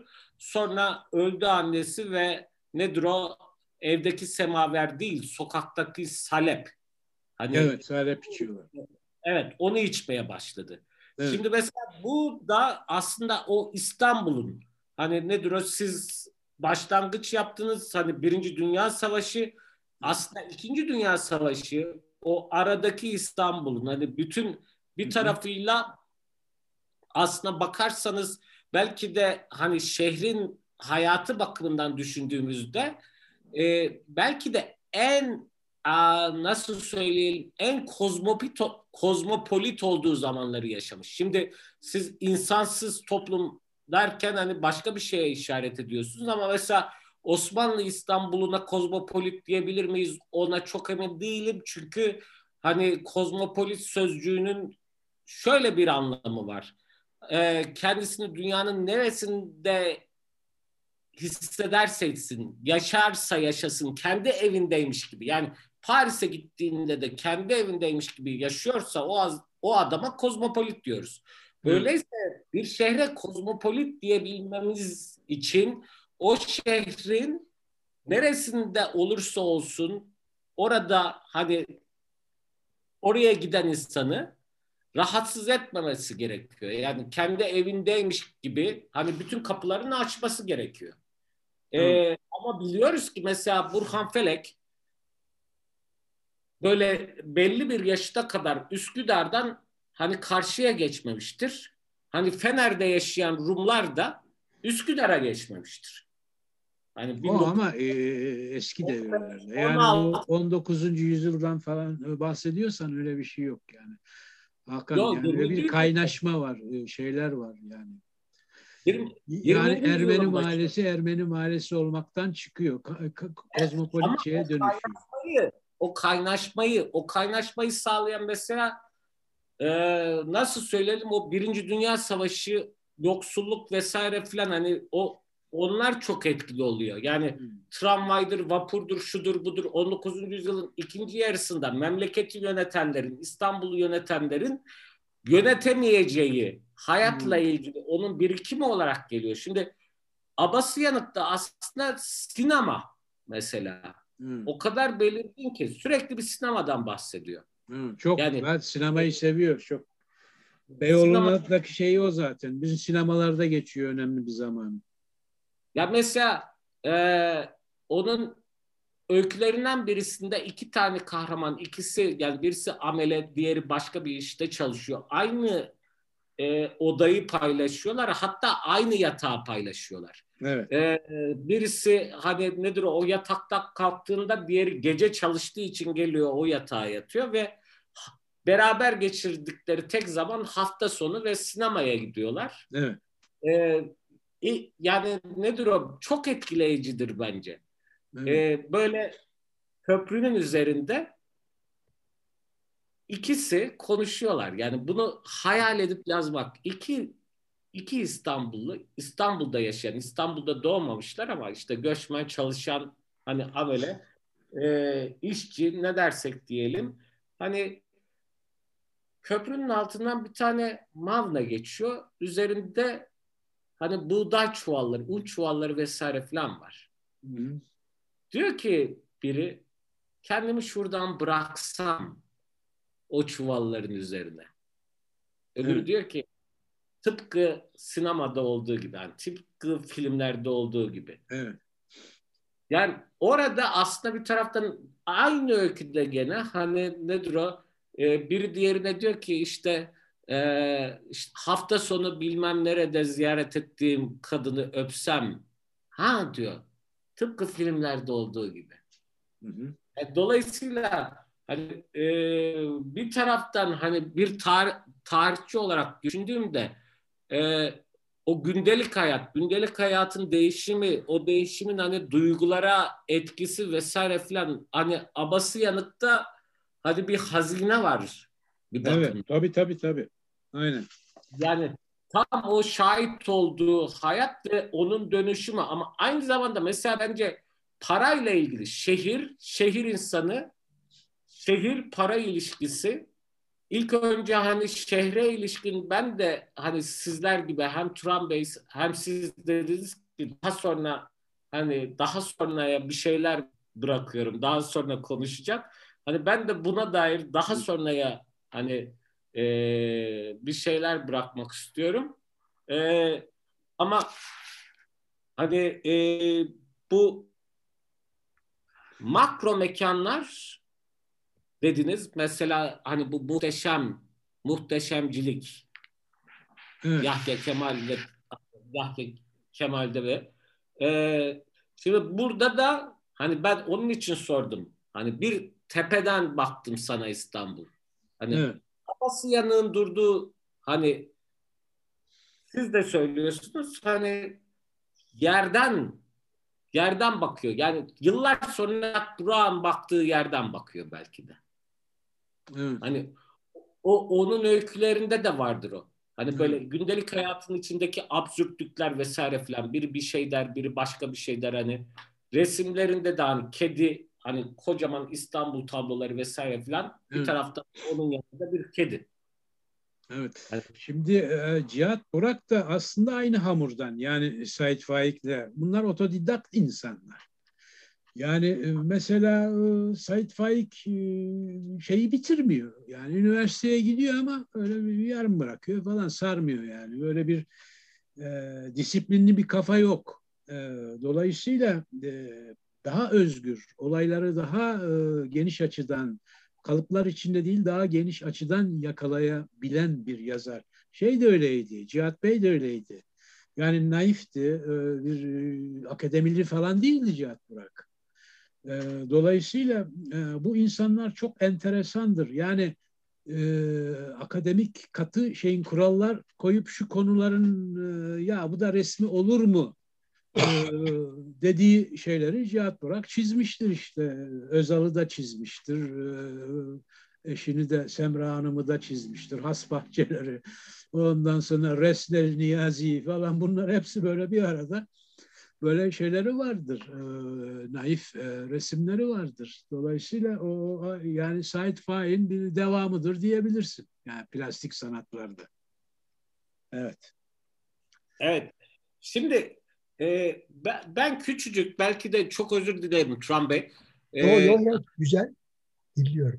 Sonra öldü annesi ve nedir o? Evdeki semaver değil, sokaktaki salep. Hani Evet, salep içiyorlar. evet, onu içmeye başladı. Evet. Şimdi mesela bu da aslında o İstanbul'un, hani nedir o, siz başlangıç yaptınız, hani Birinci Dünya Savaşı, aslında İkinci Dünya Savaşı o aradaki İstanbul'un hani bütün bir tarafıyla aslına bakarsanız belki de hani şehrin hayatı bakımından düşündüğümüzde belki de en nasıl söyleyelim, en kozmopolit olduğu zamanları yaşamış. Şimdi siz insansız toplum derken hani başka bir şeye işaret ediyorsunuz ama mesela Osmanlı İstanbul'una kozmopolit diyebilir miyiz? Ona çok emin değilim çünkü hani kozmopolit sözcüğünün şöyle bir anlamı var. Kendisini dünyanın neresinde hissederse etsin, yaşarsa yaşasın, kendi evindeymiş gibi. Yani Paris'e gittiğinde de kendi evindeymiş gibi yaşıyorsa o adama kozmopolit diyoruz. Öyleyse bir şehre kozmopolit diyebilmemiz için o şehrin neresinde olursa olsun orada hani oraya giden insanı rahatsız etmemesi gerekiyor. Yani kendi evindeymiş gibi hani bütün kapılarını açması gerekiyor. Ama biliyoruz ki mesela Burhan Felek böyle belli bir yaşta kadar Üsküdar'dan hani karşıya geçmemiştir. Hani Fener'de yaşayan Rumlar da Üsküdar'a geçmemiştir. Hani O ama eski devirlerde. Yani bu 19. yüzyıldan falan bahsediyorsan öyle bir şey yok yani. Hakan, Yok, yani öyle bir 20. kaynaşma var, şeyler var yani. 20. Yani yüzyılın başı. Ermeni mahallesi olmaktan çıkıyor. Ama Kozmopolitçeye dönüşüyor. o kaynaşmayı sağlayan mesela nasıl söyleyelim, o Birinci Dünya Savaşı, yoksulluk vesaire filan, hani onlar çok etkili oluyor. Yani tramvaydır, vapurdur, şudur budur, 19. yüzyılın ikinci yarısında memleketi yönetenlerin, İstanbul'u yönetenlerin yönetemeyeceği hayatla ilgili onun birikimi olarak geliyor. Şimdi Abasıyanık'ta aslında sinema mesela o kadar belirgin ki sürekli bir sinemadan bahsediyor. Çok. Yani Ben sinemayı seviyor. Çok. sinema, Beyoğlu'ndaki şeyi o zaten. Bizim sinemalarda geçiyor önemli bir zaman. ya mesela onun öykülerinden birisinde iki tane kahraman, ikisi yani birisi amele, diğeri başka bir işte çalışıyor. Aynı odayı paylaşıyorlar, hatta aynı yatağı paylaşıyorlar. Evet. Birisi hani nedir o yatakta kalktığında diğeri gece çalıştığı için geliyor o yatağa yatıyor ve beraber geçirdikleri tek zaman hafta sonu ve sinemaya gidiyorlar. Evet. Yani nedir o? Çok etkileyicidir bence. Evet. Böyle köprünün üzerinde ikisi konuşuyorlar. Yani bunu hayal edip yazmak. İki İstanbullu, İstanbul'da yaşayan, İstanbul'da doğmamışlar ama işte göçmen, çalışan, hani amele, işçi ne dersek diyelim. Hani köprünün altından bir tane mavna geçiyor. Üzerinde hani buğday çuvalları, un çuvalları vesaire falan var. Hı. Diyor ki biri, kendimi şuradan bıraksam o çuvalların üzerine. Öbürü Evet. diyor ki tıpkı sinemada olduğu gibi, yani tıpkı filmlerde olduğu gibi. Evet. Yani orada aslında bir taraftan aynı öyküde gene hani nedir o? Biri diğerine diyor ki işte hafta sonu bilmem nerede ziyaret ettiğim kadını öpsem, ha diyor, tıpkı filmlerde olduğu gibi. Hı hı. Dolayısıyla hani bir taraftan hani bir tarihçi olarak düşündüğümde e, o gündelik hayatın değişimi, o değişimin hani duygulara etkisi vesaire filan, hani Abasıyanık'ta hadi bir hazine var bir Evet. bakın. Tabii. Aynen. Yani tam o şahit olduğu hayat ve onun dönüşümü, ama aynı zamanda mesela bence parayla ilgili şehir insanı, şehir para ilişkisi, ilk önce hani şehre ilişkin ben de hani sizler gibi hem Turan Bey hem siz dediniz daha sonra hani daha sonraya bir şeyler bırakıyorum. Daha sonra konuşacak. Hani ben de buna dair daha sonraya hani bir şeyler bırakmak istiyorum. Ama hani bu makro mekanlar dediniz. Mesela hani bu muhteşemcilik Evet. Yahya Kemal'de ve şimdi burada da hani ben onun için sordum. Hani bir tepeden baktım sana İstanbul. Hani Evet. Amasya'nın durduğu hani siz de söylüyorsunuz hani yerden yerden bakıyor. Yani yıllar sonra Burak'ın baktığı yerden bakıyor belki de. Evet. Hani onun öykülerinde de vardır o. Hani böyle Evet. gündelik hayatın içindeki absürtlükler vesaire filan. Biri bir şey der, biri başka bir şey der. Hani resimlerinde de hani kedi, hani kocaman İstanbul tabloları vesaire filan. Bir Evet. tarafta onun yanında bir kedi. Evet. Hani, Şimdi Cihat Burak da aslında aynı hamurdan. Yani Said Faik'le. Bunlar otodidakt insanlar. Yani mesela Said Faik şeyi bitirmiyor. Yani üniversiteye gidiyor ama öyle bir yarım bırakıyor falan, sarmıyor yani. Böyle bir disiplinli bir kafa yok. Dolayısıyla daha özgür, olayları daha geniş açıdan, kalıplar içinde değil daha geniş açıdan yakalayabilen bir yazar. Şey de öyleydi, Cihat Bey de öyleydi. Yani naifti, bir akademili falan değildi Cihat Burak. Dolayısıyla bu insanlar çok enteresandır. Yani akademik katı şeyin kurallar koyup şu konuların ya bu da resmi olur mu e, dediği şeyleri Cihat Burak çizmiştir işte. Özal'ı da çizmiştir. Eşini de Semra Hanım'ı da çizmiştir. Has bahçeleri. Ondan sonra Resnel Niyazi falan bunlar hepsi böyle bir arada böyle şeyleri vardır. Naif resimleri vardır. Dolayısıyla yani Said Faik'in bir devamıdır diyebilirsin. Yani plastik sanatlarda. Evet. evet. Şimdi ben küçücük belki de çok özür dilerim Turan Bey. Yo E, yo yo güzel dinliyorum.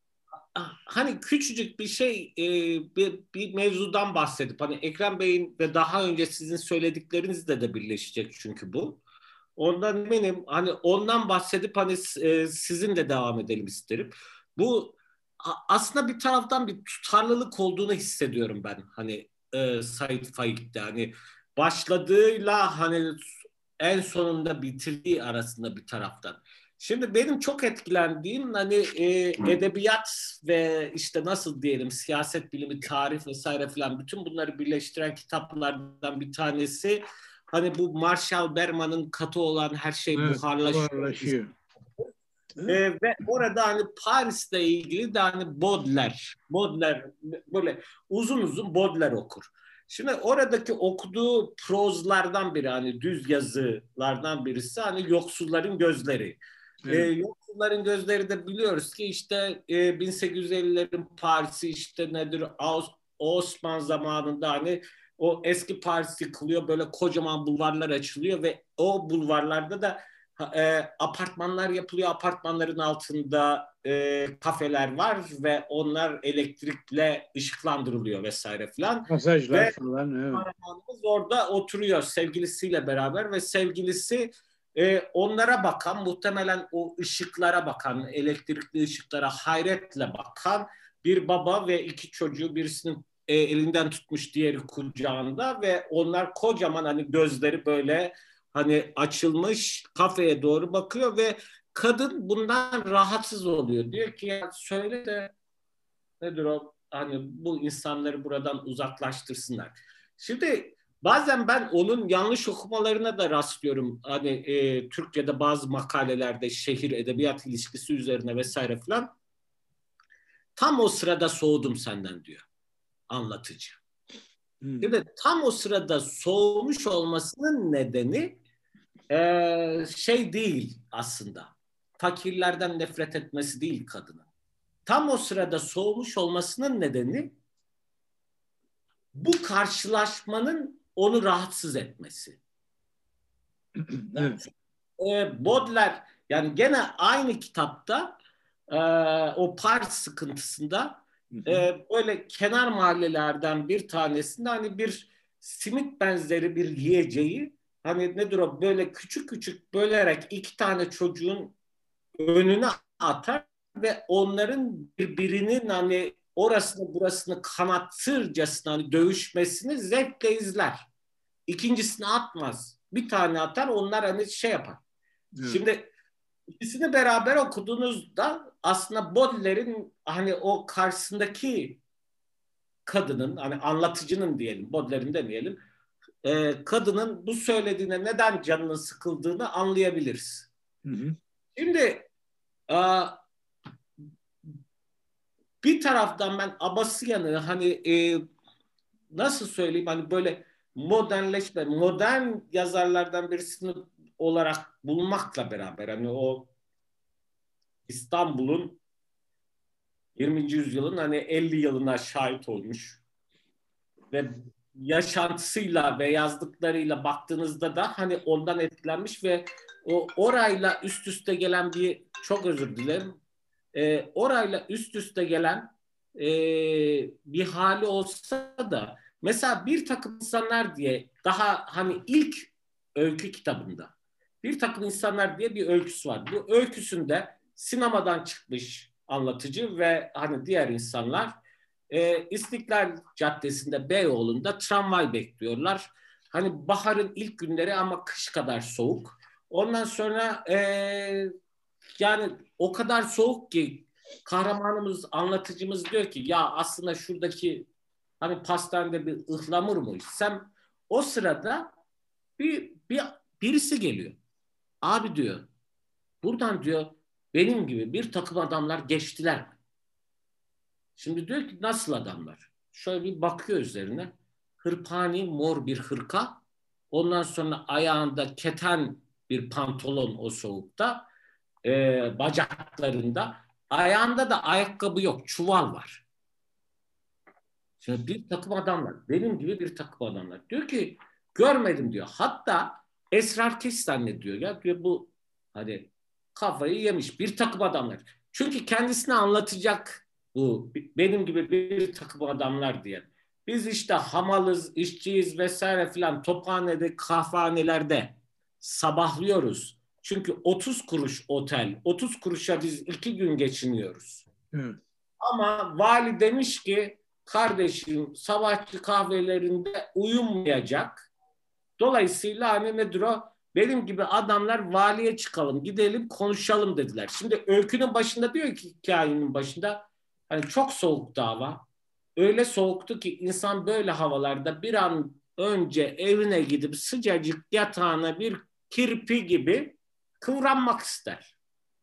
Hani küçücük bir şey bir mevzudan bahsedip hani Ekrem Bey'in ve daha önce sizin söylediklerinizle de birleşecek çünkü bu. Ondan eminim hani ondan bahsedip hani sizin de devam edelim isterim. Bu aslında bir taraftan bir tutarlılık olduğunu hissediyorum ben hani Said Faik'te hani başladığıyla hani en sonunda bitirdiği arasında bir taraftan. Şimdi benim çok etkilendiğim hani edebiyat ve işte nasıl diyelim siyaset bilimi, tarih vesaire filan bütün bunları birleştiren kitaplardan bir tanesi hani bu Marshall Berman'ın katı olan her şey Evet, buharlaşıyor. buharlaşıyor. Evet. Ve orada hani Paris'le ilgili de hani Baudelaire böyle uzun uzun Baudelaire okur. Şimdi oradaki okuduğu prozlardan biri hani düz yazılardan birisi hani Yoksulların Gözleri. Evet. Yoksulların Gözleri de biliyoruz ki işte 1850'lerin Paris'i işte nedir Osman zamanında hani o eski Paris yıkılıyor böyle kocaman bulvarlar açılıyor ve o bulvarlarda da apartmanlar yapılıyor. Apartmanların altında kafeler var ve onlar elektrikle ışıklandırılıyor vesaire filan. Pasajlar Ve falan. Evet. kahramanımız orada oturuyor sevgilisiyle beraber ve sevgilisi onlara bakan, muhtemelen o ışıklara bakan, elektrikli ışıklara hayretle bakan bir baba ve iki çocuğu birisinin elinden tutmuş diğeri kucağında ve onlar kocaman hani gözleri böyle hani açılmış kafeye doğru bakıyor ve kadın bundan rahatsız oluyor. Diyor ki ya söyle de nedir o hani bu insanları buradan uzaklaştırsınlar. Şimdi bazen ben onun yanlış okumalarına da rastlıyorum. Hani Türkçe'de bazı makalelerde şehir edebiyat ilişkisi üzerine vesaire filan. Tam o sırada soğudum senden diyor anlatıcı. Hmm. Şimdi tam o sırada soğumuş olmasının nedeni şey değil aslında. Fakirlerden nefret etmesi değil kadının. Tam o sırada soğumuş olmasının nedeni bu karşılaşmanın onu rahatsız etmesi. Evet. Baudelaire yani gene aynı kitapta o Paris sıkıntısında böyle kenar mahallelerden bir tanesinde hani bir simit benzeri bir yiyeceği hani nedir o böyle küçük küçük bölerek iki tane çocuğun önüne atar ve onların birbirinin hani orasını burasını kanattırcasına hani dövüşmesini zevkle izler. İkincisini atmaz. Bir tane atar onlar hani şey yapar. Evet. Şimdi ikisini beraber okuduğunuzda aslında Baudelaire'in hani o karşısındaki kadının hani anlatıcının diyelim Baudelaire'in demeyelim kadının bu söylediğine neden canının sıkıldığını anlayabiliriz. Hı hı. Şimdi bir taraftan ben Abasıyan'ı hani nasıl söyleyeyim hani böyle modernleşme, modern yazarlardan birisini olarak bulmakla beraber hani o İstanbul'un 20. yüzyılın hani 50 yılına şahit olmuş ve yaşantısıyla ve yazdıklarıyla baktığınızda da hani ondan etkilenmiş ve o orayla üst üste gelen bir çok özür dilerim orayla üst üste gelen bir hali olsa da mesela bir takım insanlar diye daha hani ilk öykü kitabında bir takım insanlar diye bir öyküsü var. Bu öyküsünde sinemadan çıkmış anlatıcı ve hani diğer insanlar İstiklal Caddesi'nde Beyoğlu'nda tramvay bekliyorlar. Hani baharın ilk günleri ama kış kadar soğuk. Ondan sonra yani o kadar soğuk ki kahramanımız, anlatıcımız diyor ki ya aslında şuradaki hani pastanede bir ıhlamur mu içsem o sırada birisi geliyor. Abi diyor buradan diyor benim gibi bir takım adamlar geçtiler. Şimdi diyor ki nasıl adamlar? Şöyle bir bakıyor üzerine. Hırpani mor bir hırka. Ondan sonra ayağında keten bir pantolon o soğukta. Bacaklarında. Ayağında da ayakkabı yok. Çuval var. Şimdi bir takım adamlar. Benim gibi bir takım adamlar. Diyor ki görmedim diyor. Hatta esrarkeş zannediyor. Ya diyor bu hani kafayı yemiş bir takım adamlar. Çünkü kendisini anlatacak bu benim gibi bir takım adamlar diye. Biz işte hamalız, işçiyiz vesaire filan tophanede, kahvehanelerde sabahlıyoruz. Çünkü 30 kuruş otel, 30 kuruşa biz 2 gün geçiniyoruz. Evet. Ama vali demiş ki kardeşim sabahçı kahvelerinde uyumayacak. Dolayısıyla hani nedir o? Benim gibi adamlar valiye çıkalım, gidelim konuşalım dediler. Şimdi öykünün başında diyor ki hikayenin başında hani çok soğuktu hava. Öyle soğuktu ki insan böyle havalarda bir an önce evine gidip sıcacık yatağına bir kirpi gibi kıvranmak ister.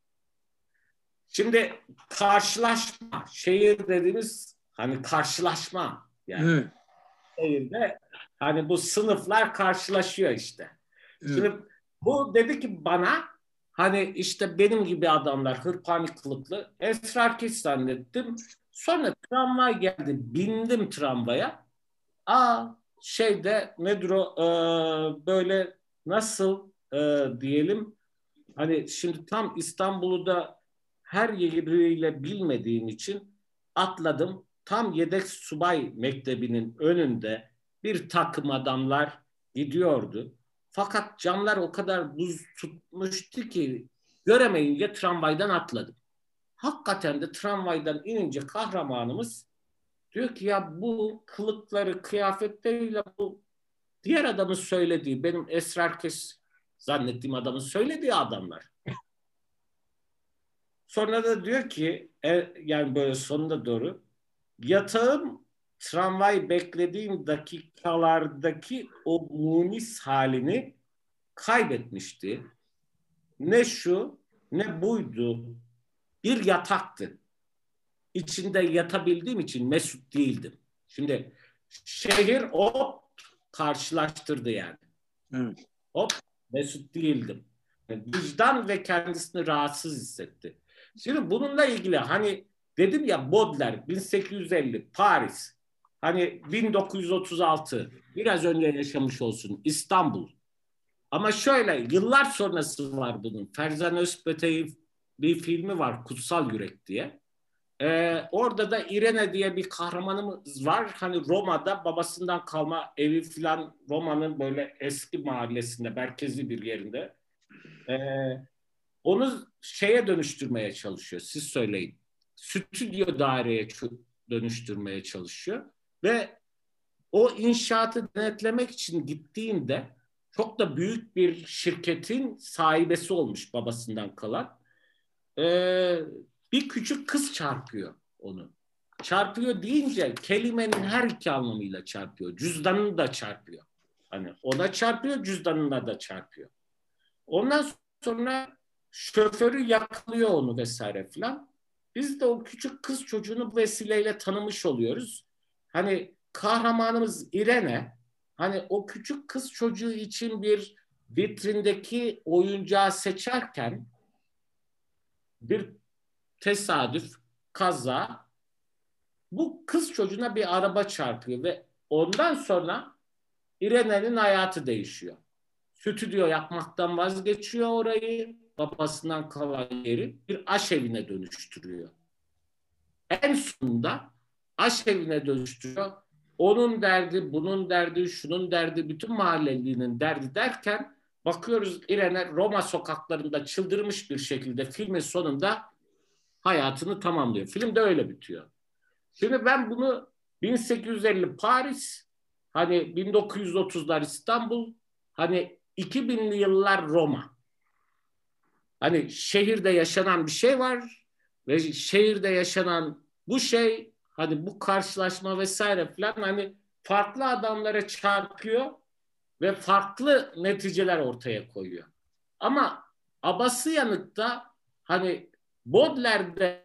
Şimdi karşılaşma, şehir dediğimiz hani karşılaşma yani Evet. şehirde hani bu sınıflar karşılaşıyor işte. Evet. Şimdi bu dedi ki bana hani işte benim gibi adamlar hırpani kılıklı esrarkeş zannettim. Sonra tramvay geldi bindim tramvaya. Aa şeyde nedir o böyle nasıl diyelim hani şimdi tam İstanbul'u da her yeriyle bilmediğim için atladım. Tam yedek subay mektebinin önünde bir takım adamlar gidiyordu. Fakat camlar o kadar buz tutmuştu ki göremeyince tramvaydan atladım. Hakikaten de tramvaydan inince kahramanımız diyor ki ya bu kılıkları, kıyafetleriyle bu diğer adamın söylediği, benim esrarkeş zannettiğim adamın söylediği adamlar. Sonra da diyor ki yani böyle sonuna doğru yatağım tramvay beklediğim dakikalardaki o munis halini kaybetmişti. Ne şu ne buydu. Bir yataktı. İçinde yatabildiğim için mesut değildim. Şimdi şehir hop karşılaştırdı yani. Evet. Hop mesut değildim. Yani vicdan ve kendisini rahatsız hissetti. Şimdi bununla ilgili hani dedim ya Baudelaire 1850 Paris hani 1936 biraz önce yaşamış olsun İstanbul Ama şöyle yıllar sonrası var bunun. Ferzan Özpetek'in bir filmi var Kutsal Yürek diye. Orada da Irene diye bir kahramanımız var. Hani Roma'da babasından kalma evi falan Roma'nın böyle eski mahallesinde, merkezi bir yerinde. Onu şeye dönüştürmeye çalışıyor. Siz söyleyin. Stüdyo daireye dönüştürmeye çalışıyor. Ve o inşaatı denetlemek için gittiğinde çok da büyük bir şirketin sahibesi olmuş babasından kalan. Bir küçük kız çarpıyor onu. Çarpıyor deyince kelimenin her iki anlamıyla çarpıyor. Cüzdanını da çarpıyor. Hani ona çarpıyor, cüzdanına da çarpıyor. Ondan sonra şoförü yakalıyor onu vesaire filan. Biz de o küçük kız çocuğunu bu vesileyle tanımış oluyoruz. Hani kahramanımız Irene, hani o küçük kız çocuğu için bir vitrindeki oyuncağı seçerken bir tesadüf, kaza, bu kız çocuğuna bir araba çarpıyor ve ondan sonra Irene'nin hayatı değişiyor. Stüdyo yapmaktan vazgeçiyor orayı, babasından kalan yeri bir aşevine dönüştürüyor. En sonunda aşevine dönüştürüyor. Onun derdi, bunun derdi, şunun derdi, bütün mahallelinin derdi derken bakıyoruz Irene Roma sokaklarında çıldırmış bir şekilde filmin sonunda hayatını tamamlıyor. Film de öyle bitiyor. Şimdi ben bunu 1850 Paris, hani 1930'lar İstanbul, hani 2000'li yıllar Roma. Hani şehirde yaşanan bir şey var ve şehirde yaşanan bu şey, hani bu karşılaşma vesaire falan hani farklı adamlara çarpıyor ve farklı neticeler ortaya koyuyor. Ama Abasıyanık'ta hani Baudelaire'de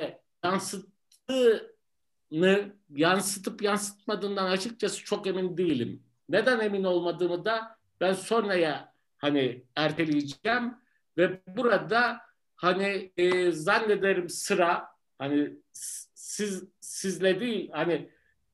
yansıtıp yansıtmadığından açıkçası çok emin değilim. Neden emin olmadığımı da ben sonraya hani erteleyeceğim ve burada hani zannederim sıra hani sizle değil hani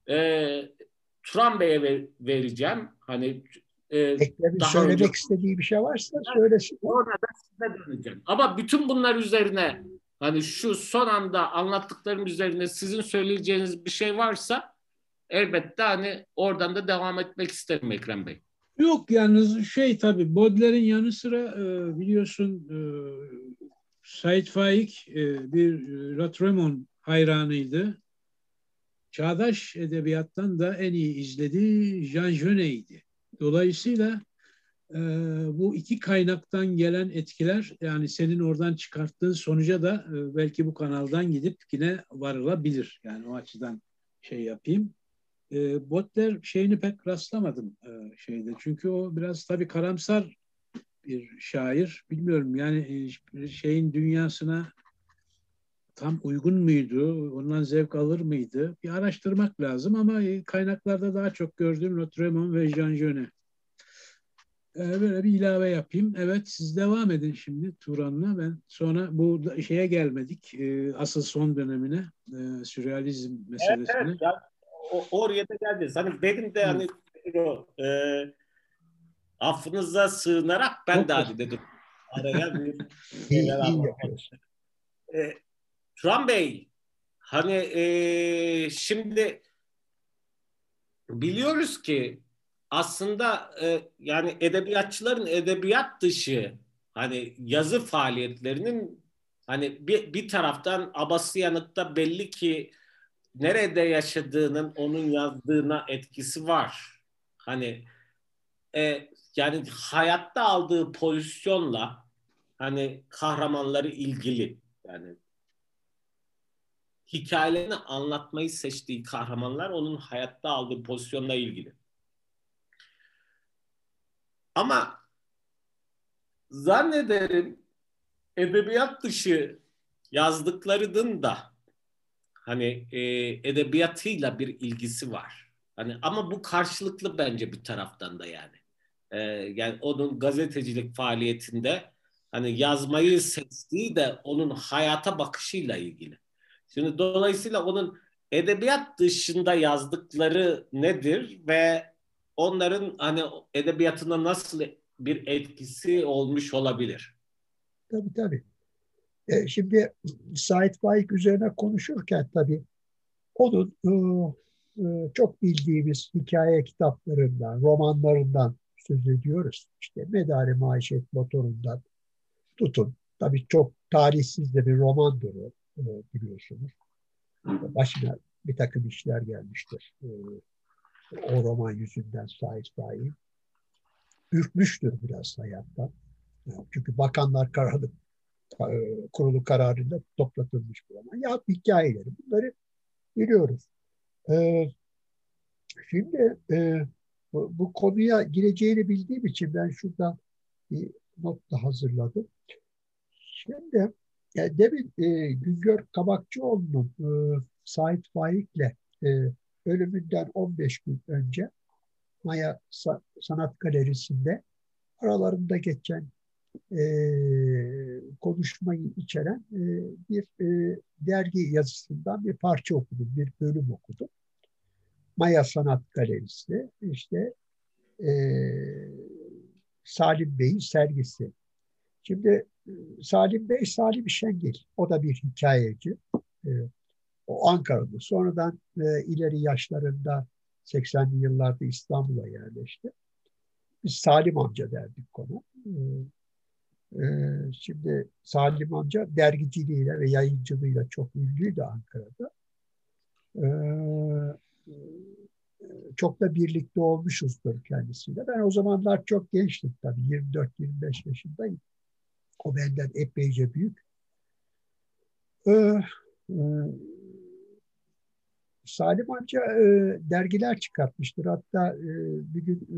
Turan Bey'e vereceğim. Hani Ekrem'in daha söylemek önce istediği bir şey varsa söylesin. orada da size döneceğim. Ama bütün bunlar üzerine hani şu son anda anlattıklarım üzerine sizin söyleyeceğiniz bir şey varsa elbette hani oradan da devam etmek isterim Ekrem Bey. Yok yalnız şey tabii Baudelaire'in yanı sıra biliyorsun Said Faik bir Latremont hayranıydı. Çağdaş edebiyattan da en iyi izlediği Jean Genet'ydi. Dolayısıyla bu iki kaynaktan gelen etkiler yani senin oradan çıkarttığın sonuca da belki bu kanaldan gidip yine varılabilir. Yani o açıdan şey yapayım. Baudelaire şeyini pek rastlamadım şeyde. Çünkü o biraz tabii karamsar bir şair. Bilmiyorum yani şeyin dünyasına tam uygun muydu? Ondan zevk alır mıydı? Bir araştırmak lazım ama kaynaklarda daha çok gördüğüm Latremont ve Jean Genet. Böyle bir ilave yapayım. Evet siz devam edin şimdi Turan'la. Ben sonra bu şeye gelmedik. Asıl son dönemine. Sürrealizm Evet, meselesine. evet. Ya, oraya da geleceğiz. Hani benim de hani affınıza sığınarak ben de hadi dedim. Araya bir şeyler İyi anlatmak. yapıyorsun. Turan Bey, hani şimdi biliyoruz ki aslında yani edebiyatçıların edebiyat dışı hani yazı faaliyetlerinin hani bir taraftan Abasıyanık'ta belli ki nerede yaşadığının onun yazdığına etkisi var. Hani yani hayatta aldığı pozisyonla hani kahramanları ilgili yani hikayelerini anlatmayı seçtiği kahramanlar onun hayatta aldığı pozisyonla ilgili. Ama zannederim edebiyat dışı yazdıklarının da hani edebiyatıyla bir ilgisi var. Hani ama bu karşılıklı bence bir taraftan da yani. Yani onun gazetecilik faaliyetinde hani yazmayı seçtiği de onun hayata bakışıyla ilgili. Şimdi dolayısıyla onun edebiyat dışında yazdıkları nedir ve onların hani edebiyatına nasıl bir etkisi olmuş olabilir. Tabii tabii. Şimdi Sait Faik üzerine konuşurken tabii onun çok bildiğimiz hikaye kitaplarından, romanlarından söz ediyoruz. İşte Medar-ı Maişet Motoru'ndan tutun. Tabii çok tarihsiz de bir romandır o, biliyorsunuz. Başına bir takım işler gelmiştir. O roman yüzünden Sait Faik ürkmüştür biraz hayatta. Çünkü bakanlar kurulu kararıyla toplatılmış bu roman. Ya hikayeleri bunları biliyoruz. Şimdi bu konuya gireceğini bildiğim için ben şuradan bir not da hazırladım. Şimdi demin Güngör Kabakçıoğlu'nun Sait Faik'le ölümünden 15 gün önce Maya Sanat Galerisi'nde aralarında geçen konuşmayı içeren bir dergi yazısından bir parça okudum, bir bölüm okudum. Maya Sanat Galerisi, işte Salim Bey'in sergisi. Şimdi Salim Bey, Salim Şengil, o da bir hikayeci. O Ankara'da. Sonradan ileri yaşlarında 80'li yıllarda İstanbul'a yerleşti. Biz Salim amca derdik ona. Şimdi Salim amca dergiciliğiyle ve yayıncılığıyla çok ünlüydü Ankara'da. Çok da birlikte olmuşuzdur kendisiyle. Ben o zamanlar çok gençtim tabii. 24-25 yaşındayım. O benden epeyce büyük. Salim amca dergiler çıkartmıştır. Hatta bir gün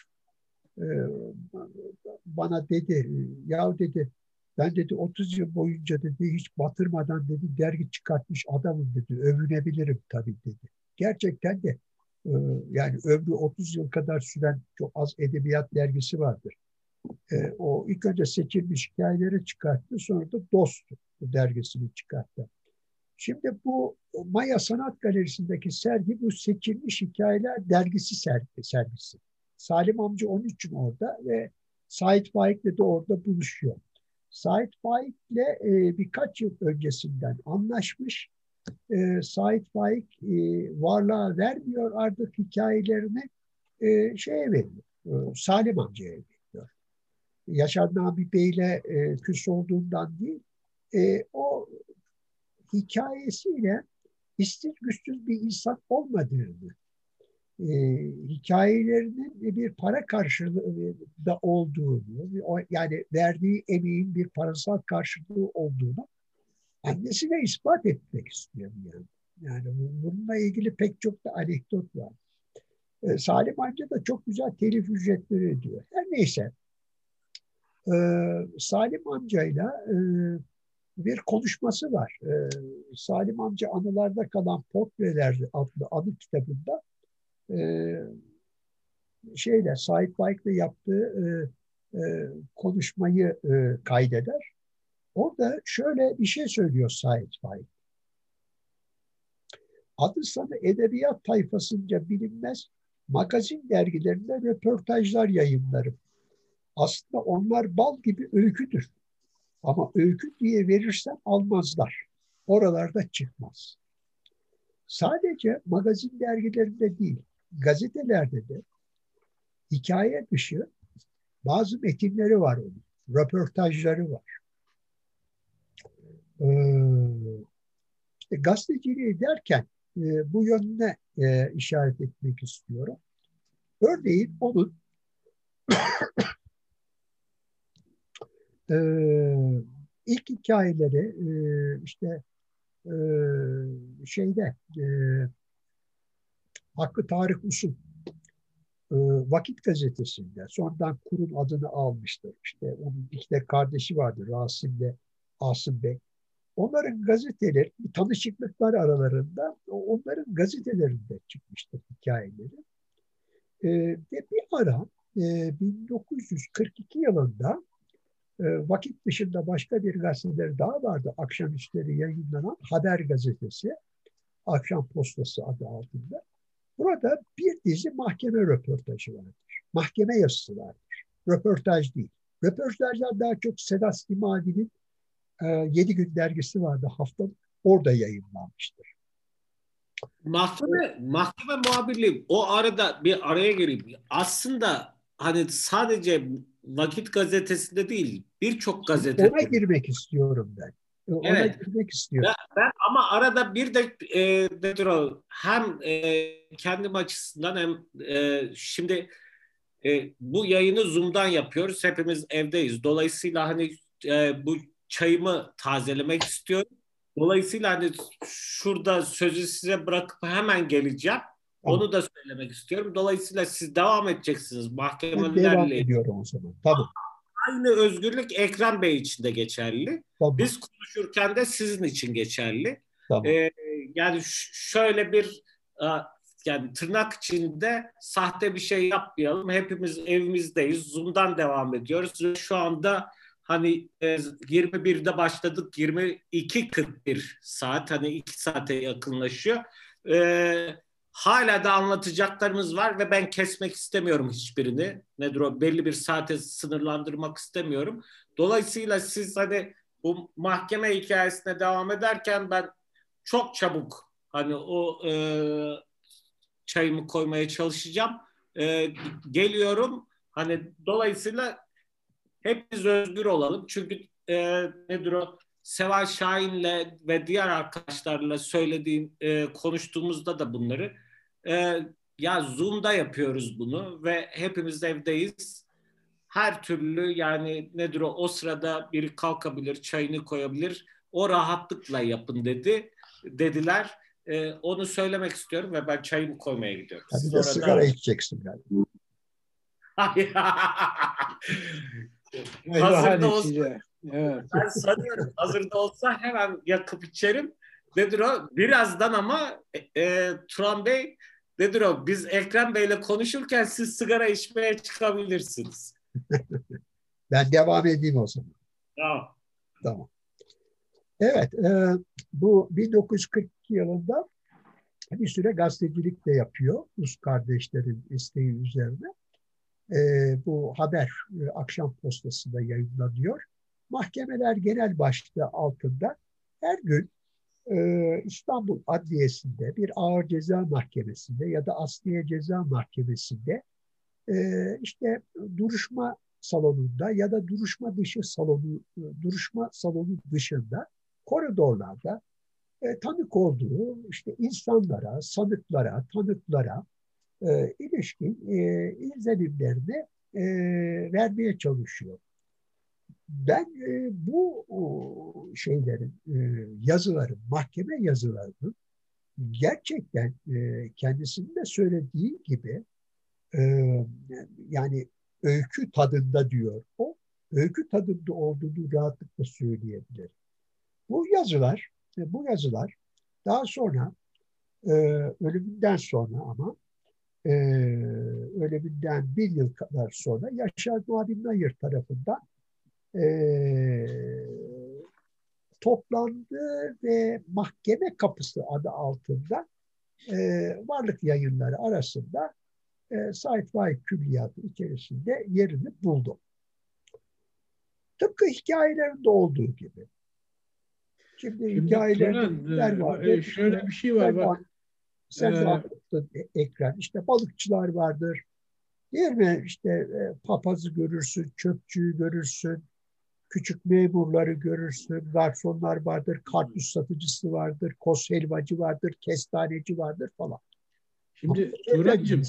bana dedi, ya dedi, ben dedi 30 yıl boyunca dedi hiç batırmadan dedi dergi çıkartmış adamım dedi. Övünebilirim tabii dedi. Gerçekten de yani ömrü 30 yıl kadar süren çok az edebiyat dergisi vardır. O ilk önce seçilmiş hikayeleri çıkarttı. Sonra da Dost dergisini çıkarttı. Şimdi bu Maya Sanat Galerisi'ndeki sergi bu seçilmiş hikayeler dergisi sergisi. Salim amca onun için orada ve Sait Faik'le de orada buluşuyor. Sait Faik'le birkaç yıl öncesinden anlaşmış. Sait Faik varlığa vermiyor artık hikayelerini şeye veriyor. Salim amcaya veriyor. Yaşar Nami Bey'le küs olduğundan değil, o hikayesiyle istir güçsüz bir insan olmadığını, hikayelerinin bir para karşılığı da olduğunu, yani verdiği emeğin bir parasal karşılığı olduğunu annesine ispat etmek istiyor yani. Yani bununla ilgili pek çok da anekdot var. Salim amca da çok güzel telif ücretleri ödüyor. Her neyse, Salim amcayla bir konuşması var. Salim amca Anılarda Kalan Portreler adlı anı kitabında Sait Faik'le yaptığı konuşmayı kaydeder. Orada şöyle bir şey söylüyor Sait Faik. Adı sanı edebiyat tayfasınca bilinmez magazin dergilerinde röportajlar yayınlarım. Aslında onlar bal gibi öyküdür. Ama öykü diye verirsen almazlar. Oralarda çıkmaz. Sadece magazin dergilerinde değil, gazetelerde de hikaye dışı bazı metinleri var onun. Röportajları var. Gazeteciliği derken bu yönüne işaret etmek istiyorum. Örneğin onun ilk hikayeleri Hakkı Tarık Usul Vakit Gazetesi'nde sonradan kurun adını almıştır. İşte onun iki de kardeşi vardı Rasim ve Asım Bey. Onların gazeteleri, tanışıklıklar aralarında onların gazetelerinde çıkmıştır hikayeleri. Ve bir ara 1942 yılında Vakit dışında başka bir gazeteleri daha vardı. Akşamüstleri yayınlanan Haber Gazetesi, Akşam Postası adı altında. Burada bir dizi mahkeme röportajı vardır. Mahkeme yazısı vardır. Röportaj değil. Röportajlar daha çok Sedat Simadi'nin 7 Gün dergisi vardı haftalık. Orada yayınlanmıştır. Mahkeme muhabirliği, o arada bir araya gireyim. Aslında hani sadece Vakit Gazetesi'nde değil, birçok gazetede. Ona girmek istiyorum ben. Ona Evet. girmek istiyorum. Ben ama arada bir de nedir o, hem kendim açısından hem şimdi bu yayını Zoom'dan yapıyoruz. Hepimiz evdeyiz. Dolayısıyla hani bu çayımı tazelemek istiyorum. Dolayısıyla hani şurada sözü size bırakıp hemen geleceğim. Tamam. Onu da söylemek istiyorum. Dolayısıyla siz devam edeceksiniz Ben mahkemelerle. devam ediyorum o zaman. Tamam. Aynı özgürlük Ekrem Bey için de geçerli. Tamam. Biz konuşurken de sizin için geçerli. Tamam. Yani şöyle bir yani tırnak içinde sahte bir şey yapmayalım. Hepimiz evimizdeyiz. Zoom'dan devam ediyoruz. Ve şu anda hani 21'de başladık. 22:41 saat. Hani 2 saate yakınlaşıyor. Hala da anlatacaklarımız var ve ben kesmek istemiyorum hiçbirini. Nedir o? Belli bir saate sınırlandırmak istemiyorum. Dolayısıyla siz hani bu mahkeme hikayesine devam ederken ben çok çabuk hani o çayımı koymaya çalışacağım. Geliyorum. Hani dolayısıyla hepimiz özgür olalım. Çünkü nedir o? Seval Şahin'le ve diğer arkadaşlarla konuştuğumuzda da bunları ya Zoom'da yapıyoruz bunu ve hepimiz evdeyiz. Her türlü yani nedir o sırada biri kalkabilir, çayını koyabilir. O rahatlıkla yapın dediler. Onu söylemek istiyorum ve ben çayımı koymaya gidiyorum. Tabii Siz de orada... sigara içeceksin galiba. Hazırda olsa, evet. ben sanıyorum hazırda olsa hemen yakıp içerim. Nedir o? Birazdan ama Turan Bey, nedir o? Biz Ekrem Bey'le konuşurken siz sigara içmeye çıkabilirsiniz. Ben devam edeyim o zaman. Tamam. Tamam. Evet, bu 1942 yılında bir süre gazetecilik de yapıyor. Rus kardeşlerin isteği üzerine. Bu haber akşam postasında yayınlanıyor. Mahkemeler genel başlığı altında her gün İstanbul Adliyesi'nde bir ağır ceza mahkemesinde ya da Asliye Ceza Mahkemesi'nde işte duruşma salonunda ya da duruşma salonu dışında koridorlarda tanık olduğu işte insanlara, sanıklara, tanıklara ilişkin izlenimlerini vermeye çalışıyor. Ben bu şeylerin, yazıların, mahkeme yazılarının gerçekten kendisinin de söylediği gibi yani öykü tadında diyor. O öykü tadında olduğunu rahatlıkla söyleyebilir. Bu yazılar daha sonra ölümünden sonra ama ölümünden 1 yıl kadar sonra Yaşar Nabi Nayır tarafından toplandı ve Mahkeme Kapısı adı altında Varlık Yayınları arasında Sait Faik Külliyatı içerisinde yerini buldu. Tıpkı hikayelerinde olduğu gibi. Şimdi hikayeler vardır. Şöyle bir şey var bak. Sen de anlattın Ekrem. İşte balıkçılar vardır. Değil mi? İşte papazı görürsün, çöpçüyü görürsün, küçük memurları görürsün, garsonlar vardır, karpuz satıcısı vardır, kos helvacı vardır, kestaneci vardır falan. Şimdi Turan'cığım,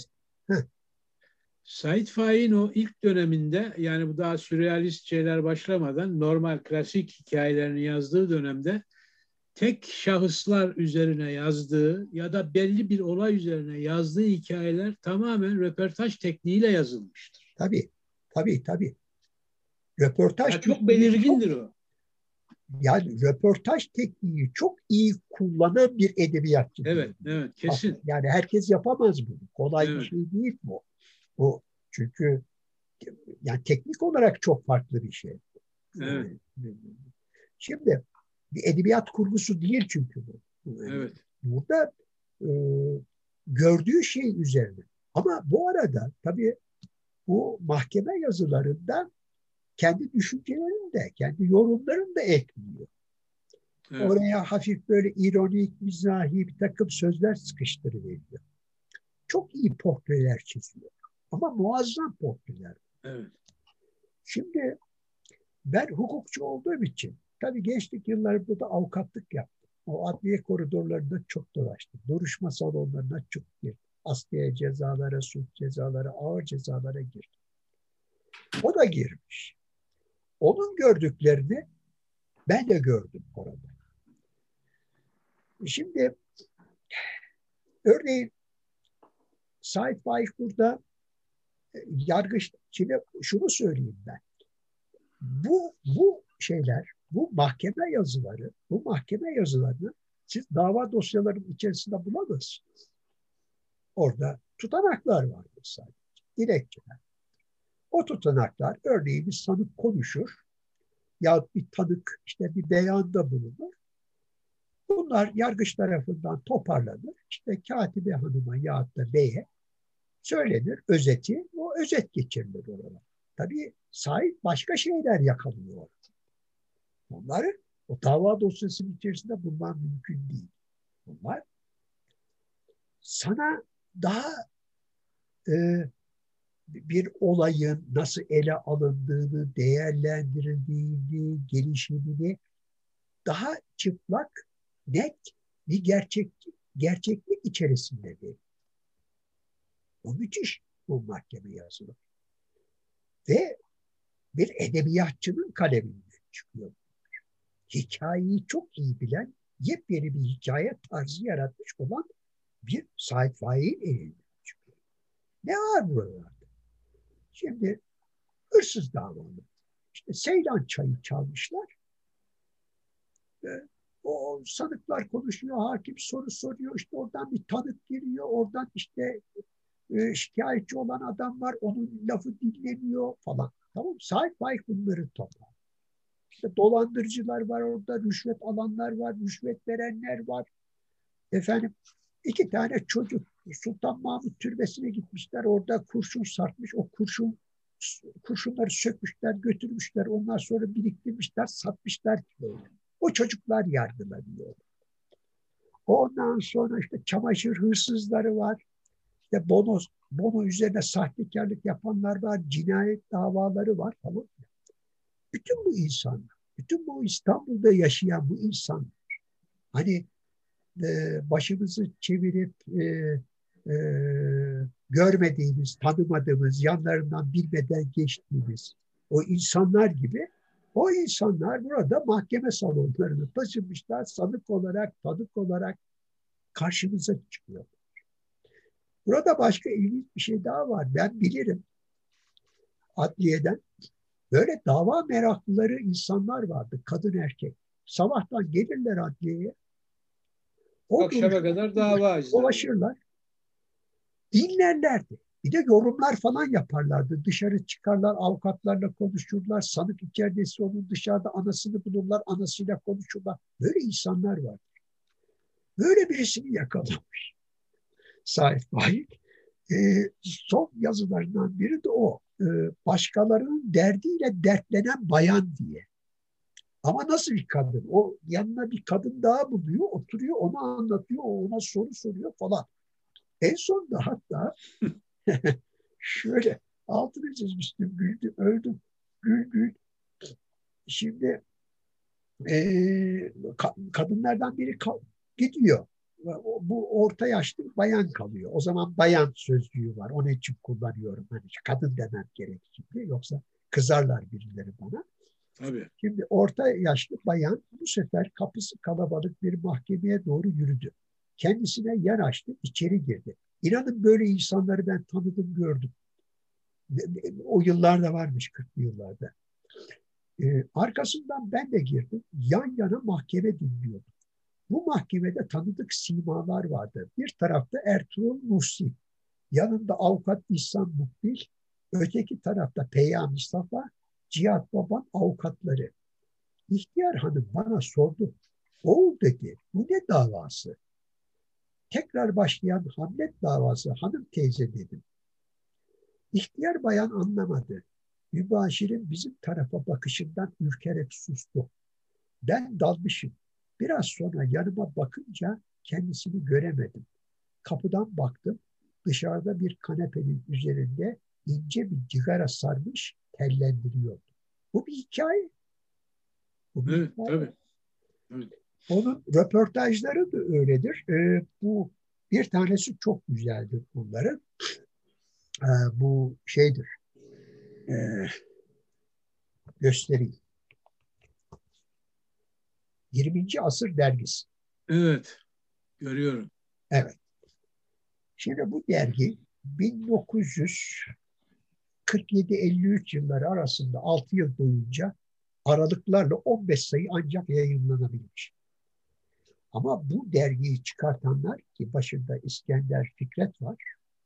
Sait Faik'in o ilk döneminde yani bu daha sürrealist şeyler başlamadan normal klasik hikayelerini yazdığı dönemde tek şahıslar üzerine yazdığı ya da belli bir olay üzerine yazdığı hikayeler tamamen röportaj tekniğiyle yazılmıştır. Tabii. Röportaj çok belirgindir o. Yani röportaj tekniği çok iyi kullanan bir edebiyatçı. Evet, kesin. Yani herkes yapamaz bunu. Kolay bir şey değil bu. Bu çünkü yani teknik olarak çok farklı bir şey. Evet. Şimdi bir edebiyat kurgusu değil çünkü bu. Evet. Burada gördüğü şey üzerine. Ama bu arada tabii bu mahkeme yazılarında kendi düşüncelerini de, kendi yorumlarını da ekliyor. Evet. Oraya hafif böyle ironik, mizahi bir takım sözler sıkıştırılıyor. Çok iyi portreler çiziyor. Ama muazzam portreler. Evet. Şimdi ben hukukçu olduğum için, tabii gençlik yıllarımda da avukatlık yaptım. O adliye koridorlarında çok dolaştım. Duruşma salonlarına çok girdim. Asliye cezalara, suç cezalara, ağır cezalara girdim. O da girmiş. Onun gördüklerini ben de gördüm orada. Şimdi örneğin Sait Faik burada yargıç, şimdi şunu söyleyeyim ben. Bu şeyler, bu mahkeme yazılarını siz dava dosyalarının içerisinde bulamazsınız. Orada tutanaklar vardır sadece. Dilekçeler. O tutanaklar örneğin bir sanık konuşur yahut bir tanık işte bir beyanda bulunur. Bunlar yargıç tarafından toparlanır. İşte katibe hanıma yahut da beye söylenir özeti. O özet geçirilir orada. Tabii sahip başka şeyler yakalıyor. Onları o dava dosyasının içerisinde bulman mümkün değil. Bunlar sana daha bir olayın nasıl ele alındığını, değerlendirildiğini, gelişimini daha çıplak, net bir gerçeklik içerisinde verir. O müthiş bu mahkeme yazılı. Ve bir edebiyatçının kaleminden çıkıyor. Hikayeyi çok iyi bilen, yepyeni bir hikaye tarzı yaratmış olan bir Sait Faik'in elinden çıkıyor. Ne var buralarda? Şimdi hırsız davalı. İşte Seylan çayı çalmışlar. O sanıklar konuşuyor, hakim soru soruyor. İşte oradan bir tanık giriyor. Oradan işte şikayetçi olan adam var. Onun lafı dinlemiyor falan. Tamam mı? Sait Faik bunları toplar. İşte dolandırıcılar var orada, rüşvet alanlar var, rüşvet verenler var. Efendim 2 tane çocuk Sultan Mahmut Türbesi'ne gitmişler. Orada kurşun sarkmış. O kurşunları sökmüşler, götürmüşler. Ondan sonra biriktirmişler, satmışlar böyle. O çocuklar yargılanıyor. Ondan sonra işte çamaşır hırsızları var. İşte bono üzerine sahtekarlık yapanlar var. Cinayet davaları var falan. Bütün bu insanlar, bütün bu İstanbul'da yaşayan bu insanlar, hani başımızı çevirip görmediğimiz, tanımadığımız, yanlarından bilmeden geçtiğimiz o insanlar gibi, o insanlar burada mahkeme salonlarını taşımışlar, sanık olarak, tanık olarak karşımıza çıkıyor. Burada başka ilginç bir şey daha var. Ben bilirim adliyeden. Böyle dava meraklıları insanlar vardı, kadın erkek. Sabahtan gelirler adliyeye. Akşama kadar dava dolaşırlar. Dinlerlerdi. Bir de yorumlar falan yaparlardı. Dışarı çıkarlar, avukatlarla konuşurlar. Sanık içerideyse onun dışarıda anasını bulurlar, anasıyla konuşurlar. Böyle insanlar var. Böyle birisini yakalamış Sait Faik. Son yazılarından biri de o. Başkalarının derdiyle dertlenen bayan diye. Ama nasıl bir kadın? O yanına bir kadın daha buluyor, oturuyor, ona anlatıyor, ona soru soruyor falan. En sonunda hatta şöyle altını çizmiştim, güldüm, öldüm, gül. Şimdi kadınlardan biri gidiyor. Bu orta yaşlı bayan kalıyor. O zaman bayan sözcüğü var. Onun için kullanıyorum. Hani kadın demem gerek şimdi. Yoksa kızarlar birileri bana. Tabii. Şimdi orta yaşlı bayan bu sefer kapısı kalabalık bir mahkemeye doğru yürüdü. Kendisine yer açtı, içeri girdi. İnanın böyle insanları ben tanıdım, gördüm. O yıllarda varmış, 40'lı yıllarda. Arkasından ben de girdim. Yan yana mahkeme dinliyordum. Bu mahkemede tanıdık simalar vardı. Bir tarafta Ertuğrul Muhsin, yanında avukat İhsan Mukbil, öteki tarafta Peyami Mustafa, Cihat Baban avukatları. İhtiyar hanım bana sordu. Oğul dedi, bu ne davası? Tekrar başlayan Hamlet davası hanım teyze dedim. İhtiyar bayan anlamadı. Mübaşirin bizim tarafa bakışından ürkerek sustu. Ben dalmışım. Biraz sonra yanıma bakınca kendisini göremedim. Kapıdan baktım. Dışarıda bir kanepenin üzerinde ince bir cigara sarmış, tellendiriyordu. Bu bir hikaye. Bu bir Evet, hikaye. tabii. Evet. Onun röportajları da öyledir. Bu bir tanesi çok güzeldir bunların. Bu şeydir. Göstereyim. 20. Asır dergisi. Evet, görüyorum. Evet. Şimdi bu dergi 1947-53 yılları arasında 6 yıl boyunca aralıklarla 15 sayı ancak yayınlanabilmiş. Ama bu dergiyi çıkartanlar ki başında İskender Fikret var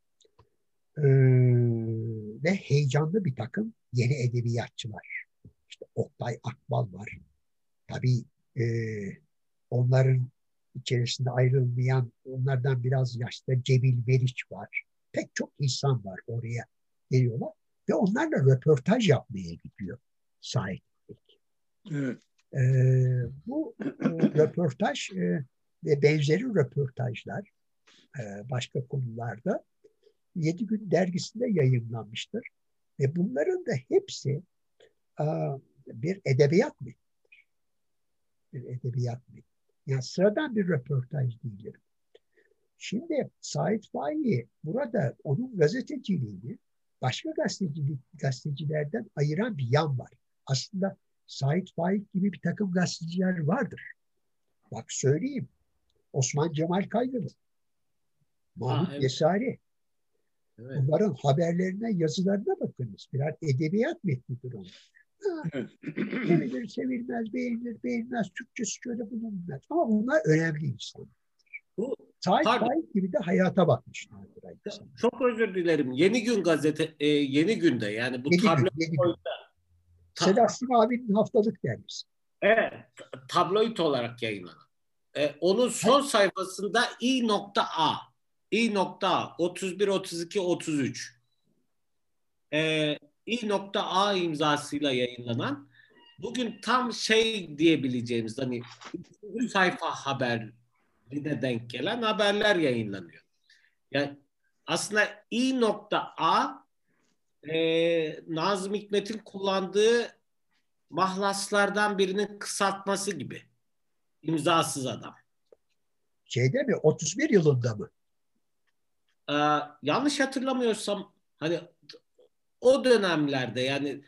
ve heyecanlı bir takım yeni edebiyatçılar. İşte Oktay Akbal var. Tabii onların içerisinde ayrılmayan, onlardan biraz yaşta Cemil Meriç var. Pek çok insan var oraya geliyorlar ve onlarla röportaj yapmaya gidiyor Sait Faik. Evet. Bu röportaj ve benzeri röportajlar başka konularda 7 Gün dergisinde yayınlanmıştır. Ve bunların da hepsi bir edebiyat mı? Bir edebiyat mı? Yani sıradan bir röportaj değildir. Şimdi Sait Faik'i burada onun gazeteciliğini başka gazetecilerden ayıran bir yan var. Aslında Sait Faik gibi bir takım gazeteciler vardır. Bak söyleyeyim. Osman Cemal Kaygılı, Mahmut Evet. Yesari. Evet. Bunların haberlerine, yazılarına bakınız. Birer edebiyat metnidir onlar. Evet. Sevilir, sevilmez, beğenilir, beğenmez. Türkçesi şöyle bulunmaz. Ama bunlar önemli insanlar. Bu, Sait pardon, Faik gibi de hayata bakmışlardır. çok özür dilerim. Yeni Gün Yeni Gün'de yani bu 7 tabloid gün, 7 gün. boyutta Selahattin abinin haftalık dergisi. evet, tabloid olarak yayınlanan. Onun son sayfasında i.a 31 32 33 i.a imzasıyla yayınlanan bugün tam şey diyebileceğimiz hani 3. sayfa haberine denk gelen haberler yayınlanıyor. Yani aslında i.a Nazım Hikmet'in kullandığı mahlaslardan birinin kısaltması gibi. İmzasız adam. Şeyde mi? 31 yılında mı? Yanlış hatırlamıyorsam hani o dönemlerde yani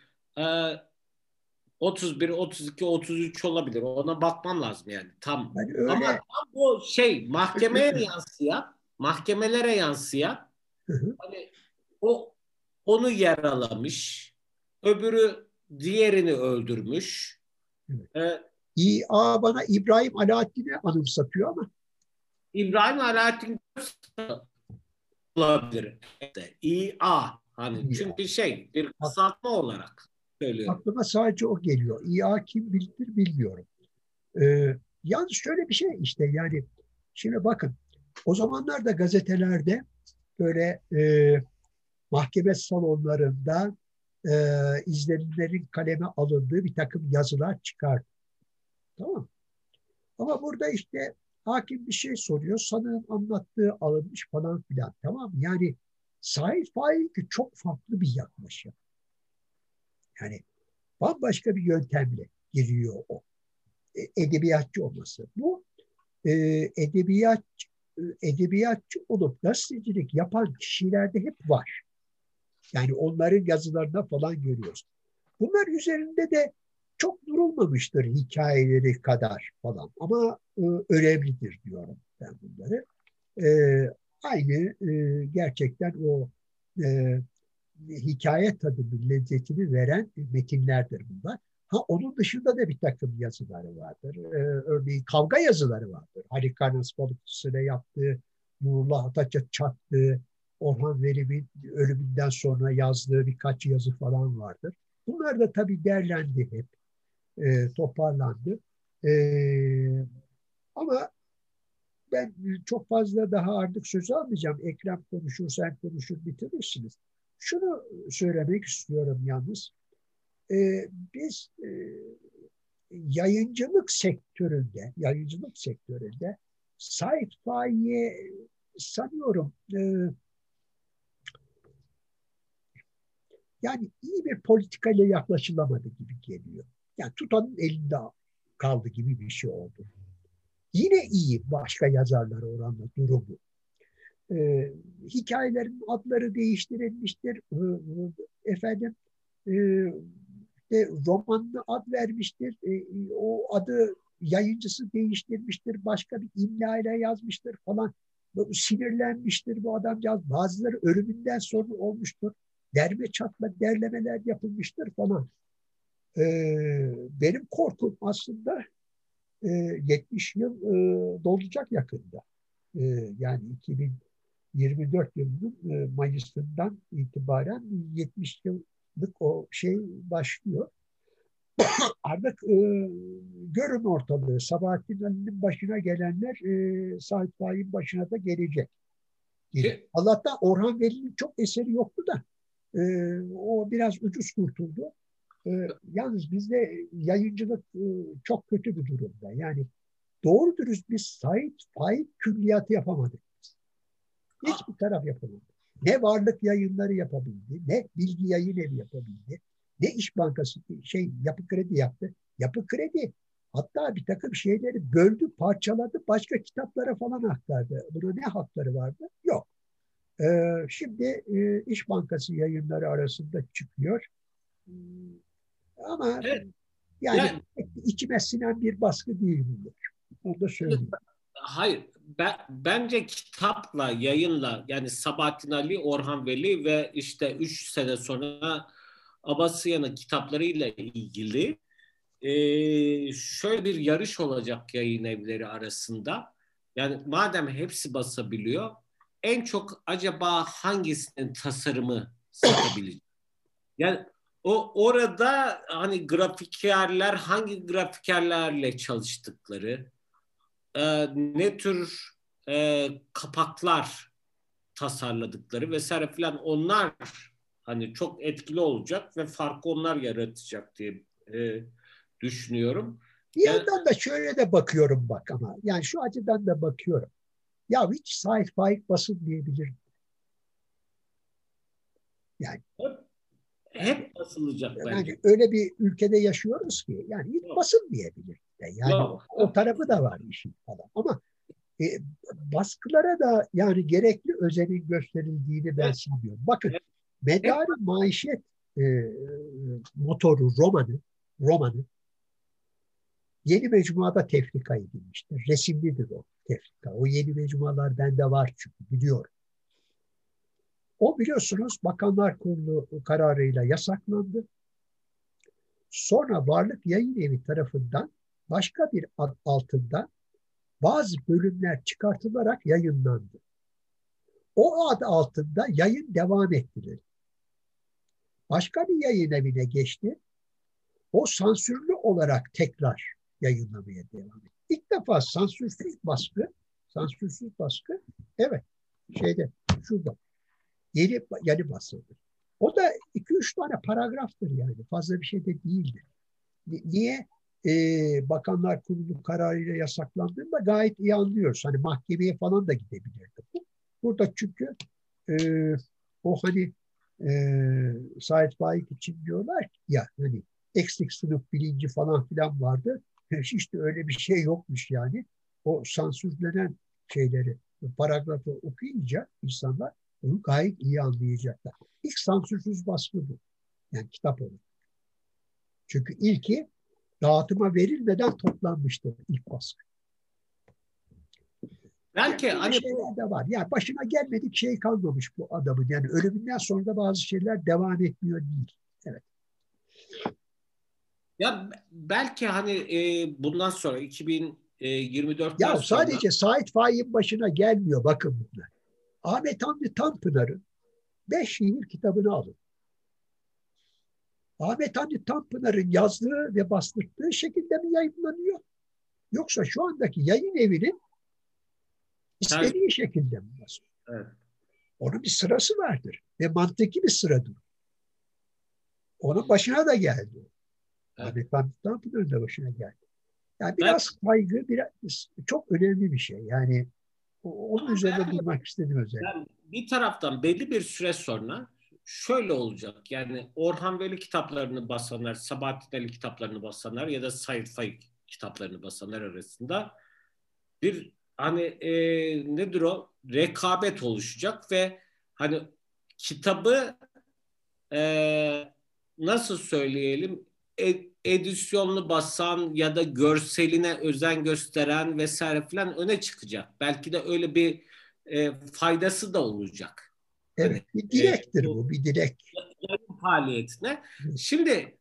31, 32, 33 olabilir. Ona bakmam lazım yani tam. Yani Ama öyle tam o şey mahkemelere yansıyan hani onu yaralamış. Öbürü diğerini öldürmüş. Ee, İA bana İbrahim Alaaddin'i anımsatıyor ama İbrahim Alaaddin olabilir. İA hani İA. çünkü şey bir kısaltma olarak söylüyorum. Aklıma sadece o geliyor. İA kim bilir bilmiyorum. Yalnız şöyle bir şey işte yani şimdi bakın o zamanlarda gazetelerde böyle mahkeme salonlarında izlenimlerin kaleme alındığı bir takım yazılar çıkar. Tamam. Ama burada işte hakim bir şey soruyor. Sanığın anlattığı alınmış falan filan. Tamam. Yani Sait Faik'i çok farklı bir yaklaşım. Yani bambaşka bir yöntemle giriyor o. Edebiyatçı olması. Bu e, edebiyat edebiyatçı olup gazetecilik yapan kişilerde hep var. Yani onların yazılarında falan görüyoruz. Bunlar üzerinde de çok durulmamıştır hikayeleri kadar falan. Ama önemlidir diyorum ben bunları. E, aynı gerçekten o e, hikaye tadını, lezzetini veren metinlerdir bunlar. Ha onun dışında da bir takım yazıları vardır. Örneğin kavga yazıları vardır. Halikarnas balıkçısıyla yaptığı, Nurullah Ataç'a çattığı, Orhan Veli'nin ölümünden sonra yazdığı birkaç yazı falan vardır. Bunlar da tabii derlendi hep, toparlandı. E, ama ben çok fazla daha artık söz almayacağım. Ekrem konuşur, sen konuşur, bitirirsiniz. Şunu söylemek istiyorum yalnız. Biz yayıncılık sektöründe sci-fi'ye sanıyorum yani iyi bir politikayla yaklaşılamadı gibi geliyor. Yani tutanın elinde kaldı gibi bir şey oldu. Yine iyi başka yazarlara oranla durumu. Hikayelerin adları değiştirilmiştir. Efendim romanına ad vermiştir. O adı yayıncısı değiştirmiştir. Başka bir imlayla yazmıştır falan. Sinirlenmiştir bu adamcağız. Bazıları ölümünden sonra olmuştur. Derme çatma derlemeler yapılmıştır falan. Benim korkum aslında 70 yıl dolacak yakında. Yani 2024 yılının Mayıs'ından itibaren 70 yıllık o şey başlıyor. Artık görün ortalığı. Sabahattin Ali'nin başına gelenler Sait Faik'in başına da gelecek. Allah'tan Orhan Veli'nin çok eseri yoktu da o biraz ucuz kurtuldu. Yalnız bizde yayıncılık çok kötü bir durumda. Yani doğru dürüst biz Sait Faik külliyatı yapamadık. Hiçbir taraf yapamadı. Ne varlık yayınları yapabildi, ne bilgi yayın evi yapabildi, ne İş Bankası Yapı Kredi yaptı. Yapı Kredi hatta bir takım şeyleri böldü, parçaladı, başka kitaplara falan aktardı. Buna ne hakları vardı? Yok. Şimdi İş Bankası yayınları arasında çıkıyor. Ama Evet. yani içime sinen bir baskı değil bunlar. Onu da söyleyeyim. Hayır. Bence kitapla, yayınla, yani Sabahattin Ali, Orhan Veli ve işte 3 sene sonra Abasıyan'ın kitaplarıyla ilgili şöyle bir yarış olacak yayın evleri arasında. Yani madem hepsi basabiliyor, en çok acaba hangisinin tasarımı satabilecek? Yani orada hani grafikerler hangi grafikerlerle çalıştıkları, ne tür kapaklar tasarladıkları vesaire filan, onlar hani çok etkili olacak ve farkı onlar yaratacak diye düşünüyorum. Bir yandan da şöyle de bakıyorum bak ama. Yani şu açıdan da bakıyorum. Ya hiç Sait Faik basın diyebilirim. Yani hep basılacak bence. yani öyle bir ülkede yaşıyoruz ki yani hiç basın diyebilir. Yani o tarafı da var işin falan. Ama baskılara da yani gerekli özenin gösterildiğini ben sanıyorum. Bakın Medar-ı Maişet motoru romanı yeni mecmuada tefrika edilmiştir. Resimlidir o tefrika. O yeni mecmualar bende var çünkü biliyorum. O biliyorsunuz Bakanlar Kurulu kararıyla yasaklandı. Sonra Varlık Yayın Evi tarafından başka bir ad altında bazı bölümler çıkartılarak yayınlandı. O ad altında yayın devam ettirildi. Başka bir yayın evine geçti. O sansürlü olarak tekrar yayınlamaya devam etti. İlk defa sansürsüz baskı evet şurada yeni basıldı. O da 2-3 tane paragraftır yani. Fazla bir şey de değildir. Niye Bakanlar Kurulu kararıyla yasaklandığını da gayet iyi anlıyoruz. Hani mahkemeye falan da gidebilirdi. Burada çünkü o hani Sait Faik için diyorlar ki ya hani eksik sınıf bilinci falan filan vardı. Hiç de öyle bir şey yokmuş yani. O sansürlenen şeyleri, paragrafı okuyunca insanlar onu gayet iyi anlayacaklar. İlk sansürsüz baskı bu. Yani kitap olur. Çünkü ilki dağıtıma verilmeden toplanmıştır ilk baskı. Belki yani hani şeyler de var. Yani başına gelmedik şey kalmamış bu adamın. Yani ölümünden sonra da bazı şeyler devam etmiyor değil. Evet. Ya belki hani bundan sonra 2024'ten Ya sonra sadece Sait Faik'in başına gelmiyor bakın bunlar. Ahmet Hamdi Tanpınar'ın 5 şiir kitabını alın. Ahmet Hamdi Tanpınar'ın yazdığı ve bastırdığı şekilde mi yayınlanıyor? Yoksa şu andaki yayın evinin istediği şekilde mi basıyor? Evet. Onun bir sırası vardır ve mantıki bir sıradır. Onun başına da geldi. Evet. Ahmet Hamit Tanpınar'ın da başına geldi. Yani Ben biraz saygı, biraz çok önemli bir şey. Yani onun ama üzerinde durmak istedim özellikle. ben bir taraftan belli bir süre sonra şöyle olacak. Yani Orhan Veli kitaplarını basanlar, Sabahattin Ali kitaplarını basanlar ya da Said Faik kitaplarını basanlar arasında bir hani nedir o? Rekabet oluşacak ve hani kitabı nasıl söyleyelim, edisyonlu basan ya da görseline özen gösteren vesaire falan öne çıkacak. Belki de öyle bir faydası da olacak. Evet, Hani bir dilektir bu bu, bir dilek. yayın faaliyetine. Şimdi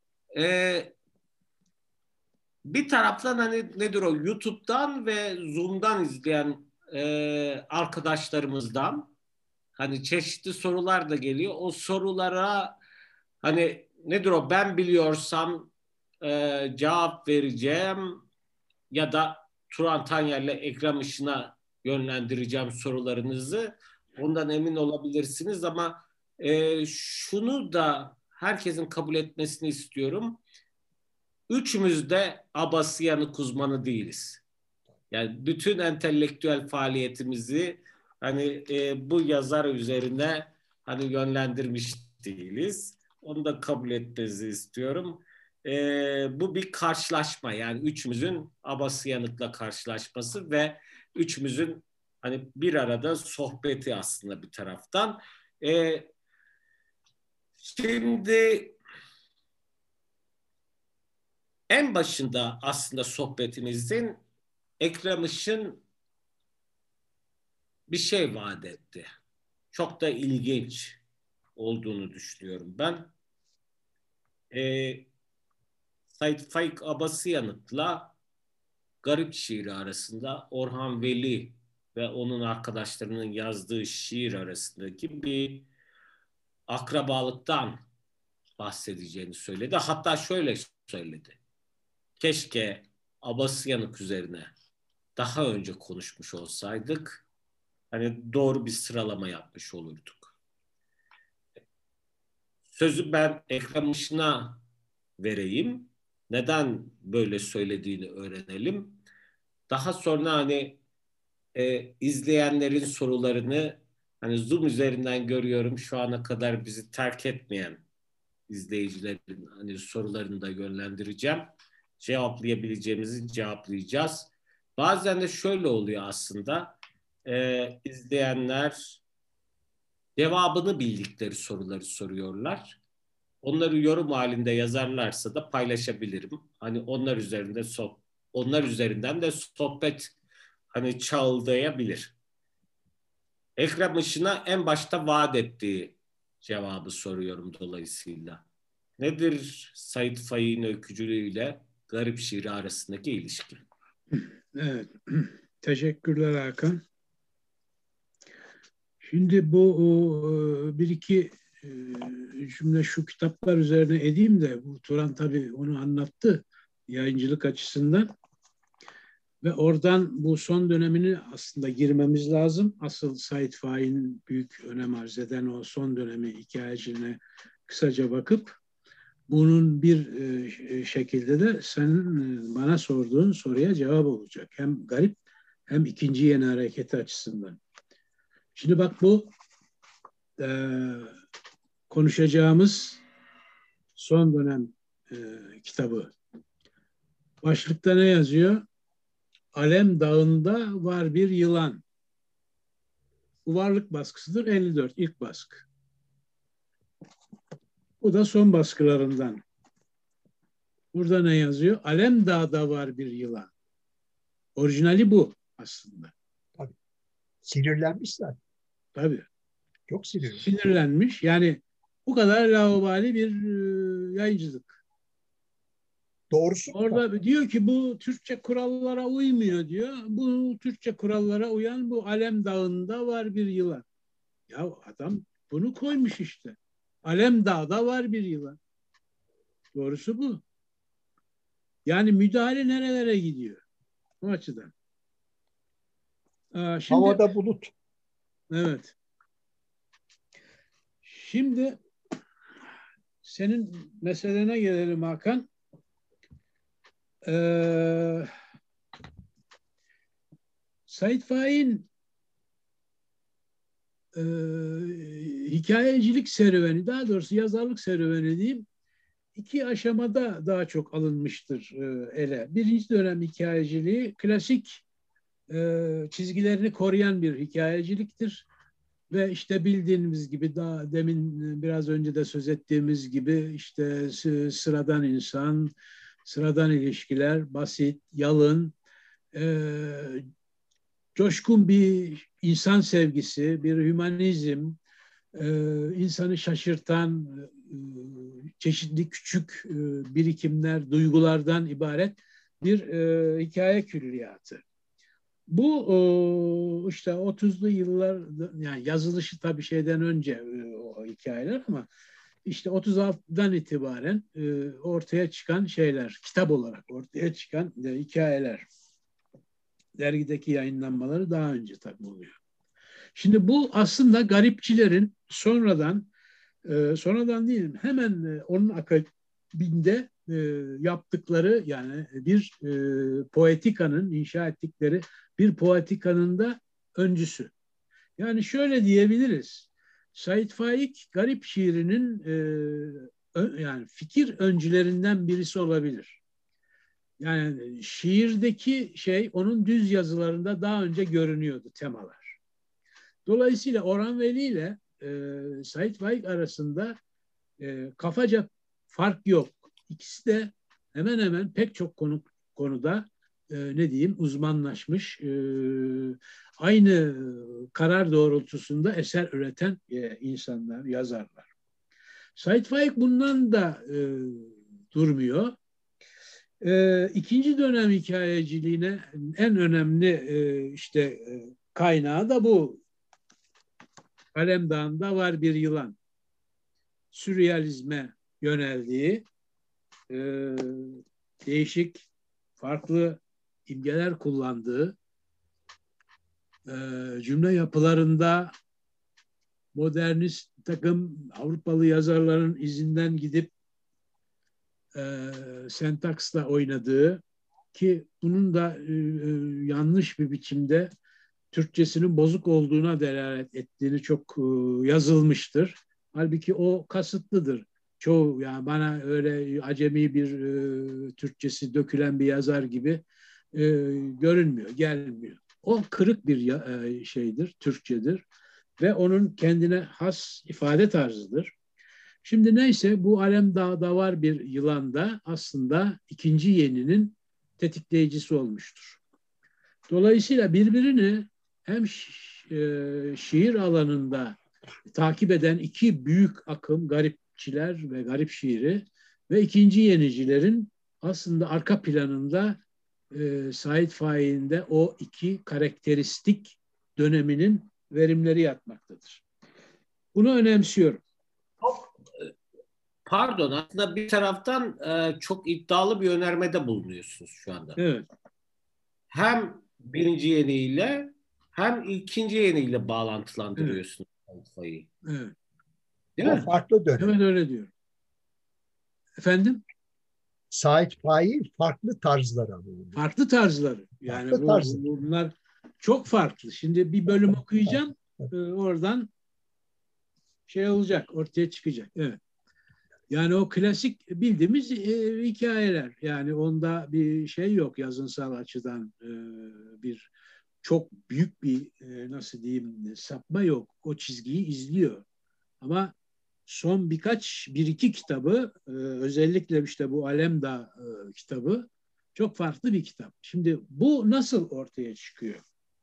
bir taraftan hani nedir o, YouTube'dan ve Zoom'dan izleyen arkadaşlarımızdan hani çeşitli sorular da geliyor. O sorulara hani nedir o, ben biliyorsam cevap vereceğim ya da Turan Tanyer'le Ekrem Işın'a yönlendireceğim sorularınızı. Ondan emin olabilirsiniz ama şunu da herkesin kabul etmesini istiyorum. Üçümüz de Abasıyanık uzmanı değiliz. Yani bütün entelektüel faaliyetimizi hani bu yazar üzerine hani yönlendirmiş değiliz. Onu da kabul etmenizi istiyorum. Bu bir karşılaşma, yani üçümüzün Abasıyanık'la karşılaşması ve üçümüzün hani bir arada sohbeti aslında bir taraftan. E, Şimdi en başında aslında sohbetimizin Ekrem Işın bir şey vaat etti. Çok da ilginç olduğunu düşünüyorum ben. Said Faik Abasıyanık'la Garip şiiri arasında Orhan Veli ve onun arkadaşlarının yazdığı şiir arasındaki bir akrabalıktan bahsedeceğini söyledi. Hatta şöyle söyledi. Keşke Abasıyanık üzerine daha önce konuşmuş olsaydık, hani doğru bir sıralama yapmış olurduk. Sözü ben Ekrem Işın'a vereyim. Neden böyle söylediğini öğrenelim. Daha sonra hani izleyenlerin sorularını hani Zoom üzerinden görüyorum, şu ana kadar bizi terk etmeyen izleyicilerin hani sorularını da yönlendireceğim. Cevaplayabileceğimizi cevaplayacağız. Bazen de şöyle oluyor aslında. İzleyenler cevabını bildikleri soruları soruyorlar. Onları yorum halinde yazarlarsa da paylaşabilirim. Hani onlar üzerinden de sohbet hani çağıldayabilir. Ekrem Işın'a en başta vaat ettiği cevabı soruyorum dolayısıyla. Nedir Said Faik'in öykücülüğüyle Garip şiiri arasındaki ilişki? Evet. Teşekkürler Hakan. Şimdi bu bir iki cümle şu kitaplar üzerine edeyim de bu Turan tabii onu anlattı yayıncılık açısından ve oradan bu son dönemini aslında girmemiz lazım. Asıl Said Faik'in büyük önem arz eden o son dönemi hikayeciliğine kısaca bakıp bunun bir şekilde de senin bana sorduğun soruya cevap olacak. Hem garip hem ikinci yeni hareketi açısından. Şimdi bak bu konuşacağımız son dönem kitabı. Başlıkta ne yazıyor? Alem Dağı'nda var bir yılan. Bu varlık baskısıdır. 54 ilk baskı. Bu da son baskılarından. Burada ne yazıyor? Alem Dağ'da var bir yılan. Orijinali bu aslında. Tabii. Sinirlenmişler. Tabii. Çok sinirli. Sinirlenmiş. Yani bu kadar laubali bir yayıncılık. Doğrusu Orada diyor ki bu Türkçe kurallara uymuyor diyor. Bu Türkçe kurallara uyan bu Alem Dağı'nda var bir yılan. Ya adam bunu koymuş işte. Alem Dağ'da var bir yılan. Doğrusu bu. Yani müdahale nerelere gidiyor? O açıdan. Şimdi havada bulut. evet. Şimdi senin meselene gelelim Hakan. Sait Faik'in hikayecilik serüveni, daha doğrusu yazarlık serüveni diyeyim, iki aşamada daha çok alınmıştır ele. Birinci dönem hikayeciliği klasik çizgilerini koruyan bir hikayeciliktir. Ve işte bildiğimiz gibi, daha demin biraz önce de söz ettiğimiz gibi, işte sıradan insan, sıradan ilişkiler, basit, yalın, coşkun bir insan sevgisi, bir hümanizm, insanı şaşırtan çeşitli küçük birikimler, duygulardan ibaret bir hikaye külliyatı. Bu işte 30'lu yıllar, yani yazılışı tabii şeyden önce o hikayeler, ama işte 36'dan itibaren ortaya çıkan şeyler, kitap olarak ortaya çıkan hikayeler. Dergideki yayınlanmaları daha önce tabii oluyor. Şimdi bu aslında garipçilerin sonradan değil, hemen onun akabinde yaptıkları, yani bir poetikanın, inşa ettikleri bir poetikanın da öncüsü. Yani şöyle diyebiliriz. Sait Faik garip şiirinin yani fikir öncülerinden birisi olabilir. Yani şiirdeki şey onun düz yazılarında daha önce görünüyordu, temalar. Dolayısıyla Orhan Veli ile Sait Faik arasında kafaca fark yok. İkisi de hemen hemen pek çok konuda ne diyeyim, uzmanlaşmış, aynı karar doğrultusunda eser üreten insanlar, yazarlar. Sait Faik bundan da durmuyor. İkinci dönem hikayeciliğine en önemli kaynağı da bu. Alemdağ'ında var bir yılan. Sürrealizme yöneldiği, değişik, farklı imgeler kullandığı, cümle yapılarında modernist takım Avrupalı yazarların izinden gidip sentaksla oynadığı, ki bunun da yanlış bir biçimde Türkçesinin bozuk olduğuna delalet ettiğini çok yazılmıştır. Halbuki o kasıtlıdır. Çoğu, yani bana öyle acemi bir Türkçesi dökülen bir yazar gibi görünmüyor, gelmiyor. O kırık bir şeydir, Türkçedir ve onun kendine has ifade tarzıdır. Şimdi neyse, bu Alemdağ'da var bir yılanda aslında ikinci yeninin tetikleyicisi olmuştur. Dolayısıyla birbirini hem şiir alanında takip eden iki büyük akım, garipçiler ve garip şiiri ve ikinci yenicilerin aslında arka planında Sait Faik'in de o iki karakteristik döneminin verimleri yatmaktadır. Bunu önemsiyorum. Pardon, aslında bir taraftan çok iddialı bir önermede bulunuyorsunuz şu anda. Evet. Hem birinci yeniyle hem ikinci yeniyle bağlantılandırıyorsunuz sayfayı. Evet. Değil mi? Farklı dönem. Evet, öyle diyorum. Efendim? Sait Faik'in farklı tarzları. Farklı tarzları. Yani farklı bunlar çok farklı. Şimdi bir bölüm okuyacağım. Oradan şey olacak, ortaya çıkacak. Evet. Yani o klasik bildiğimiz hikayeler. Yani onda bir şey yok yazınsal açıdan, bir çok büyük bir nasıl diyeyim, sapma yok. O çizgiyi izliyor. Ama son bir iki kitabı, özellikle işte bu Alemdağ kitabı çok farklı bir kitap. Şimdi bu nasıl ortaya çıkıyor?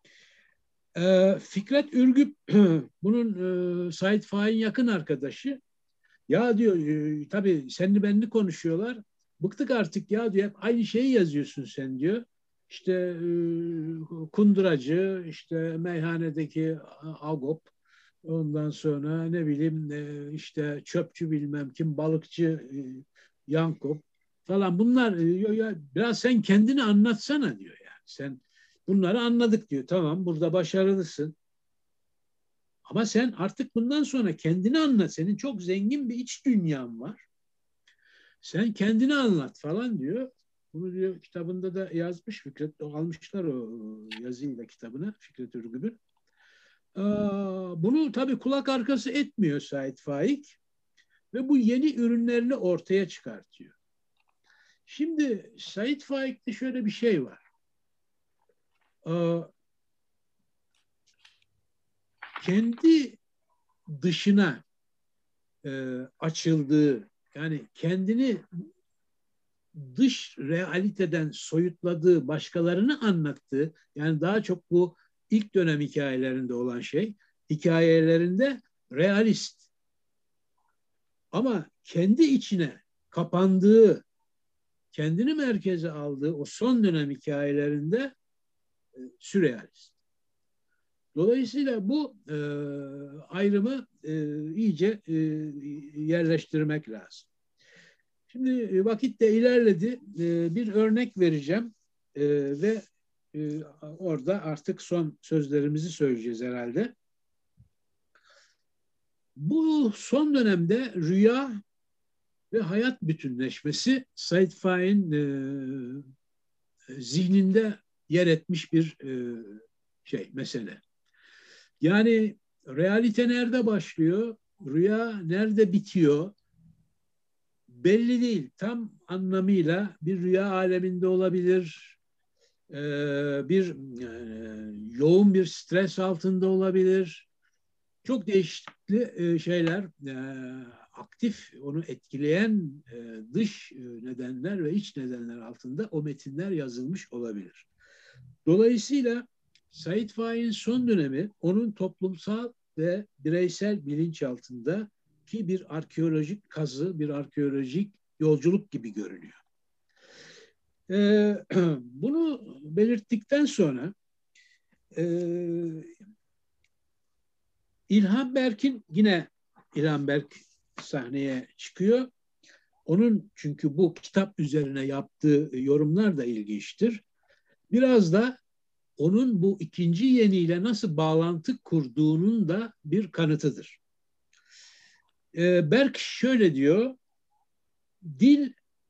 Fikret Ürgüp, bunun Sait Faik'in yakın arkadaşı, ya diyor, tabii senli benli konuşuyorlar. Bıktık artık ya diyor, hep aynı şeyi yazıyorsun sen diyor. İşte kunduracı, işte meyhanedeki agop, ondan sonra ne bileyim işte çöpçü bilmem kim, balıkçı Yankop falan, bunlar biraz sen kendini anlatsana diyor yani. Sen bunları anladık diyor. Tamam, burada başarılısın. Ama sen artık bundan sonra kendini anlat. Senin çok zengin bir iç dünyan var. Sen kendini anlat falan diyor. Bunu diyor kitabında da yazmış Fikret. Almışlar o yazıyı da kitabına Fikret Ürgüp'ün. Bunu tabii kulak arkası etmiyor Sait Faik ve bu yeni ürünlerini ortaya çıkartıyor. Şimdi Sait Faik'te şöyle bir şey var. Kendi dışına açıldığı, yani kendini dış realiteden soyutladığı, başkalarını anlattığı, yani daha çok bu ilk dönem hikayelerinde olan şey, hikayelerinde realist. Ama kendi içine kapandığı, kendini merkeze aldığı o son dönem hikayelerinde sürrealist. Dolayısıyla bu ayrımı iyice yerleştirmek lazım. Şimdi vakit de ilerledi. Bir örnek vereceğim ve orada artık son sözlerimizi söyleyeceğiz herhalde. Bu son dönemde rüya ve hayat bütünleşmesi Sait Faik'in zihninde yer etmiş bir mesele. Yani realite nerede başlıyor, rüya nerede bitiyor belli değil. Tam anlamıyla bir rüya aleminde olabilir, yoğun bir stres altında olabilir. Çok değişikli şeyler, aktif, onu etkileyen dış nedenler ve iç nedenler altında o metinler yazılmış olabilir. Dolayısıyla Sait Faik'in son dönemi onun toplumsal ve bireysel bilinçaltında ki bir arkeolojik kazı, bir arkeolojik yolculuk gibi görünüyor. Bunu belirttikten sonra İlhan Berk'in yine İlhan Berk sahneye çıkıyor. Onun çünkü bu kitap üzerine yaptığı yorumlar da ilginçtir. Biraz da onun bu ikinci yeniyle nasıl bağlantı kurduğunun da bir kanıtıdır. Berk şöyle diyor, dil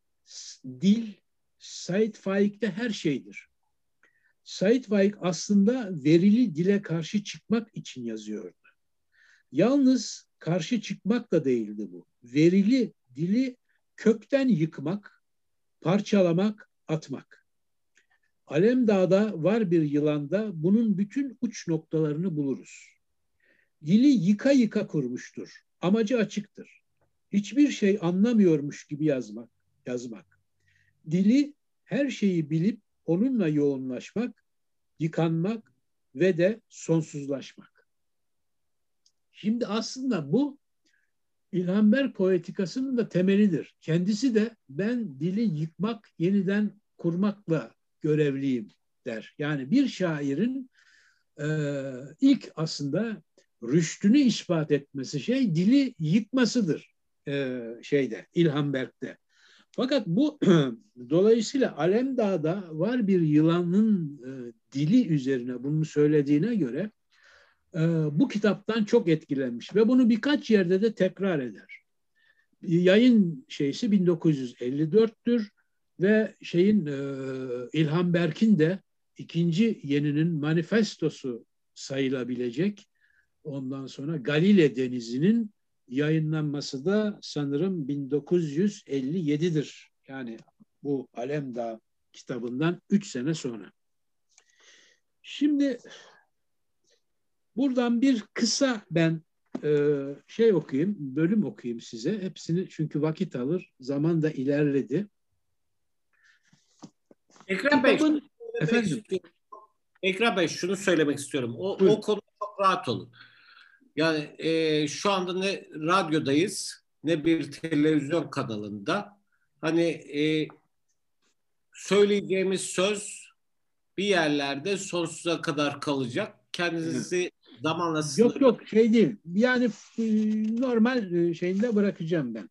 Sait Faik'te her şeydir. Sait Faik aslında verili dile karşı çıkmak için yazıyordu. Yalnız karşı çıkmak da değildi bu. Verili dili kökten yıkmak, parçalamak, atmak. Alemdağ'da var bir yılanda bunun bütün uç noktalarını buluruz. Dili yıka yıka kurmuştur. Amacı açıktır. Hiçbir şey anlamıyormuş gibi yazmak. Dili her şeyi bilip onunla yoğunlaşmak, yıkanmak ve de sonsuzlaşmak. Şimdi aslında bu İlhan Berk poetikasının da temelidir. Kendisi de ben dili yıkmak, yeniden kurmakla görevliyim der. Yani bir şairin ilk aslında rüştünü ispat etmesi dili yıkmasıdır İlhan Berk'te. Fakat bu dolayısıyla Alemdağ'da var bir yılanın dili üzerine bunu söylediğine göre bu kitaptan çok etkilenmiş ve bunu birkaç yerde de tekrar eder. Yayın 1954'tür ve İlhan Berk'in de ikinci yeninin manifestosu sayılabilecek. Ondan sonra Galile Denizi'nin yayınlanması da sanırım 1957'dir. Yani bu Alemdağ kitabından 3 sene sonra. Şimdi buradan bir kısa ben okuyayım, bölüm okuyayım size. Hepsini çünkü vakit alır. Zaman da ilerledi. Ekrem Bey, efendim. Ekrem Bey şunu söylemek istiyorum. O konu çok rahat olun. Yani şu anda ne radyodayız ne bir televizyon kanalında. Hani söyleyeceğimiz söz bir yerlerde sonsuza kadar kalacak. Kendinizi zamanla sınır. Yok değil. Yani normal şeyinde bırakacağım ben.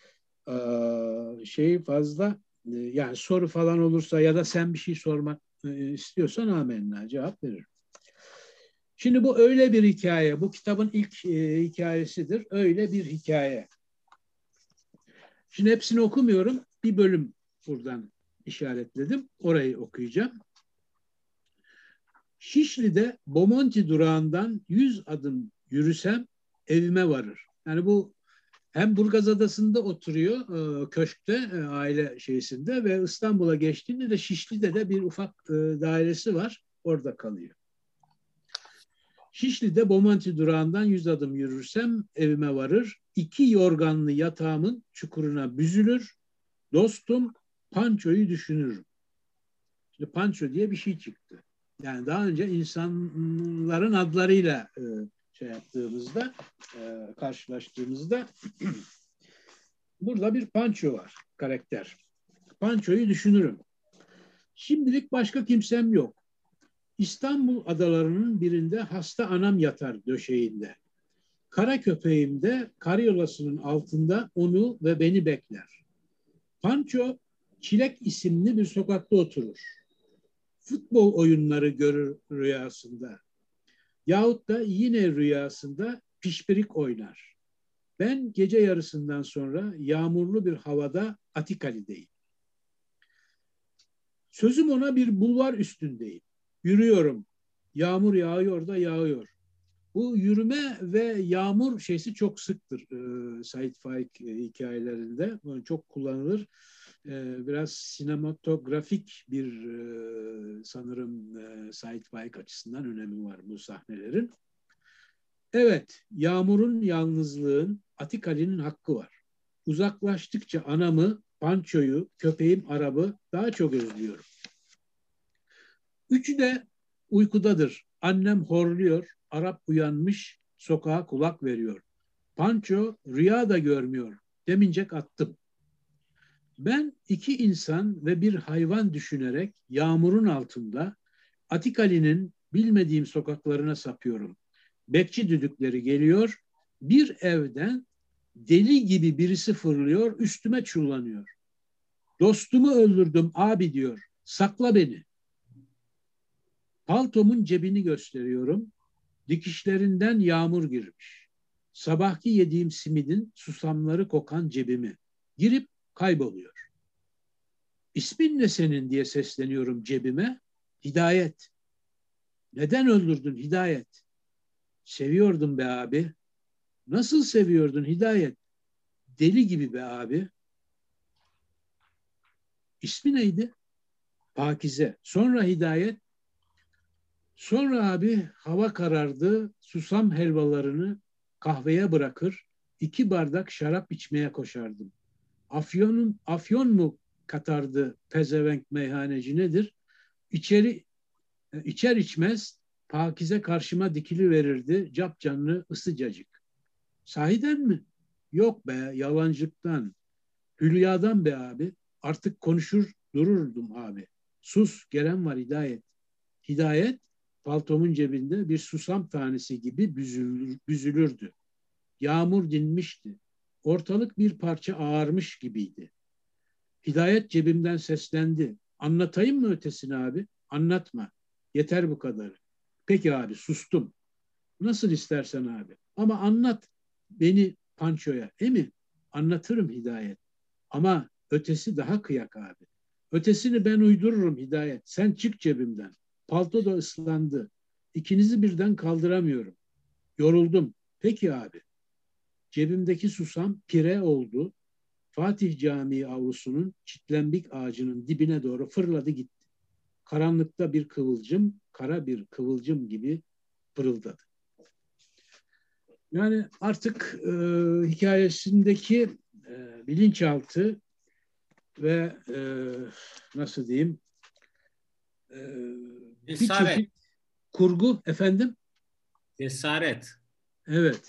Fazla yani soru falan olursa ya da sen bir şey sormak istiyorsan amenna cevap veririm. Şimdi bu öyle bir hikaye. Bu kitabın ilk hikayesidir. Öyle bir hikaye. Şimdi hepsini okumuyorum. Bir bölüm buradan işaretledim. Orayı okuyacağım. Şişli'de Bomonti durağından 100 adım yürüsem evime varır. Yani bu hem Burgazadası'nda oturuyor köşkte aile şeysinde ve İstanbul'a geçtiğinde de Şişli'de de bir ufak dairesi var. Orada kalıyor. Şişli'de Bomonti durağından 100 adım yürürsem evime varır. 2 yorganlı yatağımın çukuruna büzülür. Dostum Panço'yu düşünürüm. Şimdi Panço diye bir şey çıktı. Yani daha önce insanların adlarıyla şey yaptığımızda, karşılaştığımızda burada bir Panço var, karakter. Panço'yu düşünürüm. Şimdilik başka kimsem yok. İstanbul adalarının birinde hasta anam yatar döşeğinde. Kara köpeğim de karyolasının altında onu ve beni bekler. Panço Çilek isimli bir sokakta oturur. Futbol oyunları görür rüyasında. Yahut da yine rüyasında pişpirik oynar. Ben gece yarısından sonra yağmurlu bir havada Atikali'deyim. Sözüm ona bir bulvar üstündeyim. Yürüyorum. Yağmur yağıyor da yağıyor. Bu yürüme ve yağmur şeysi çok sıktır Sait Faik hikayelerinde. Çok kullanılır. Biraz sinematografik bir sanırım Sait Faik açısından önemi var bu sahnelerin. Evet, yağmurun, yalnızlığın, Atikali'nin hakkı var. Uzaklaştıkça anamı, Panço'yu, köpeğim Arap'ı daha çok özlüyorum. Üçü de uykudadır. Annem horluyor, Arap uyanmış, sokağa kulak veriyor. Panço rüya da görmüyor. Demincek attım. Ben 2 insan ve bir hayvan düşünerek yağmurun altında Atikali'nin bilmediğim sokaklarına sapıyorum. Bekçi düdükleri geliyor. Bir evden deli gibi birisi fırlıyor, üstüme çullanıyor. Dostumu öldürdüm abi diyor. Sakla beni. Paltomun cebini gösteriyorum. Dikişlerinden yağmur girmiş. Sabahki yediğim simidin susamları kokan cebimi. Girip kayboluyor. İsmin ne senin diye sesleniyorum cebime. Hidayet. Neden öldürdün Hidayet? Seviyordum be abi. Nasıl seviyordun Hidayet? Deli gibi be abi. İsmi neydi? Pakize. Sonra Hidayet. Sonra abi hava karardı. Susam helvalarını kahveye bırakır. 2 bardak şarap içmeye koşardım. Afyon mu katardı pezevenk meyhaneci nedir? İçer içmez Pakize karşıma dikili verirdi. Capcanlı ısıcacık. Sahiden mi? Yok be yalancılıktan. Hülyadan be abi. Artık konuşur dururdum abi. Sus gelen var Hidayet. Hidayet paltomun cebinde bir susam tanesi gibi büzülürdü. Yağmur dinmişti. Ortalık bir parça ağarmış gibiydi. Hidayet cebimden seslendi. Anlatayım mı ötesini abi? Anlatma. Yeter bu kadar. Peki abi sustum. Nasıl istersen abi. Ama anlat beni Panço'ya. Mi? Anlatırım Hidayet. Ama ötesi daha kıyak abi. Ötesini ben uydururum Hidayet. Sen çık cebimden. Palto da ıslandı. İkinizi birden kaldıramıyorum. Yoruldum. Peki abi. Cebimdeki susam pire oldu. Fatih Camii avlusunun çitlenbik ağacının dibine doğru fırladı gitti. Karanlıkta bir kıvılcım, kara bir kıvılcım gibi pırıldadı. Yani artık hikayesindeki bilinçaltı ve nasıl diyeyim bir çeşit kurgu efendim. Cesaret. Evet.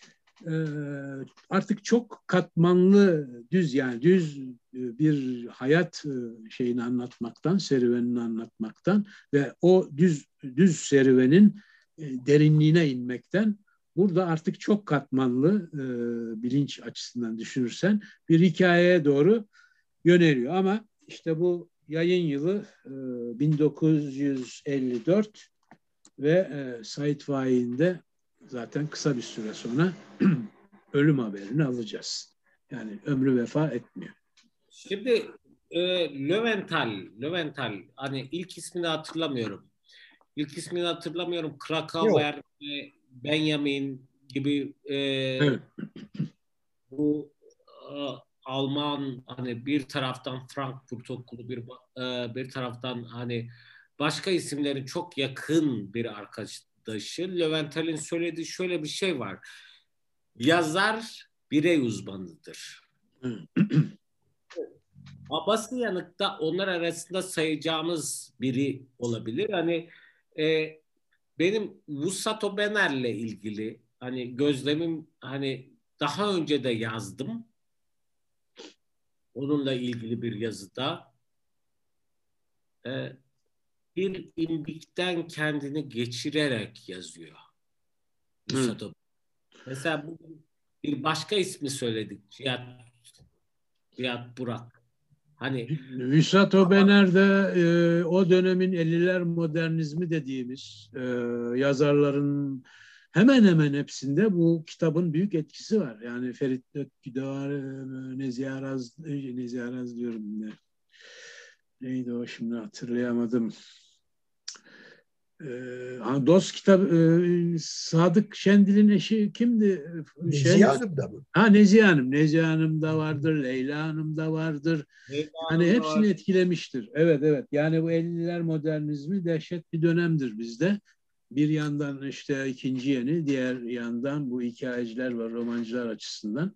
Artık çok katmanlı düz bir hayat şeyini anlatmaktan, serüvenini anlatmaktan ve o düz serüvenin derinliğine inmekten burada artık çok katmanlı bilinç açısından düşünürsen bir hikayeye doğru yöneliyor. Ama işte bu yayın yılı 1954 ve Sait Faik'in de zaten kısa bir süre sonra ölüm haberini alacağız. Yani ömrü vefa etmiyor. Şimdi Löwenthal hani ilk ismini hatırlamıyorum. Yok. Krakauer, Benjamin gibi Evet. bu e, Alman hani bir taraftan Frankfurt Okulu bir taraftan hani başka isimlerin çok yakın bir arkadaşı. Löwenthal'in söylediği şöyle bir şey var. Yazar birey uzmanıdır. Babası yanıkta onlar arasında sayacağımız biri olabilir. Hani e, benim Vuslat Bener'le ilgili hani gözlemim hani daha önce de yazdım. Onunla ilgili bir yazıda bir imbikten kendini geçirerek yazıyor. Vuslat Obener. Mesela bugün bir başka ismi söyledik. Cihat Burak. Hani Vüsat Obener de o dönemin 50'ler modernizmi dediğimiz yazarların hemen hemen hepsinde bu kitabın büyük etkisi var. Yani Ferit Öküdağ, Nezihe Araz diyorum. Neydi o, şimdi hatırlayamadım. Dost kitabı, Sadık Şendil'in eşi kimdi? Nezihe Hanım da mı? Nezihe Hanım. Nezihe Hanım da vardır, Leyla Hanım da vardır. Yani hepsini etkilemiştir. Evet, evet. Yani bu 50'ler modernizmi dehşet bir dönemdir bizde. Bir yandan işte ikinci yeni, diğer yandan bu hikayeciler var, romancılar açısından.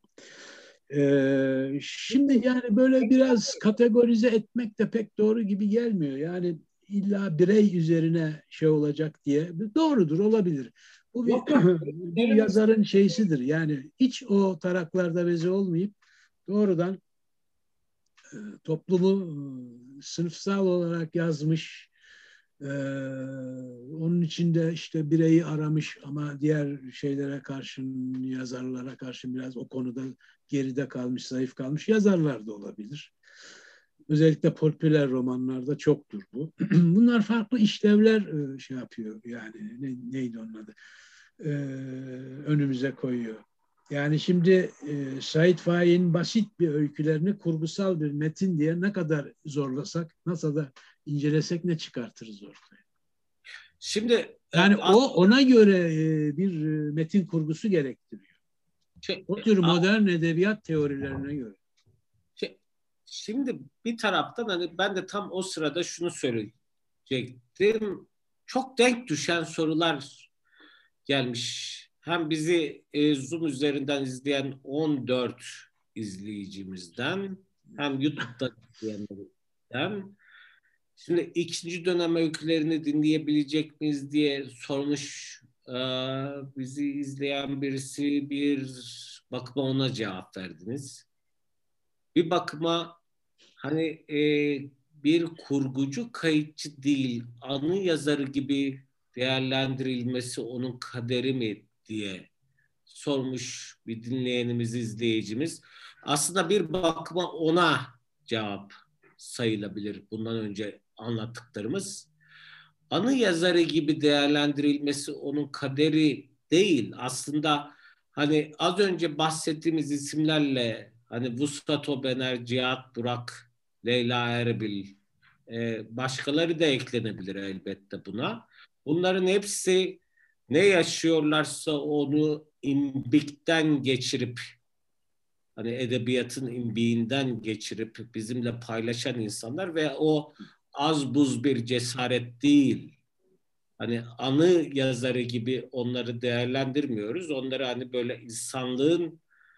Şimdi yani böyle biraz kategorize etmek de pek doğru gibi gelmiyor. Yani illa birey üzerine şey olacak diye. Doğrudur, olabilir. Bu bir, yok yok. bir yazarın şeysidir. Yani hiç o taraklarda beze olmayıp doğrudan toplumu sınıfsal olarak yazmış. Onun içinde işte bireyi aramış ama diğer şeylere karşın, yazarlara karşın biraz o konuda geride kalmış, zayıf kalmış yazarlar da olabilir. Özellikle popüler romanlarda çoktur bu. Bunlar farklı işlevler şey yapıyor, yani neydi onun adı? Önümüze koyuyor. Yani şimdi Sait Faik'in basit bir öykülerini kurgusal bir metin diye ne kadar zorlasak, nasıl da incelesek ne çıkartırız ortaya. Şimdi Yani ona göre bir metin kurgusu gerektiriyor. O tür modern edebiyat teorilerine göre. Şimdi bir taraftan hani ben de tam o sırada şunu söyleyecektim. Çok denk düşen sorular gelmiş. Hem bizi Zoom üzerinden izleyen 14 izleyicimizden hem YouTube'da izleyenlerden. Şimdi ikinci dönem öykülerini dinleyebilecek miyiz diye sormuş bizi izleyen birisi, bir bakıma ona cevap verdiniz. Bir bakıma hani bir kurgucu kayıtçı değil, anı yazarı gibi değerlendirilmesi onun kaderi mi diye sormuş bir dinleyenimiz, izleyicimiz. Aslında bir bakıma ona cevap sayılabilir bundan önce anlattıklarımız. Anı yazarı gibi değerlendirilmesi onun kaderi değil. Aslında hani az önce bahsettiğimiz isimlerle hani Vuslat Obener, Cihat Burak, Leyla Erbil, başkaları da eklenebilir elbette buna. Bunların hepsi ne yaşıyorlarsa onu imbikten geçirip hani edebiyatın imbiğinden geçirip bizimle paylaşan insanlar ve o az buz bir cesaret değil. Hani anı yazarı gibi onları değerlendirmiyoruz. Onları hani böyle insanlığın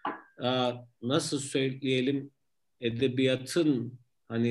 nasıl söyleyelim edebiyatın hani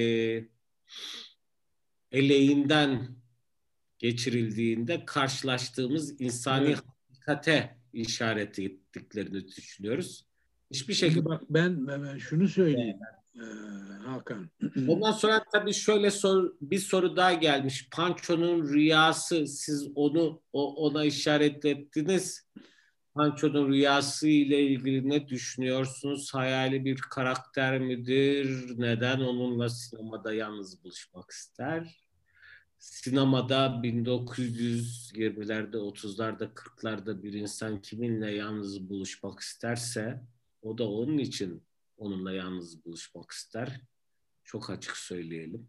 eleğinden geçirildiğinde karşılaştığımız insani hakikate işaret ettiklerini düşünüyoruz. Hiçbir Şimdi şekilde. bak ben şunu söyleyeyim Hakan. Ondan sonra tabii şöyle bir soru daha gelmiş. Pancho'nun rüyası, siz ona işaret ettiniz. Pancho'nun rüyası ile ilgili ne düşünüyorsunuz? Hayali bir karakter midir? Neden onunla sinemada yalnız buluşmak ister? sinemada 1920'lerde, 30'larda, 40'larda bir insan kiminle yalnız buluşmak isterse o da onun için onunla yalnız buluşmak ister. Çok açık söyleyelim.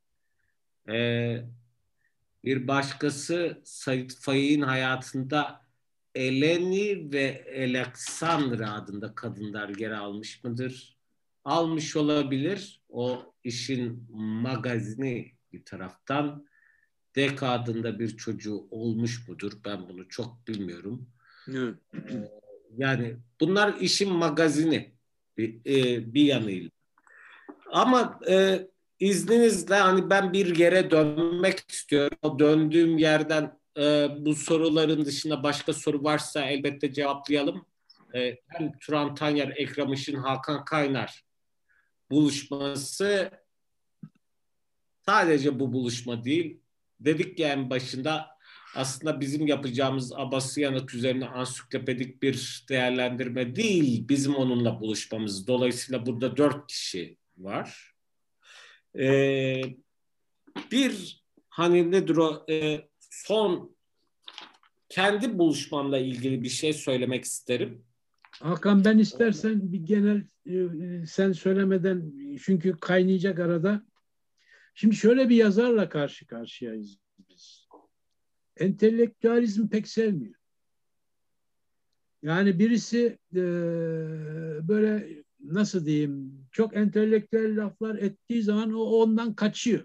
Bir başkası Sait Faik'in hayatında Eleni ve Alexandra adında kadınlar yer almış mıdır? Almış olabilir. O işin magazini bir taraftan. Deka adında bir çocuğu olmuş mudur? Ben bunu çok bilmiyorum. Evet. Yani bunlar işin magazini bir yanıyla. Ama izninizle hani ben bir yere dönmek istiyorum. O döndüğüm yerden bu soruların dışında başka soru varsa elbette cevaplayalım. Hem Turan Tanyer, Ekrem Işın, Hakan Kaynar buluşması sadece bu buluşma değil. Dedik ya en başında aslında bizim yapacağımız Abbas Yanık üzerine ansiklopedik bir değerlendirme değil. Bizim onunla buluşmamız. Dolayısıyla burada 4 kişi var. Bir hani nedir o son kendi buluşmamla ilgili bir şey söylemek isterim. Hakan, ben istersen bir genel sen söylemeden, çünkü kaynayacak arada. Şimdi şöyle bir yazarla karşı karşıyayız biz. Entelektüalizmi pek sevmiyor. Yani birisi böyle nasıl diyeyim, çok entelektüel laflar ettiği zaman o ondan kaçıyor.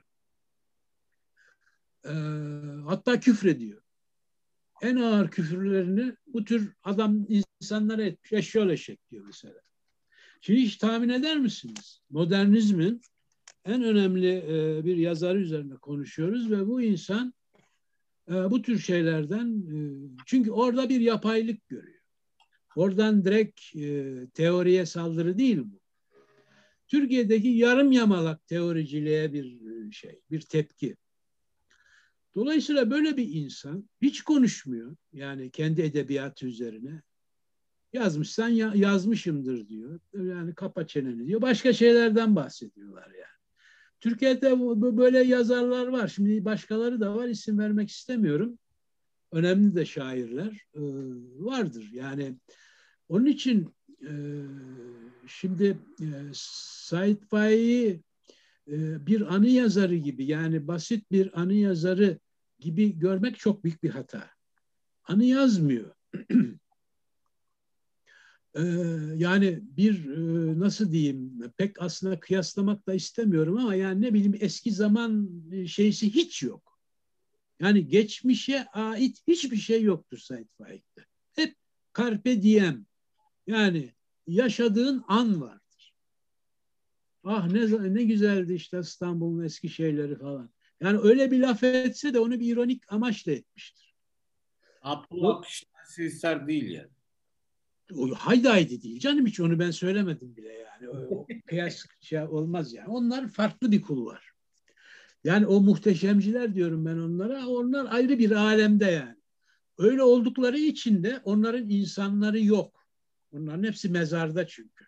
Hatta küfrediyor. En ağır küfürlerini bu tür insanlara etmiş. Eşyol eşek diyor mesela. Şimdi hiç tahmin eder misiniz? Modernizmin en önemli bir yazarı üzerine konuşuyoruz ve bu insan bu tür şeylerden çünkü orada bir yapaylık görüyor. Oradan direkt teoriye saldırı değil bu. Türkiye'deki yarım yamalak teoriciliğe bir bir tepki. Dolayısıyla böyle bir insan hiç konuşmuyor. Yani kendi edebiyatı üzerine. Yazmışsan yazmışımdır diyor. Yani kapa çeneni diyor. Başka şeylerden bahsediyorlar yani. Türkiye'de böyle yazarlar var. Şimdi başkaları da var. İsim vermek istemiyorum. Önemli de şairler vardır. Yani onun için şimdi Sait Faik'i bir anı yazarı gibi, yani basit bir anı yazarı gibi görmek çok büyük bir hata. Anı yazmıyor. Yani bir nasıl diyeyim, pek aslında kıyaslamak da istemiyorum ama yani ne bileyim, eski zaman şeysi hiç yok. Yani geçmişe ait hiçbir şey yoktur Sait Faik'te. Hep carpe diem, yani yaşadığın an vardır. Ah ne güzeldi işte İstanbul'un eski şeyleri falan. Yani öyle bir laf etse de onu bir ironik amaçla etmiştir. Abdullah Kışlasizler değil yani. O haydi haydi değil canım, hiç onu ben söylemedim bile yani. O kıyas şey olmaz yani. Onlar farklı bir kulvar. Yani o muhteşemciler diyorum ben onlara. Onlar ayrı bir alemde yani. Öyle oldukları için de onların insanları yok. Onların hepsi mezarda çünkü.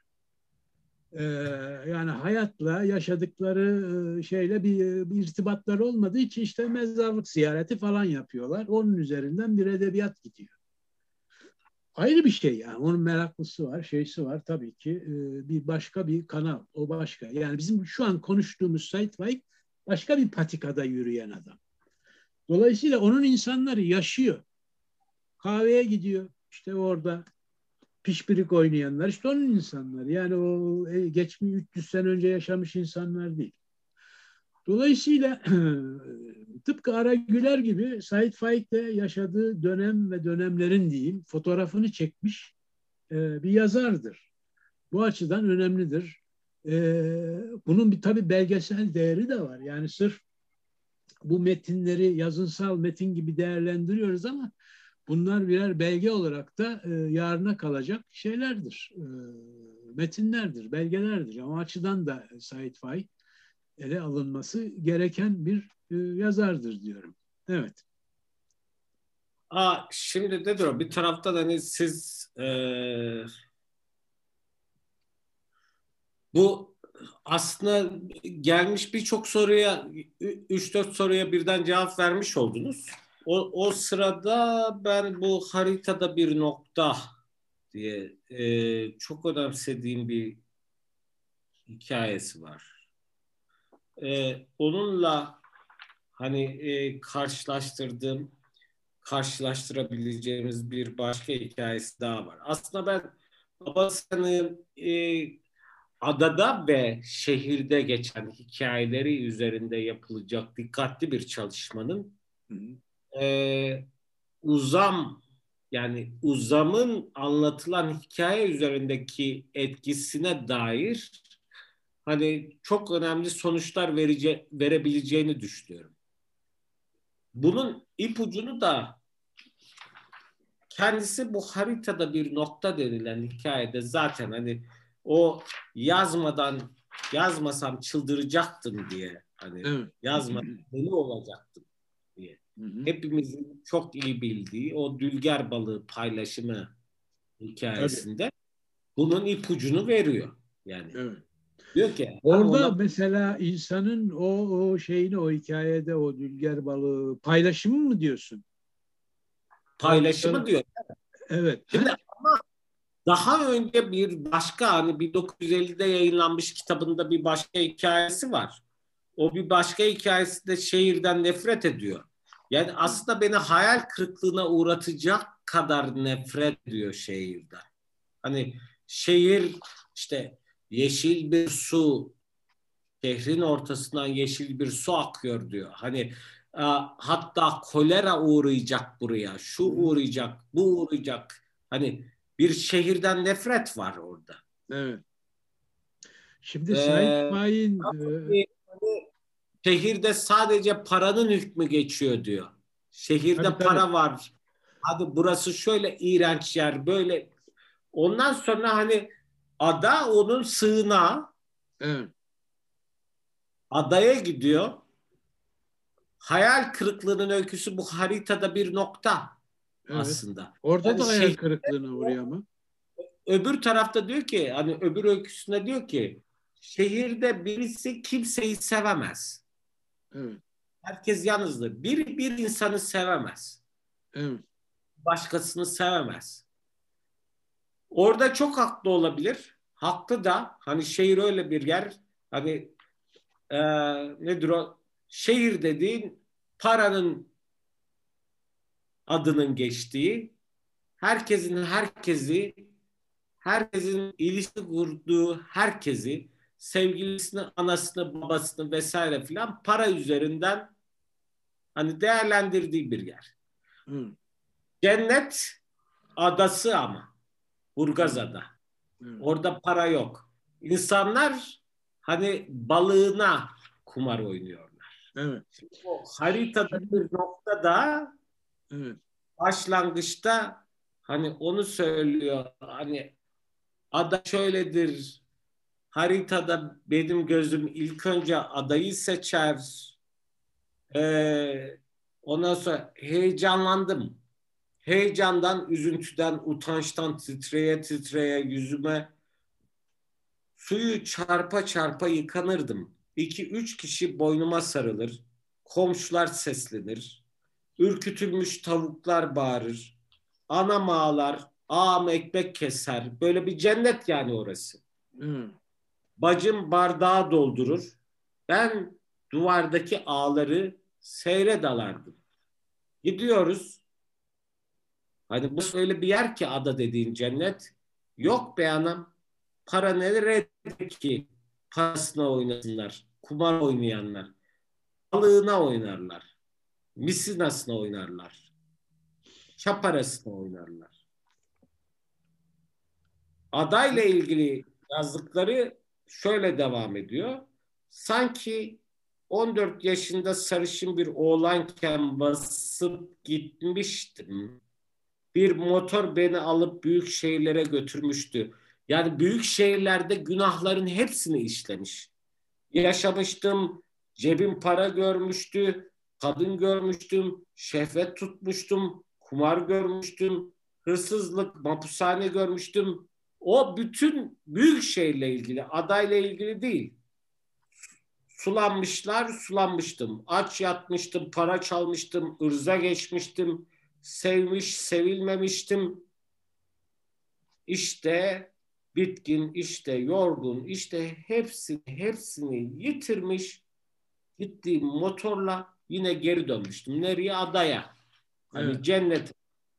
Yani hayatla yaşadıkları şeyle bir irtibatları olmadığı için işte mezarlık ziyareti falan yapıyorlar. Onun üzerinden bir edebiyat gidiyor. Ayrı bir şey yani. Onun meraklısı var, şeysi var tabii ki. Bir başka bir kanal. O başka. Yani bizim şu an konuştuğumuz Sait Faik başka bir patikada yürüyen adam. Dolayısıyla onun insanları yaşıyor. Kahveye gidiyor. İşte orada pişpirik oynayanlar. İşte onun insanları. Yani o geçmiş 300 sene önce yaşamış insanlar değil. Dolayısıyla tıpkı Ara Güler gibi Sait Faik de yaşadığı dönem ve dönemlerin diyeyim fotoğrafını çekmiş bir yazardır. Bu açıdan önemlidir. Bunun bir tabii belgesel değeri de var. Yani sırf bu metinleri yazınsal metin gibi değerlendiriyoruz ama bunlar birer belge olarak da yarına kalacak şeylerdir. Metinlerdir, belgelerdir. Ama o açıdan da Sait Faik ele alınması gereken bir yazardır diyorum. Evet. Şimdi nedir o? Bir taraftan hani siz bu aslında gelmiş birçok soruya, 3-4 soruya birden cevap vermiş oldunuz. O sırada ben bu haritada bir nokta diye çok önemsediğim bir hikayesi var. Onunla hani karşılaştırabileceğimiz bir başka hikayesi daha var. Aslında ben babasının adada ve şehirde geçen hikayeleri üzerinde yapılacak dikkatli bir çalışmanın uzam, yani uzamın anlatılan hikaye üzerindeki etkisine dair hani çok önemli sonuçlar verebileceğini düşünüyorum. Bunun ipucunu da kendisi bu haritada bir nokta denilen hikayede zaten hani o yazmasam çıldıracaktım diye, hani yazmasam deli olacaktım diye. Hepimizin çok iyi bildiği o dülger balığı paylaşımı hikayesinde bunun ipucunu veriyor. Yani diyor ki orada mesela insanın o şeyini, o hikayede o dülger balığı paylaşımı mı diyorsun? Paylaşımı diyor. Evet. Şimdi ama daha önce bir başka, hani 1950'de yayınlanmış kitabında bir başka hikayesi var. O bir başka hikayesi de şehirden nefret ediyor. Yani aslında beni hayal kırıklığına uğratacak kadar nefret ediyor şehirden. Hani şehir işte yeşil bir su, şehrin ortasından yeşil bir su akıyor diyor. Hani hatta kolera uğrayacak buraya, şu uğrayacak, bu uğrayacak. Hani bir şehirden nefret var orada. Evet. Şimdi Sait Faik'in şehirde sadece paranın hükmü geçiyor diyor. Şehirde para var. Hadi burası şöyle iğrenç yer, böyle. Ondan sonra hani ada onun sığınağı. Evet. Adaya gidiyor. Hayal kırıklığının öyküsü bu haritada bir nokta aslında. Orada yani da hayal kırıklığına uğruyor ama. Öbür tarafta diyor ki, hani öbür öyküsünde diyor ki şehirde birisi kimseyi sevemez. Evet. Herkes yalnızdır. Bir insanı sevemez. Evet. Başkasını sevemez. Orada çok haklı olabilir. Haklı da, hani şehir öyle bir yer. Hani nedir o? Şehir dediğin paranın adının geçtiği, herkesin ilişki kurduğu herkesi, sevgilisini, anasını, babasını vesaire filan para üzerinden hani değerlendirdiği bir yer. Cennet adası ama. Burgazada. Orada para yok. İnsanlar hani balığına kumar oynuyorlar. Evet. Şimdi o haritada bir noktada başlangıçta hani onu söylüyor. Hani ada şöyledir. Haritada benim gözüm ilk önce adayı seçer. Ondan sonra heyecanlandım. Heyecandan, üzüntüden, utançtan titreye titreye yüzüme suyu çarpa çarpa yıkanırdım. 2-3 kişi boynuma sarılır. Komşular seslenir. Ürkütülmüş tavuklar bağırır. Anam ağlar. Ağam ekmek keser. Böyle bir cennet yani orası. Bacım bardağı doldurur. Ben duvardaki ağları seyre dalardım. Gidiyoruz. Hani bu öyle bir yer ki ada dediğin cennet. Yok be anam. Para nerede ki parasına oynasınlar. Kumar oynayanlar. Balığına oynarlar. Misinasına oynarlar. Çaparasına oynarlar. Adayla ilgili yazdıkları şöyle devam ediyor. Sanki 14 yaşında sarışın bir oğlanken basıp gitmiştim. Bir motor beni alıp büyük şehirlere götürmüştü. Yani büyük şehirlerde günahların hepsini işlemiş. Yaşamıştım, cebim para görmüştü, kadın görmüştüm, şehvet tutmuştum, kumar görmüştüm, hırsızlık, mapushane görmüştüm. O bütün büyük şeyle ilgili, adayla ilgili değil. Sulanmışlar, sulanmıştım. Aç yatmıştım, para çalmıştım, ırza geçmiştim. Sevmiş, sevilmemiştim. İşte bitkin, işte yorgun, işte hepsini yitirmiş. Gittiğim motorla yine geri dönmüştüm. Nereye? Adaya. Hani Evet. cennet.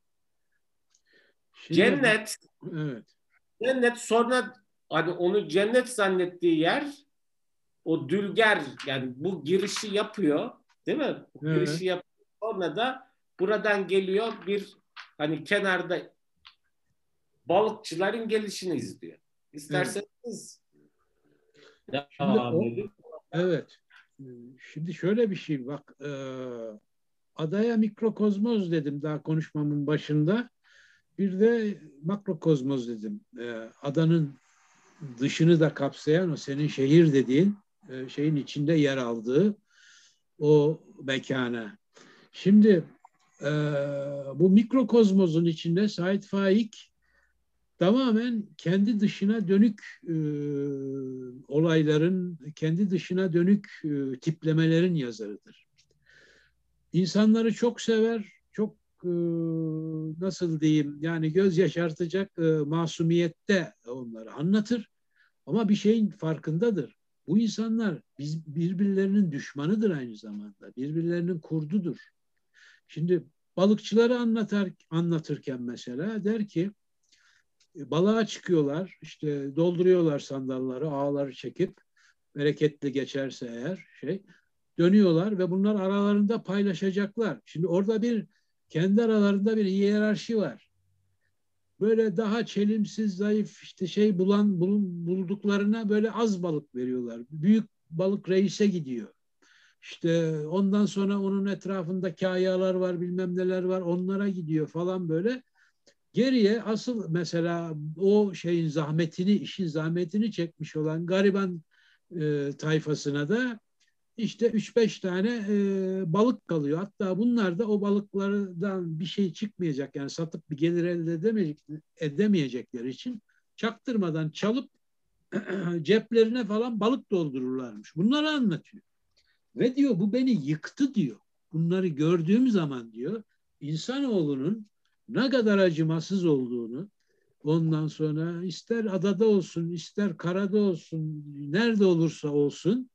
Şimdi Cennet, evet. cennet sonra hani onu cennet zannettiği yer o dülger, yani bu girişi yapıyor, değil mi? Bu Evet. girişi yapıyor. Sonra da buradan geliyor bir hani kenarda balıkçıların gelişini izliyor. Evet. İsterseniz Şimdi devam edin. evet. Şimdi şöyle bir şey bak, adaya mikrokozmoz dedim daha konuşmamın başında. Bir de makrokozmoz dedim. Adanın dışını da kapsayan o senin şehir dediğin şeyin içinde yer aldığı o mekana. Şimdi bu mikrokozmozun içinde Said Faik tamamen kendi dışına dönük olayların, kendi dışına dönük tiplemelerin yazarıdır. İnsanları çok sever, çok nasıl diyeyim, yani göz yaşartacak masumiyette onları anlatır. Ama bir şeyin farkındadır. Bu insanlar birbirlerinin düşmanıdır aynı zamanda. Birbirlerinin kurdudur. Şimdi balıkçıları anlatırken mesela der ki balığa çıkıyorlar, işte dolduruyorlar sandalları, ağları çekip bereketli geçerse eğer dönüyorlar ve bunlar aralarında paylaşacaklar. Şimdi orada kendi aralarında bir hiyerarşi var. Böyle daha çelimsiz, zayıf bulduklarına böyle az balık veriyorlar. Büyük balık reise gidiyor. İşte ondan sonra onun etrafında kayalar var, bilmem neler var, onlara gidiyor falan böyle. Geriye asıl mesela o işin zahmetini çekmiş olan gariban tayfasına da işte 3-5 tane balık kalıyor. Hatta bunlar da o balıklardan bir şey çıkmayacak, yani satıp bir gelir elde edemeyecekleri için çaktırmadan çalıp ceplerine falan balık doldururlarmış. Bunları anlatıyor. Ve diyor bu beni yıktı diyor. Bunları gördüğüm zaman diyor insanoğlunun ne kadar acımasız olduğunu, ondan sonra ister adada olsun, ister karada olsun, nerede olursa olsun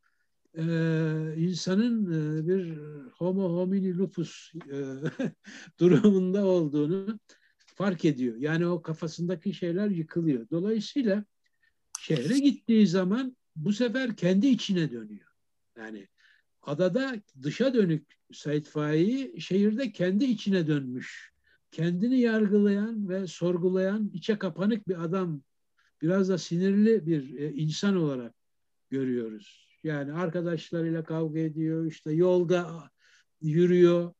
insanın bir homo homini lupus durumunda olduğunu fark ediyor. Yani o kafasındaki şeyler yıkılıyor. Dolayısıyla şehre gittiği zaman bu sefer kendi içine dönüyor. Yani adada dışa dönük Said Faik'i, şehirde kendi içine dönmüş. Kendini yargılayan ve sorgulayan, içe kapanık bir adam, biraz da sinirli bir insan olarak görüyoruz. Yani arkadaşlarıyla kavga ediyor, işte yolda yürüyor,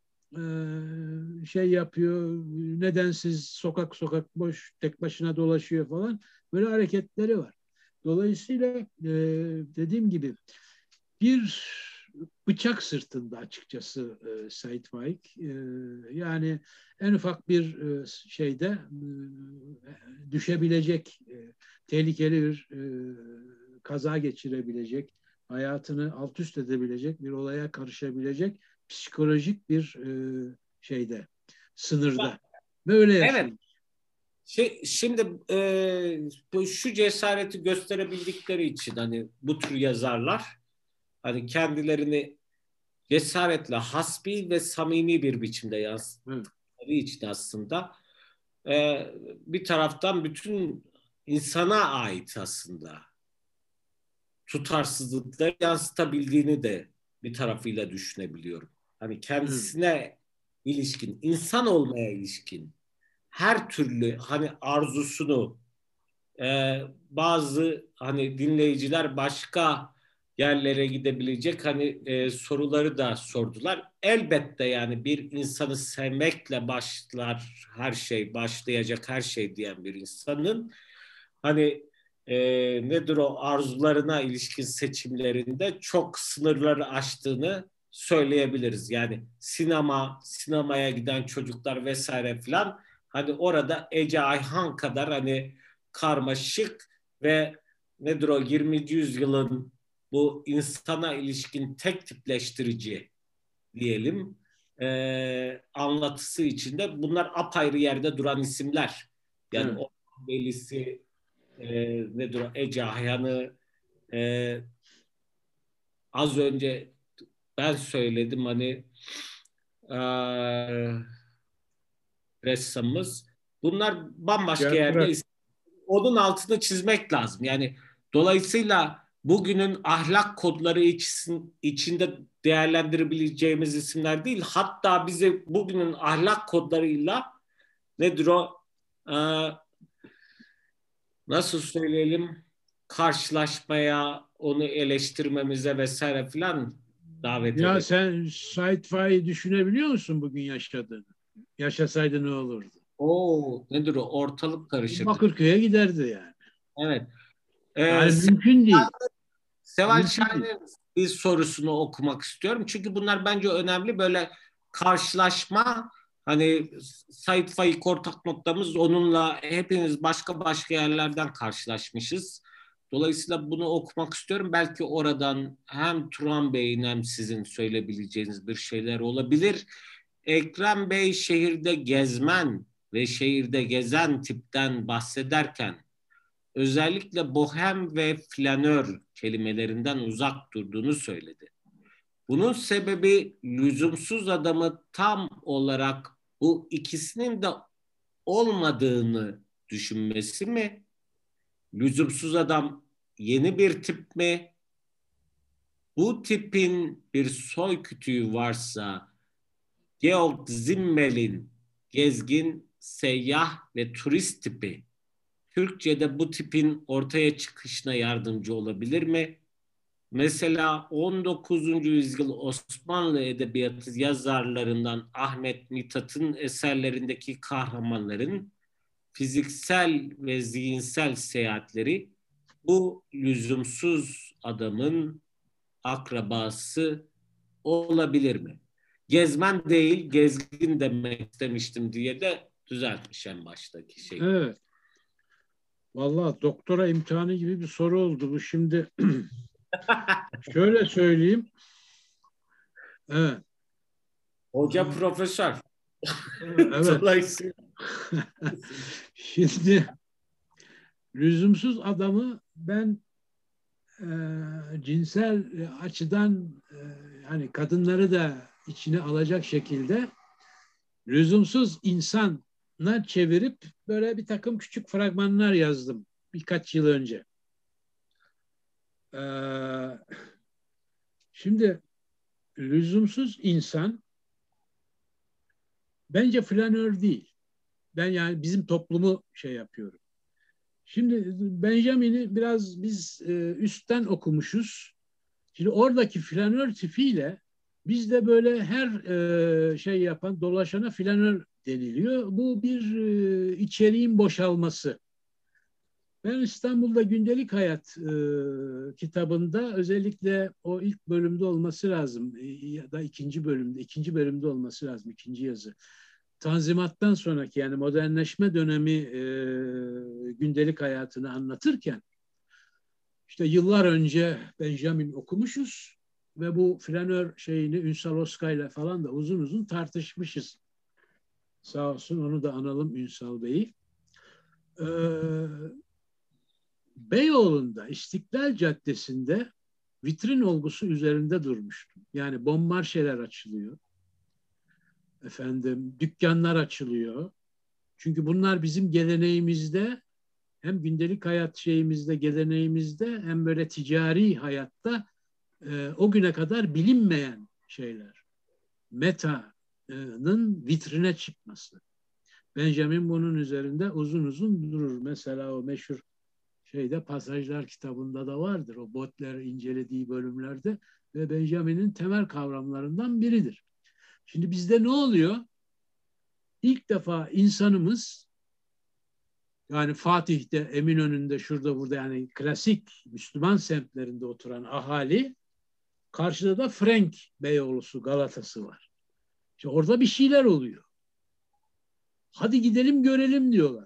yapıyor, nedensiz sokak sokak boş tek başına dolaşıyor falan. Böyle hareketleri var. Dolayısıyla dediğim gibi bir bıçak sırtında açıkçası Said Faik. Yani en ufak bir şeyde düşebilecek, tehlikeli bir kaza geçirebilecek, hayatını alt üst edebilecek, bir olaya karışabilecek psikolojik bir sınırda. Böyle yaşıyor. Evet. Şimdi şu cesareti gösterebildikleri için hani bu tür yazarlar hani kendilerini cesaretle hasbi ve samimi bir biçimde yazdıkları için aslında bir taraftan bütün insana ait aslında tutarsızlıkları yansıtabildiğini de bir tarafıyla düşünebiliyorum. Hani kendisine ilişkin, insan olmaya ilişkin her türlü hani arzusunu bazı hani dinleyiciler başka yerlere gidebilecek hani soruları da sordular. Elbette yani bir insanı sevmekle başlar her şey, başlayacak her şey diyen bir insanın hani nedir o arzularına ilişkin seçimlerinde çok sınırları aştığını söyleyebiliriz. Yani sinemaya giden çocuklar vesaire filan hani orada Ece Ayhan kadar hani karmaşık ve nedir o 20. yüzyılın bu insana ilişkin tek tipleştirici diyelim anlatısı içinde bunlar apayrı yerde duran isimler. Yani o Velisi nedir o Ece Ayhan'ı az önce ben söyledim hani ressamımız. Bunlar bambaşka yerde. Onun altını çizmek lazım. Yani dolayısıyla bugünün ahlak kodları içinde değerlendirebileceğimiz isimler değil. Hatta bize bugünün ahlak kodlarıyla nedir o nasıl söyleyelim karşılaşmaya, onu eleştirmemize vesaire filan davet eder. Ya sen Said Faik'i düşünebiliyor musun bugün yaşadığını? Yaşasaydı ne olurdu? Nedir o? Ortalık karışırdı. Bakırköy'e giderdi yani. Evet. Yani mümkün değil. Seval Şahin'in bir sorusunu okumak istiyorum. Çünkü bunlar bence önemli. Böyle karşılaşma hani Said Faik ortak noktamız onunla hepimiz başka yerlerden karşılaşmışız. Dolayısıyla bunu okumak istiyorum. Belki oradan hem Turan Bey'in hem sizin söyleyebileceğiniz bir şeyler olabilir. Ekrem Bey şehirde gezmen ve şehirde gezen tipten bahsederken özellikle bohem ve flanör kelimelerinden uzak durduğunu söyledi. Bunun sebebi lüzumsuz adamı tam olarak bu ikisinin de olmadığını düşünmesi mi? Lüzumsuz adam yeni bir tip mi? Bu tipin bir soy kütüğü varsa Georg Zimmel'in gezgin, seyyah ve turist tipi Türkçe'de bu tipin ortaya çıkışına yardımcı olabilir mi? Mesela 19. yüzyıl Osmanlı edebiyatı yazarlarından Ahmet Mithat'ın eserlerindeki kahramanların fiziksel ve zihinsel seyahatleri bu lüzumsuz adamın akrabası olabilir mi? Gezmen değil, gezgin demek istemiştim diye de düzeltmiş en baştaki şey. Evet. Vallahi doktora imtihanı gibi bir soru oldu bu şimdi. Şöyle söyleyeyim. Evet. Hoca profesör. Evet. Dolayısıyla. Şimdi lüzumsuz adamı ben cinsel açıdan hani kadınları da içine alacak şekilde lüzumsuz insana çevirip böyle bir takım küçük fragmanlar yazdım birkaç yıl önce. Şimdi lüzumsuz insan bence flanör değil. Ben yani bizim toplumu şey yapıyorum. Şimdi Benjamin'i biraz biz üstten okumuşuz. Şimdi oradaki flanör tipiyle bizde böyle her şey yapan dolaşana flanör deniliyor. Bu bir içeriğin boşalması. Ben İstanbul'da Gündelik Hayat kitabında özellikle o ilk bölümde olması lazım ya da ikinci bölümde olması lazım, ikinci yazı. Tanzimattan sonraki yani modernleşme dönemi gündelik hayatını anlatırken işte yıllar önce Benjamin okumuşuz ve bu flanör şeyini Ünsal Oskay'la falan da uzun uzun tartışmışız. Sağ olsun onu da analım Ünsal Bey'i. Beyoğlu'nda İstiklal Caddesi'nde vitrin olgusu üzerinde durmuştum. Yani bombarşeler açılıyor. Efendim dükkanlar açılıyor. Çünkü bunlar bizim geleneğimizde hem gündelik hayat şeyimizde, geleneğimizde hem böyle ticari hayatta o güne kadar bilinmeyen şeyler. Meta'nın vitrine çıkması. Benjamin bunun üzerinde uzun uzun durur. Mesela o meşhur şeyde Pasajlar kitabında da vardır. O Butler incelediği bölümlerde ve Benjamin'in temel kavramlarından biridir. Şimdi bizde ne oluyor? İlk defa insanımız yani Fatih'te, Eminönü'nde, şurada burada yani klasik Müslüman semtlerinde oturan ahali karşıda da Frank Beyoğlu'su, Galata'sı var. İşte orada bir şeyler oluyor. Hadi gidelim görelim diyorlar.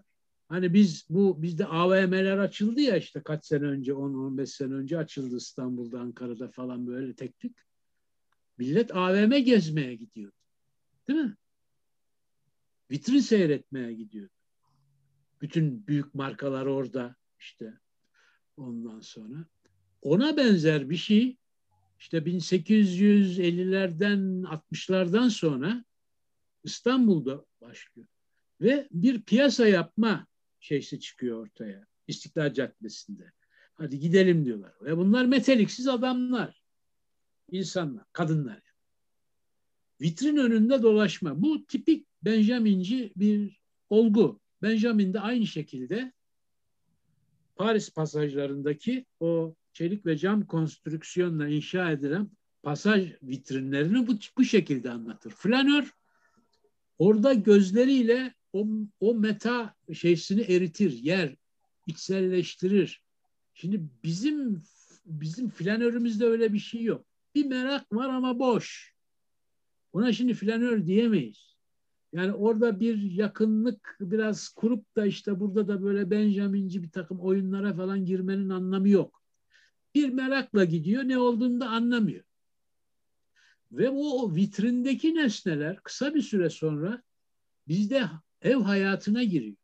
Hani bizde AVM'ler açıldı ya işte kaç sene önce 10-15 sene önce açıldı İstanbul'da, Ankara'da falan böyle tek tük. Millet AVM gezmeye gidiyor. Değil mi? Vitrin seyretmeye gidiyor. Bütün büyük markalar orada işte ondan sonra. Ona benzer bir şey işte 1850'lerden 60'lardan sonra İstanbul'da başlıyor. Ve bir piyasa yapma şeysi çıkıyor ortaya. İstiklal Caddesi'nde. Hadi gidelim diyorlar. Ve bunlar meteliksiz adamlar. İnsanlar, kadınlar. Vitrin önünde dolaşma. Bu tipik Benjaminci bir olgu. Benjamin de aynı şekilde Paris pasajlarındaki o çelik ve cam konstrüksiyonla inşa edilen pasaj vitrinlerini bu şekilde anlatır. Flanör orada gözleriyle o meta şeysini eritir, yer, içselleştirir. Şimdi bizim flanörümüzde öyle bir şey yok. Bir merak var ama boş. Ona şimdi flanör diyemeyiz. Yani orada bir yakınlık biraz kurup da işte burada da böyle Benjaminci bir takım oyunlara falan girmenin anlamı yok. Bir merakla gidiyor, ne olduğunu da anlamıyor. Ve o vitrindeki nesneler kısa bir süre sonra bizde ev hayatına giriyor.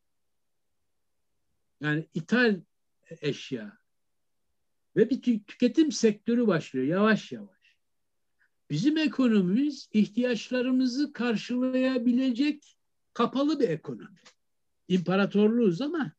Yani ithal eşya. Ve bir tüketim sektörü başlıyor yavaş yavaş. Bizim ekonomimiz ihtiyaçlarımızı karşılayabilecek kapalı bir ekonomi. İmparatorluğuz ama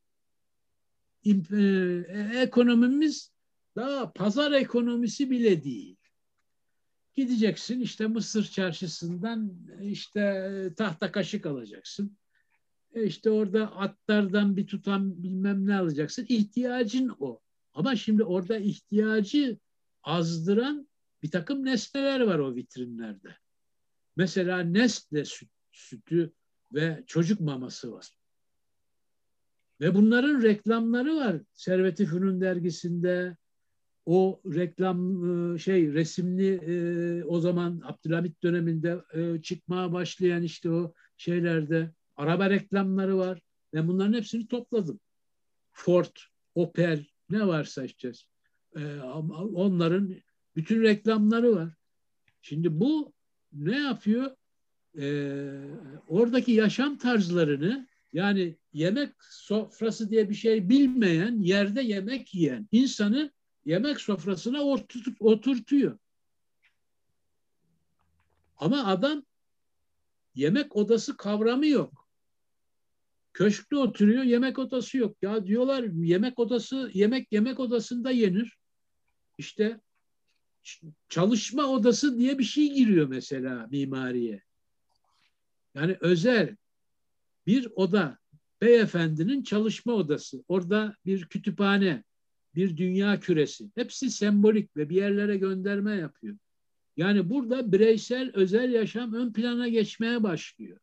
ekonomimiz daha pazar ekonomisi bile değil. Gideceksin işte Mısır çarşısından işte tahta kaşık alacaksın. İşte orada atlardan bir tutam bilmem ne alacaksın. İhtiyacın o. Ama şimdi orada ihtiyacı azdıran bir takım nesneler var o vitrinlerde. Mesela Nestle sütü ve çocuk maması var. Ve bunların reklamları var. Servet-i Fünun dergisinde o reklam resimli o zaman Abdülhamit döneminde çıkmaya başlayan işte o şeylerde araba reklamları var. Ben bunların hepsini topladım. Ford, Opel ne varsa işte onların bütün reklamları var. Şimdi bu ne yapıyor? Oradaki yaşam tarzlarını yani yemek sofrası diye bir şey bilmeyen, yerde yemek yiyen insanı yemek sofrasına oturtuyor. Ama adam yemek odası kavramı yok. Köşkte oturuyor, yemek odası yok. Ya diyorlar yemek odası, yemek odasında yenir. İşte çalışma odası diye bir şey giriyor mesela mimariye. Yani özel bir oda, beyefendinin çalışma odası. Orada bir kütüphane, bir dünya küresi. Hepsi sembolik ve bir yerlere gönderme yapıyor. Yani burada bireysel özel yaşam ön plana geçmeye başlıyor.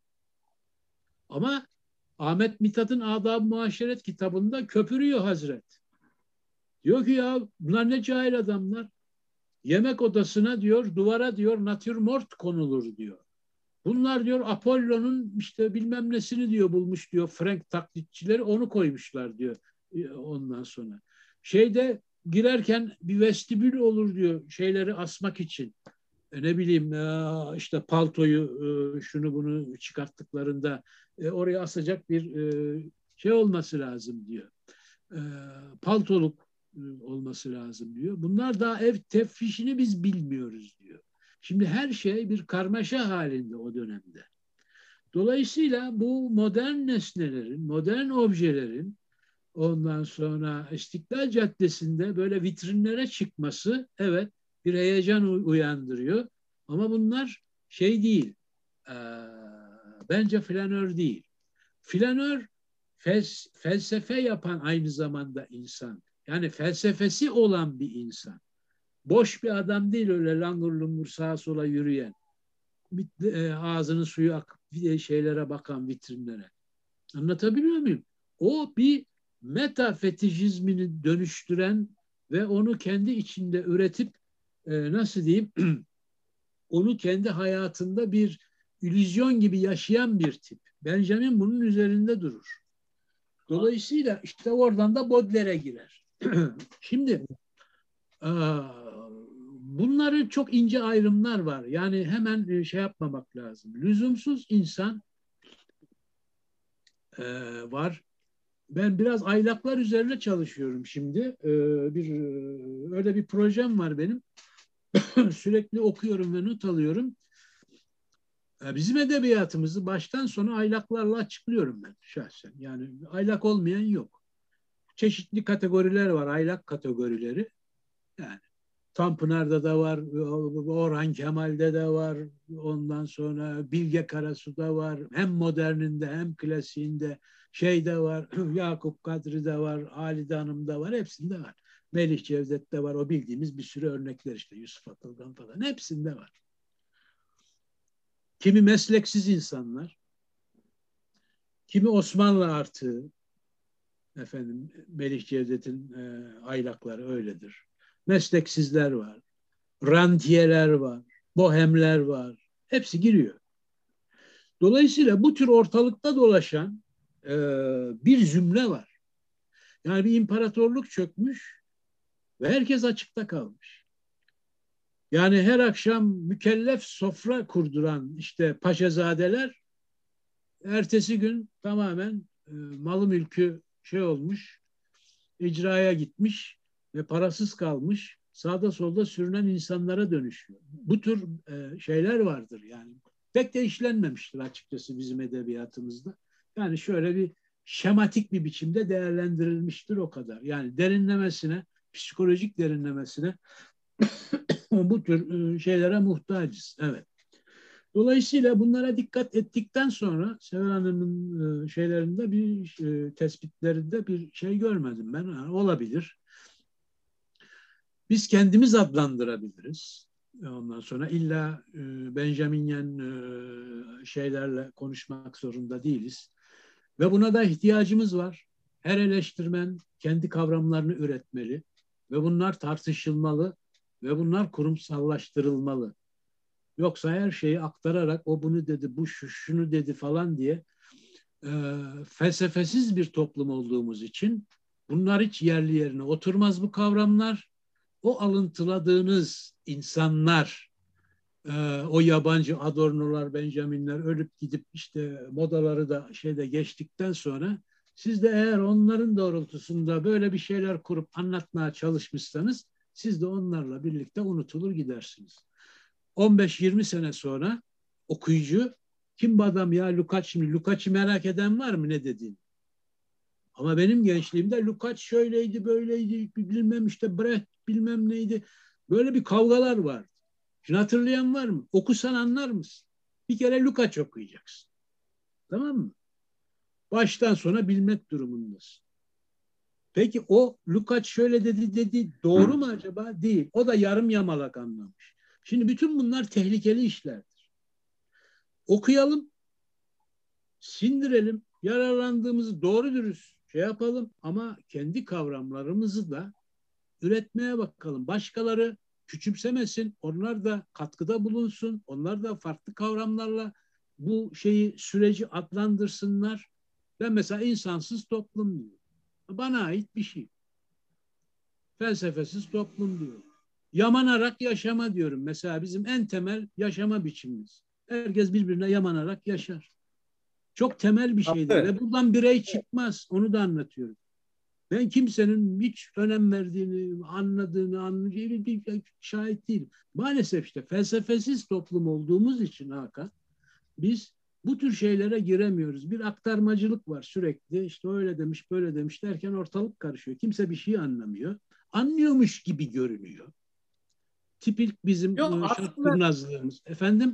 Ama Ahmet Mithat'ın Adab-ı Muaşeret kitabında köpürüyor Hazret. Diyor ki ya bunlar ne cahil adamlar. Yemek odasına diyor, duvara diyor natürmort konulur diyor. Bunlar diyor Apollo'nun işte bilmem nesini diyor bulmuş diyor. Frank taklitçileri onu koymuşlar diyor ondan sonra. Şeyde girerken bir vestibül olur diyor şeyleri asmak için. Ne bileyim işte paltoyu şunu bunu çıkarttıklarında oraya asacak bir şey olması lazım diyor. Paltoluk olması lazım diyor. Bunlar daha ev tefrişini biz bilmiyoruz diyor. Şimdi her şey bir karmaşa halinde o dönemde. Dolayısıyla bu modern nesnelerin, modern objelerin ondan sonra İstiklal Caddesi'nde böyle vitrinlere çıkması evet bir heyecan uyandırıyor. Ama bunlar şey değil, bence flanör değil. Flanör felsefe yapan aynı zamanda insan. Yani felsefesi olan bir insan. Boş bir adam değil öyle langur lungur sağa sola yürüyen. Ağzının suyu akıp şeylere bakan vitrinlere. Anlatabiliyor muyum? O bir metafetişizmini dönüştüren ve onu kendi içinde üretip nasıl diyeyim onu kendi hayatında bir illüzyon gibi yaşayan bir tip. Benjamin bunun üzerinde durur. Dolayısıyla işte oradan da Baudelaire'e girer. Şimdi bunların çok ince ayrımlar var. Yani hemen şey yapmamak lazım. Lüzumsuz insan var. Ben biraz aylaklar üzerine çalışıyorum şimdi. Öyle bir projem var benim. Sürekli okuyorum ve not alıyorum. Bizim edebiyatımızı baştan sona aylaklarla açıklıyorum ben şahsen. Yani aylak olmayan yok. Çeşitli kategoriler var, aylak kategorileri. Yani Tanpınar'da da var, Orhan Kemal'de de var, ondan sonra Bilge Karasu'da var, hem moderninde hem klasiğinde şeyde var, Yakup Kadri'de var, Halide Hanım'da var, hepsinde var. Melih Cevdet'te var, o bildiğimiz bir sürü örnekler işte, Yusuf Atılgan falan, hepsinde var. Kimi mesleksiz insanlar, kimi Osmanlı artığı, efendim Melih Cevdet'in aylakları öyledir. Mesleksizler var, rantiyeler var, bohemler var, hepsi giriyor. Dolayısıyla bu tür ortalıkta dolaşan bir zümre var. Yani bir imparatorluk çökmüş ve herkes açıkta kalmış. Yani her akşam mükellef sofra kurduran işte paşazadeler ertesi gün tamamen malı mülkü şey olmuş, icraya gitmiş ve parasız kalmış, sağda solda sürünen insanlara dönüşüyor. Bu tür şeyler vardır yani. Pek de işlenmemiştir açıkçası bizim edebiyatımızda. Yani şöyle bir şematik bir biçimde değerlendirilmiştir, o kadar. Yani derinlemesine, psikolojik derinlemesine bu tür şeylere muhtacız. Evet. Dolayısıyla bunlara dikkat ettikten sonra Seval Hanım'ın şeylerinde bir tespitlerinde bir şey görmedim ben. Yani olabilir. Biz kendimiz adlandırabiliriz. Ondan sonra illa Benjaminyen şeylerle konuşmak zorunda değiliz. Ve buna da ihtiyacımız var. Her eleştirmen kendi kavramlarını üretmeli ve bunlar tartışılmalı ve bunlar kurumsallaştırılmalı. Yoksa her şeyi aktararak o bunu dedi, bu şunu dedi falan diye felsefesiz bir toplum olduğumuz için bunlar hiç yerli yerine oturmaz, bu kavramlar. O alıntıladığınız insanlar, o yabancı Adorno'lar, Benjamin'ler ölüp gidip işte modaları da şeyde geçtikten sonra siz de eğer onların doğrultusunda böyle bir şeyler kurup anlatmaya çalışmışsanız siz de onlarla birlikte unutulur gidersiniz. 15-20 sene sonra okuyucu kim bu adam ya Lukács, şimdi Lukács'ı merak eden var mı ne dediğini? Ama benim gençliğimde Lukács şöyleydi, böyleydi, bilmem işte Brecht bilmem neydi. Böyle bir kavgalar vardı. Şimdi hatırlayan var mı? Okusan anlar mısın? Bir kere Lukács okuyacaksın. Tamam mı? Baştan sona bilmek durumundasın. Peki o Lukács şöyle dedi doğru mu acaba? Değil. O da yarım yamalak anlamış. Şimdi bütün bunlar tehlikeli işlerdir. Okuyalım, sindirelim, yararlandığımızı doğru dürüst şey yapalım ama kendi kavramlarımızı da üretmeye bakalım. Başkaları küçümsemesin, onlar da katkıda bulunsun, onlar da farklı kavramlarla bu süreci adlandırsınlar. Ben mesela insansız toplum diyorum. Bana ait bir şey. Felsefesiz toplum diyorum. Yamanarak yaşama diyorum. Mesela bizim en temel yaşama biçimimiz. Herkes birbirine yamanarak yaşar. Çok temel bir şeydir ve buradan birey çıkmaz. Onu da anlatıyorum. Ben kimsenin hiç önem verdiğini, anladığını bir şahit değilim. Maalesef işte felsefesiz toplum olduğumuz için Hakan, biz bu tür şeylere giremiyoruz. Bir aktarmacılık var sürekli. İşte öyle demiş, böyle demiş derken ortalık karışıyor. Kimse bir şey anlamıyor. Anlıyormuş gibi görünüyor. Tipik bizim şart kurnazlığımız. Efendim?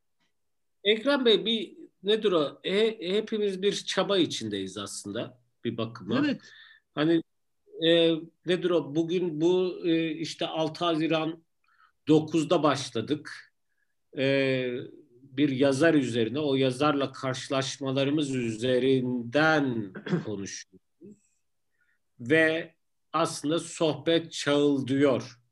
Ekrem Bey, bir nedir o? Hepimiz bir çaba içindeyiz aslında bir bakıma. Evet. Hani nedir o? Bugün bu işte 6 Haziran 9'da başladık. Bir yazar üzerine, o yazarla karşılaşmalarımız üzerinden konuşuyoruz. Ve aslında sohbet çağıldıyor.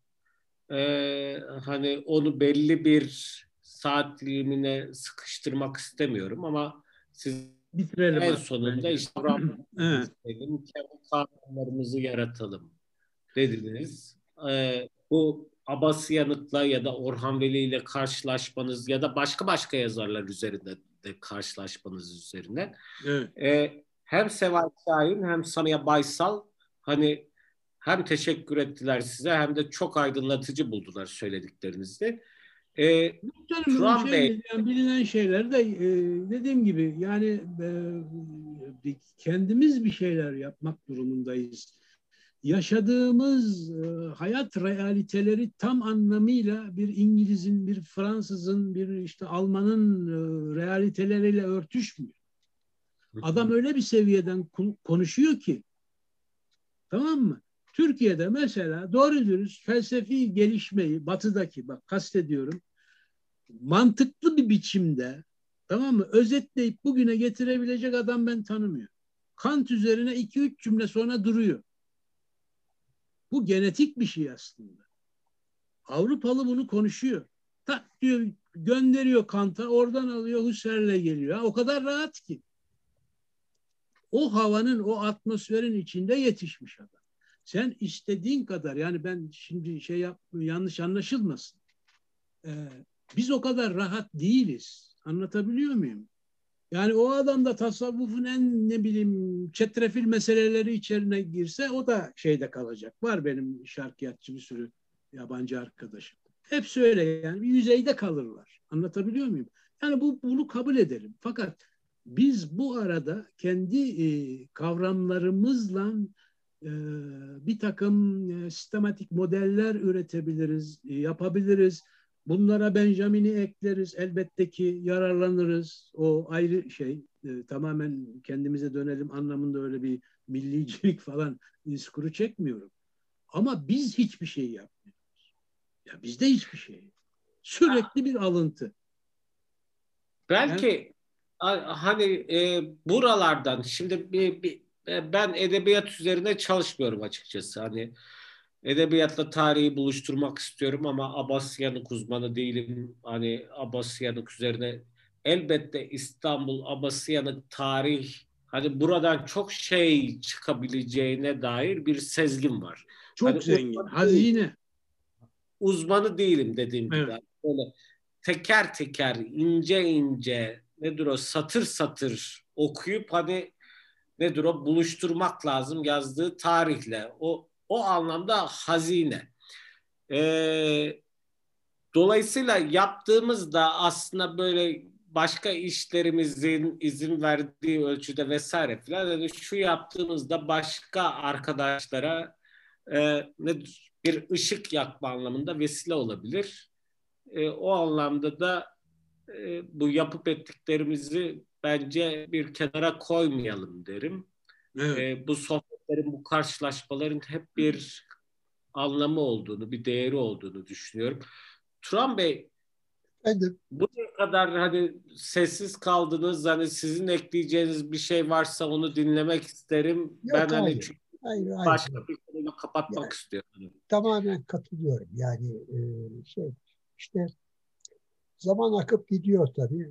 Hani onu belli bir saat dilimine sıkıştırmak istemiyorum ama siz bitirelim. En artık sonunda bence. işte Evet. kendi kanunlarımızı yaratalım dediniz. Bu Abasıyanık'la ya da Orhan Veli ile karşılaşmanız ya da başka yazarlar üzerinde de karşılaşmanız üzerine. Evet. Hem Seval Şahin hem Samiye Baysal hani hem teşekkür ettiler size hem de çok aydınlatıcı buldular söylediklerinizde. Turan Bey, Yani bilinen şeyler de dediğim gibi yani kendimiz bir şeyler yapmak durumundayız. Yaşadığımız hayat realiteleri tam anlamıyla bir İngiliz'in, bir Fransız'ın, bir işte Alman'ın realiteleriyle örtüşmüyor. Adam öyle bir seviyeden konuşuyor ki, tamam mı? Türkiye'de mesela doğru dürüst felsefi gelişmeyi batıdaki, bak kastediyorum, mantıklı bir biçimde, tamam mı, özetleyip bugüne getirebilecek adam ben tanımıyorum. Kant üzerine 2-3 cümle sonra duruyor. Bu genetik bir şey aslında. Avrupalı bunu konuşuyor. Tak diyor, gönderiyor Kant'a, oradan alıyor Husserl'le geliyor. Ha, o kadar rahat ki. O havanın, o atmosferin içinde yetişmiş adam. Sen istediğin kadar, yani ben şimdi yanlış anlaşılmasın. Biz o kadar rahat değiliz. Anlatabiliyor muyum? Yani o adam da tasavvufun en ne bileyim çetrefil meseleleri içerine girse o da şeyde kalacak. Var benim şarkiyatçı bir sürü yabancı arkadaşım. Hepsi öyle yani, bir yüzeyde kalırlar. Anlatabiliyor muyum? Yani bunu kabul edelim. Fakat biz bu arada kendi kavramlarımızla bir takım sistematik modeller üretebiliriz, yapabiliriz. Bunlara Benjamin'i ekleriz. Elbette ki yararlanırız. O ayrı şey. Tamamen kendimize dönelim anlamında öyle bir millicilik falan diskuru çekmiyorum. Ama biz hiçbir şey yapmıyoruz. Ya bizde hiçbir şey yok. Sürekli bir alıntı. belki hani buralardan şimdi ben edebiyat üzerine çalışmıyorum açıkçası. Hani edebiyatla tarihi buluşturmak istiyorum ama Abasıyanık uzmanı değilim. Hani Abasıyanık üzerine elbette İstanbul, Abasıyanık, tarih, hani buradan çok şey çıkabileceğine dair bir sezgim var. Hani Çok zengin. Hazine. uzmanı değilim dediğim gibi. Evet. Böyle teker teker, ince ince, nedir o, satır satır okuyup hani nedir o, buluşturmak lazım yazdığı tarihle. O anlamda hazine. Dolayısıyla yaptığımızda aslında böyle başka işlerimizin izin verdiği ölçüde vesaire filan, yani şu yaptığımızda başka arkadaşlara bir ışık yakma anlamında vesile olabilir. O anlamda da bu yapıp ettiklerimizi bence bir kenara koymayalım derim. Evet. Bu sohbetlerin, bu karşılaşmaların hep bir anlamı olduğunu, bir değeri olduğunu düşünüyorum. Turan Bey, buraya kadar hani sessiz kaldınız. Hani sizin ekleyeceğiniz bir şey varsa onu dinlemek isterim. Yok, Ben hani hayır. çünkü Hayır. başka bir konuyla kapatmak Yani, istiyorum. tamamen katılıyorum. Yani işte zaman akıp gidiyor tabii.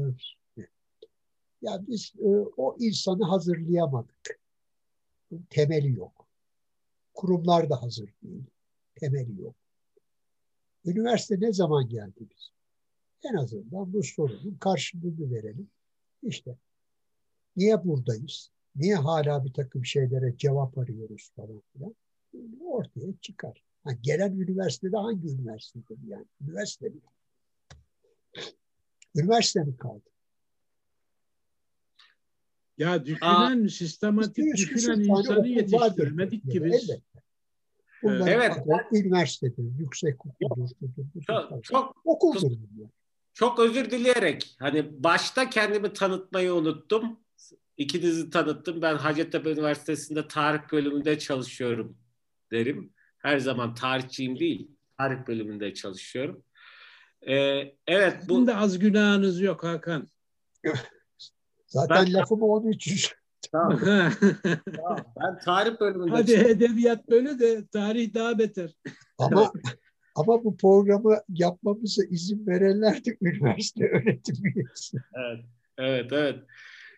Ya biz o insanı hazırlayamadık. Temeli yok. Kurumlar da hazır değil. Temeli yok. Üniversite ne zaman geldi biz? En azından bu sorunun karşılığını verelim. İşte niye buradayız? Niye hala bir takım şeylere cevap arıyoruz falan filan? Ortaya çıkar. Ha, gelen üniversitede hangi üniversitedir yani? Üniversite mi? Üniversite mi kaldı? Ya düşünen, sistematik 200 küsur düşünen tane insanı okul vardır yetiştiremedik ki Türkiye'de, biz. elbette. Bunların Evet, adı üniversitedir, yüksek okuldur, çok okuldur bunlar. çok özür dileyerek hani başta kendimi tanıtmayı unuttum. İkinizi tanıttım. Ben Hacettepe Üniversitesi'nde tarih bölümünde çalışıyorum derim. Her zaman tarihçiyim değil, tarih bölümünde çalışıyorum. Evet, Sizin de az günahınız yok Hakan. Zaten ben lafımı onun için. tamam, tamam. Ben tarih bölümünde Hadi edebiyat böyle de tarih daha beter. Ama bu programı yapmamıza izin verenler de üniversite öğretim üyesi. Evet, evet, evet.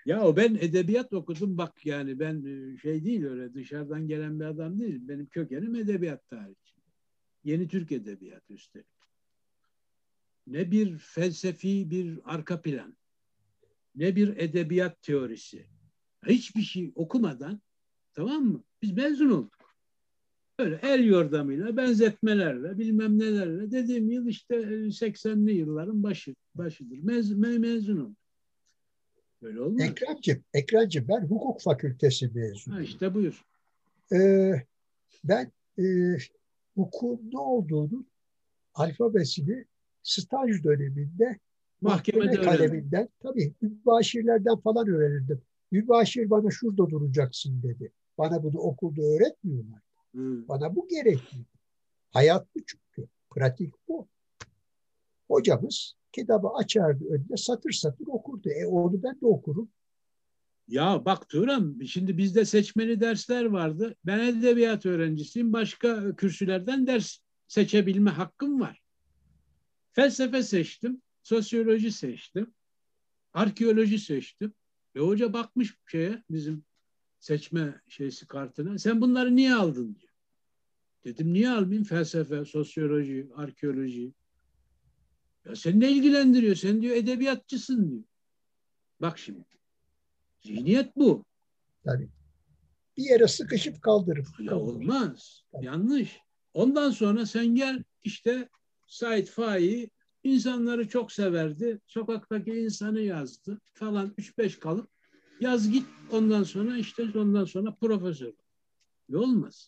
Ya ben edebiyat okudum bak, yani ben şey değil, öyle dışarıdan gelen bir adam değil. Benim kökenim edebiyat tarihi. Yeni Türk edebiyatı üstelik. Ne bir felsefi bir arka plan, ne bir edebiyat teorisi. Hiçbir şey okumadan, tamam mı? Biz mezun olduk. Öyle el yordamıyla, benzetmelerle, bilmem nelerle, dediğim yıl işte 80'li yılların başıdır. Mezun olduk. Böyle olmaz. Ekremciğim, ben hukuk fakültesi Ha mezunuyum. işte buyur. Ee, ben hukukun ne olduğunu, alfabesini staj döneminde Mahkemede mahkeme öğrendim. kaleminden, tabii mübaşirlerden falan öğrenirdim. Mübaşir bana şurada duracaksın dedi. Bana bunu okulda öğretmiyorlar. Hı. Bana bu gerekli. Hayat bu çünkü. Pratik bu. Hocamız kitabı açardı önüne, satır satır okurdu. Onu ben de okurum. Ya bak Turan, şimdi bizde seçmeli dersler vardı. Ben edebiyat öğrencisiyim. Başka kürsülerden ders seçebilme hakkım var. Felsefe seçtim, sosyoloji seçtim, arkeoloji seçtim. Hoca bakmış şeye, bizim seçme şeysi kartına. Sen bunları niye aldın diyor. Dedim niye almayayım? Felsefe, sosyoloji, arkeoloji. Ya seni ne ilgilendiriyor? Sen diyor edebiyatçısın diyor. Bak şimdi. Zihniyet bu. Yani bir yere sıkışıp kaldırıp Ya kalır. olmaz. Yanlış. Ondan sonra sen gel işte, Said Faik insanları çok severdi. Sokaktaki insanı yazdı falan, 3-5 kalıp yaz git, ondan sonra profesör. Olmaz.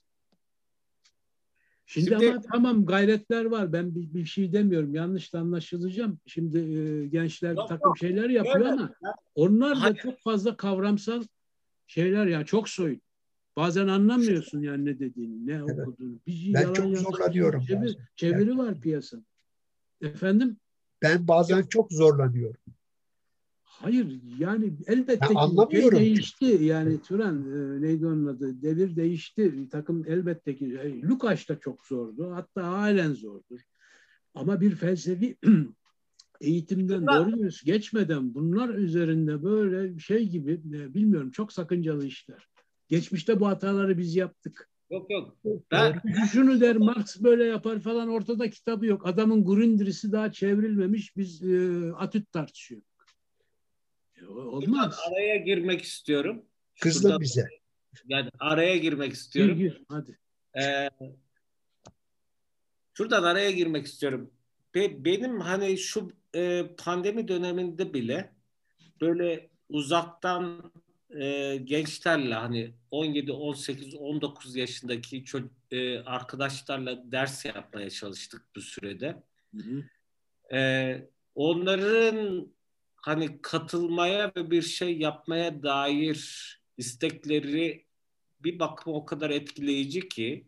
Şimdi Şimdi ama tamam, gayretler var. Ben bir şey demiyorum. Yanlış da anlaşılacağım. Şimdi gençler bir yok takım yok. şeyler yapıyor Öyle. ama onlar da Hayır, çok fazla kavramsal şeyler, yani çok soyut. Bazen anlamıyorsun yani ne dediğini, ne Evet. okuduğunu. Bir Ben yalan çok yanlış bir şey, zorlanıyorum bazen. çeviri var piyasada. Efendim? Ben bazen çok zorlanıyorum. Hayır, yani Ben elbette ki şey anlamıyorum değişti, çünkü. yani Turan, neydi onun adı, devir değişti, bir takım elbette ki Lukács da çok zordu, hatta halen zordur, ama bir felsefi eğitimden şundan, doğru dürüst geçmeden bunlar üzerinde böyle şey gibi, bilmiyorum, çok sakıncalı işler. Geçmişte bu hataları biz yaptık. yok yok. Doğru. Ben Şunu der, Marx böyle yapar falan, ortada kitabı yok. Adamın Grundriss'i daha çevrilmemiş, biz Atüt tartışıyoruz. şuradan Olmaz. araya girmek istiyorum. Kızdın Şuradan bize. yani araya girmek Gir istiyorum. gir hadi. Ee, Şuradan araya girmek istiyorum. Benim hani şu pandemi döneminde bile böyle uzaktan gençlerle, hani 17, 18, 19 yaşındaki arkadaşlarla ders yapmaya çalıştık bu sürede. Hı hı. Onların hani katılmaya ve bir şey yapmaya dair istekleri bir bakıma o kadar etkileyici ki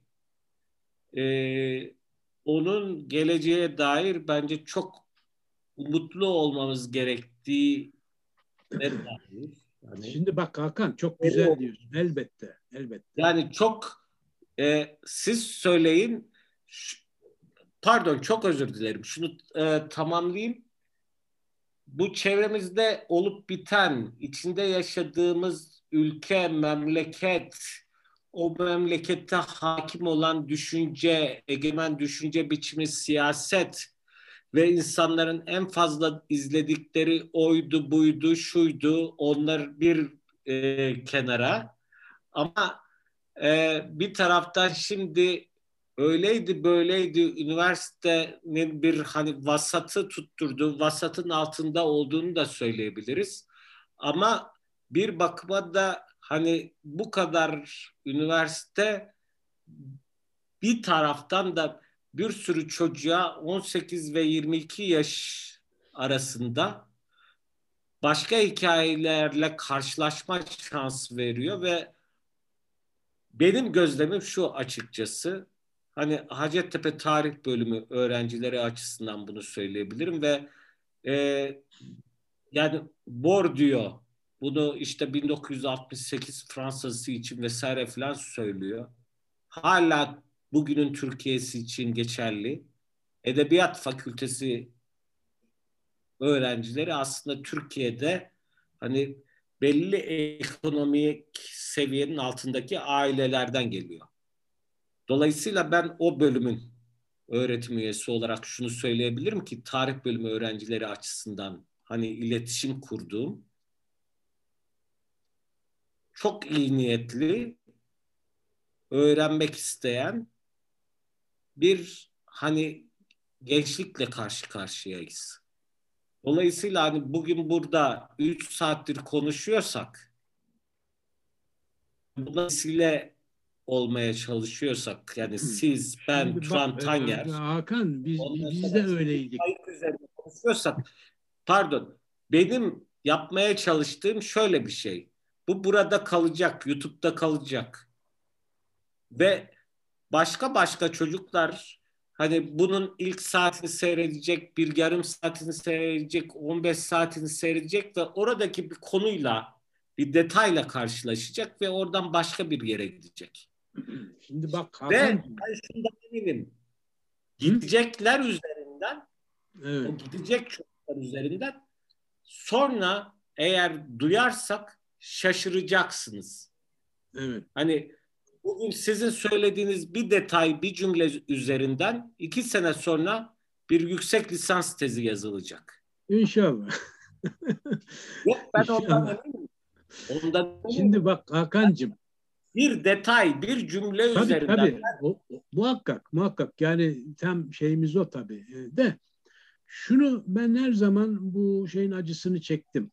onun geleceğe dair bence çok umutlu olmamız gerektiği dair. Yani, Şimdi bak Hakan, çok güzel diyorsun. Elbette, elbette. yani çok siz söyleyin. Pardon, çok özür dilerim. Şunu tamamlayayım. Bu çevremizde olup biten, içinde yaşadığımız ülke, memleket, o memlekette hakim olan düşünce, egemen düşünce biçimi, siyaset ve insanların en fazla izledikleri oydu, buydu, şuydu, onlar bir kenara. Ama bir taraftan şimdi öyleydi böyleydi, üniversitenin bir hani vasatı tutturdu, vasatın altında olduğunu da söyleyebiliriz. Ama bir bakıma da hani bu kadar üniversite bir taraftan da bir sürü çocuğa 18 ve 22 yaş arasında başka hikayelerle karşılaşma şansı veriyor ve benim gözlemim şu açıkçası. Hani Hacettepe Tarih Bölümü öğrencileri açısından bunu söyleyebilirim ve e, yani Bourdieu bunu işte 1968 Fransa'sı için vesaire falan söylüyor. Hala bugünün Türkiye'si için geçerli. Edebiyat Fakültesi öğrencileri aslında Türkiye'de hani belli ekonomik seviyenin altındaki ailelerden geliyor. Dolayısıyla ben o bölümün öğretim üyesi olarak şunu söyleyebilirim ki tarih bölümü öğrencileri açısından hani iletişim kurduğum çok iyi niyetli, öğrenmek isteyen bir hani gençlikle karşı karşıyayız. Dolayısıyla hani bugün burada 3 saattir konuşuyorsak, buna vesile olmaya çalışıyorsak, yani siz, ben, Şimdi bak Turan Tanger, Hakan, ondan biz sonra de öyleydik. kayıt üzerinde konuşuyorsak, pardon, benim yapmaya çalıştığım şöyle bir şey. Bu burada kalacak, YouTube'da kalacak. Ve başka çocuklar hani bunun ilk saatini seyredecek, bir yarım saatini seyredecek, 15 saatini seyredecek ve oradaki bir konuyla, bir detayla karşılaşacak ve oradan başka bir yere gidecek. Şimdi bak Ve Hakan. ben şundan eminim. Gidecekler üzerinden, Evet. o gidecek çocuklar üzerinden sonra eğer duyarsak şaşıracaksınız. Evet. Hani bugün sizin söylediğiniz bir detay, bir cümle üzerinden 2 sene sonra bir yüksek lisans tezi yazılacak. İnşallah. Yok, ben ondan İnşallah. eminim. Ondan eminim. Şimdi bak Hakan'cığım. Bir detay, bir cümle Tabii üzerinden. muhakkak yani tam şeyimiz o tabii. De şunu ben her zaman bu şeyin acısını çektim.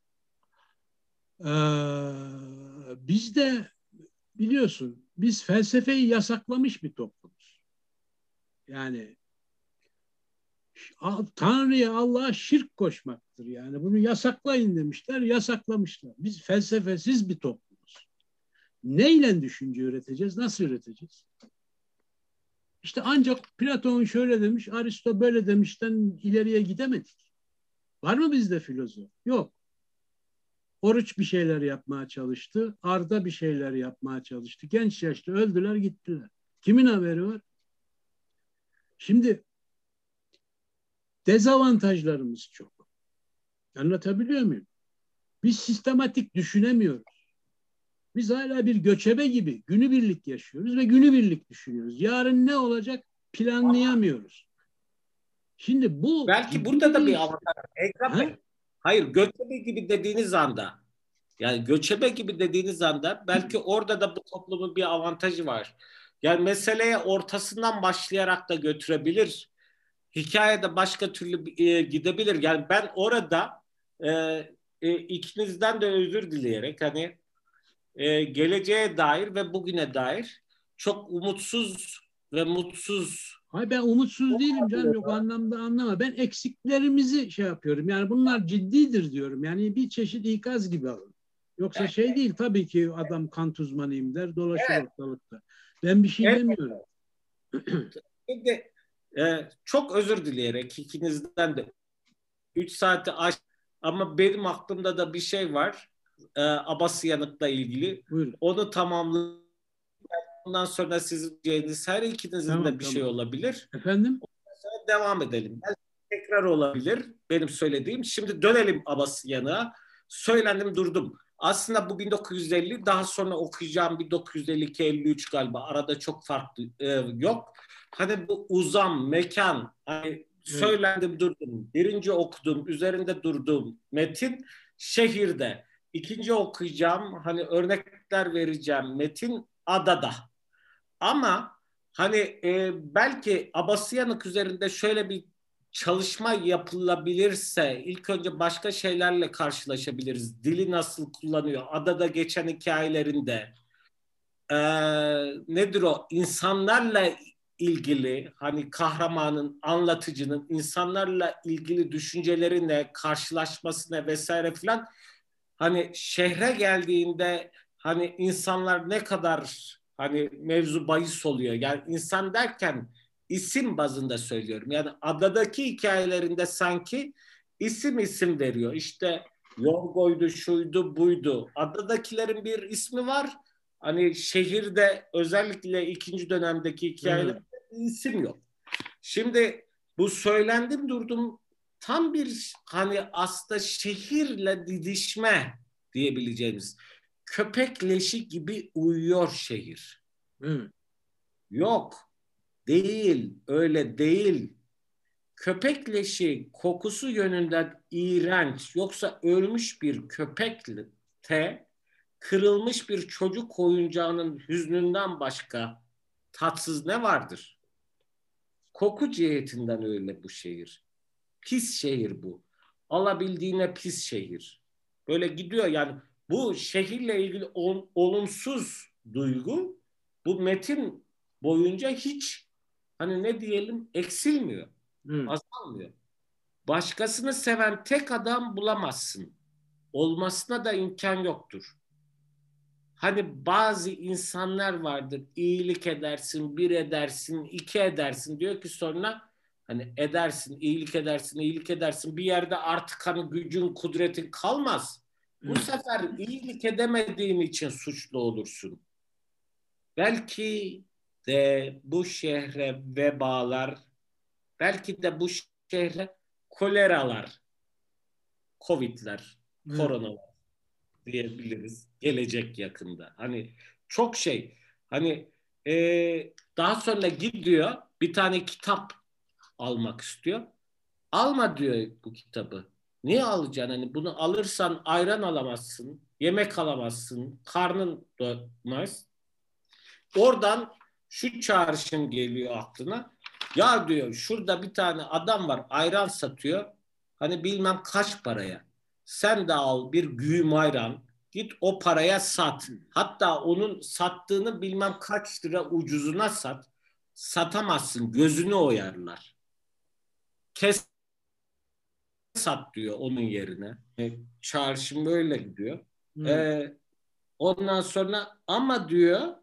Bizde biliyorsun biz felsefeyi yasaklamış bir toplumuz. Yani Tanrı'ya, Allah'a şirk koşmaktır. Yani bunu yasaklayın demişler, yasaklamışlar. Biz felsefesiz bir toplumuz. Neyle düşünce üreteceğiz, nasıl üreteceğiz? İşte ancak Platon şöyle demiş, Aristo böyle demişten ileriye gidemedik. Var mı bizde filozof? Yok. Oruç bir şeyler yapmaya çalıştı. Arda bir şeyler yapmaya çalıştı. Genç yaşta öldüler gittiler. Kimin haberi var? Şimdi dezavantajlarımız çok. Anlatabiliyor muyum? Biz sistematik düşünemiyoruz. Biz hala bir göçebe gibi günübirlik yaşıyoruz ve günübirlik düşünüyoruz. Yarın ne olacak planlayamıyoruz. Şimdi bu Belki ciddi burada da bir bir iş. avantaj. Ekrem Ha? Bey, hayır, göçebe gibi dediğiniz anda, yani göçebe gibi dediğiniz anda belki orada da bu toplumun bir avantajı var. Yani meseleye ortasından başlayarak da götürebilir. Hikayede başka türlü gidebilir. Yani ben orada e, ikinizden de özür dileyerek hani geleceğe dair ve bugüne dair çok umutsuz ve mutsuz. Hayır ben umutsuz değilim canım yok anlamda anlama. Ben eksiklerimizi şey yapıyorum. Yani bunlar ciddidir diyorum. Yani bir çeşit ikaz gibi alın. Yoksa şey değil tabii ki adam kant uzmanıyım der dolaşır Evet, ortalıkta. Ben bir şey evet. demiyorum. Şimdi çok özür dileyerek ikinizden de 3 saati aş, ama benim aklımda da bir şey var. Abasıyanık'la ilgili. Buyurun. Onu tamamlayıp ondan sonra sizin diyeceğiniz her ikinizin Tamam de bir şey tamam. olabilir. Efendim? Sonra devam edelim. Belki tekrar olabilir benim söylediğim. Şimdi dönelim Abasıyanık'a. Söylendim durdum. Aslında bu 1950, daha sonra okuyacağım 1952-53 galiba. Arada çok farklı yok. Hani bu uzam, mekan, hani Evet. söylendim durdum. Birinci okudum, üzerinde durduğum metin şehirde. İkinci okuyacağım, hani örnekler vereceğim metin adada. Ama hani belki Abasıyanık üzerinde şöyle bir çalışma yapılabilirse ilk önce başka şeylerle karşılaşabiliriz. Dili nasıl kullanıyor? Adada geçen hikayelerinde e, nedir o? İnsanlarla ilgili hani kahramanın, anlatıcının insanlarla ilgili düşünceleri ne, karşılaşması ne vesaire filan. Hani şehre geldiğinde hani insanlar ne kadar hani mevzu bahis oluyor. Yani insan derken isim bazında söylüyorum. Yani adadaki hikayelerinde sanki isim veriyor. İşte Yorgo'ydu, şuydu, buydu. Adadakilerin bir ismi var. Hani şehirde özellikle ikinci dönemdeki hikayelerde Evet. bir isim yok. Şimdi bu söylendim durdum tam bir hani aslında şehirle didişme diyebileceğimiz köpek leşi gibi uyuyor şehir. Hı. Yok, değil, öyle değil. Köpek leşi kokusu yönünden iğrenç, yoksa ölmüş bir köpekte kırılmış bir çocuk oyuncağının hüznünden başka tatsız ne vardır? Koku cihetinden öyle bu şehir. Pis şehir bu. Alabildiğine pis şehir. Böyle gidiyor yani, bu şehirle ilgili olumsuz duygu bu metin boyunca hiç, hani ne diyelim, eksilmiyor. Hı. Azalmıyor. Başkasını seven tek adam bulamazsın. Olmasına da imkan yoktur. Hani bazı insanlar vardır, iyilik edersin, bir edersin, iki edersin, diyor ki sonra hani edersin, iyilik edersin, iyilik edersin, bir yerde artık hani gücün, kudretin kalmaz. Bu sefer iyilik edemediğin için suçlu olursun. Belki de bu şehre vebalar, belki de bu şehre koleralar, covidler, koronalar diyebiliriz gelecek yakında. Hani çok şey, hani daha sonra gidiyor bir tane kitap almak istiyor. Alma diyor bu kitabı. Niye alacaksın? Hani bunu alırsan ayran alamazsın, yemek alamazsın, karnın doymaz. Oradan şu çağrışım geliyor aklına. Ya diyor, şurada bir tane adam var, ayran satıyor. Hani bilmem kaç paraya. Sen de al bir güğüm ayran. Git o paraya sat. Hatta onun sattığını bilmem kaç lira ucuzuna sat. Satamazsın. Gözünü oyarlar. Kes sat diyor onun yerine. Çağrışım böyle gidiyor. Ondan sonra ama diyor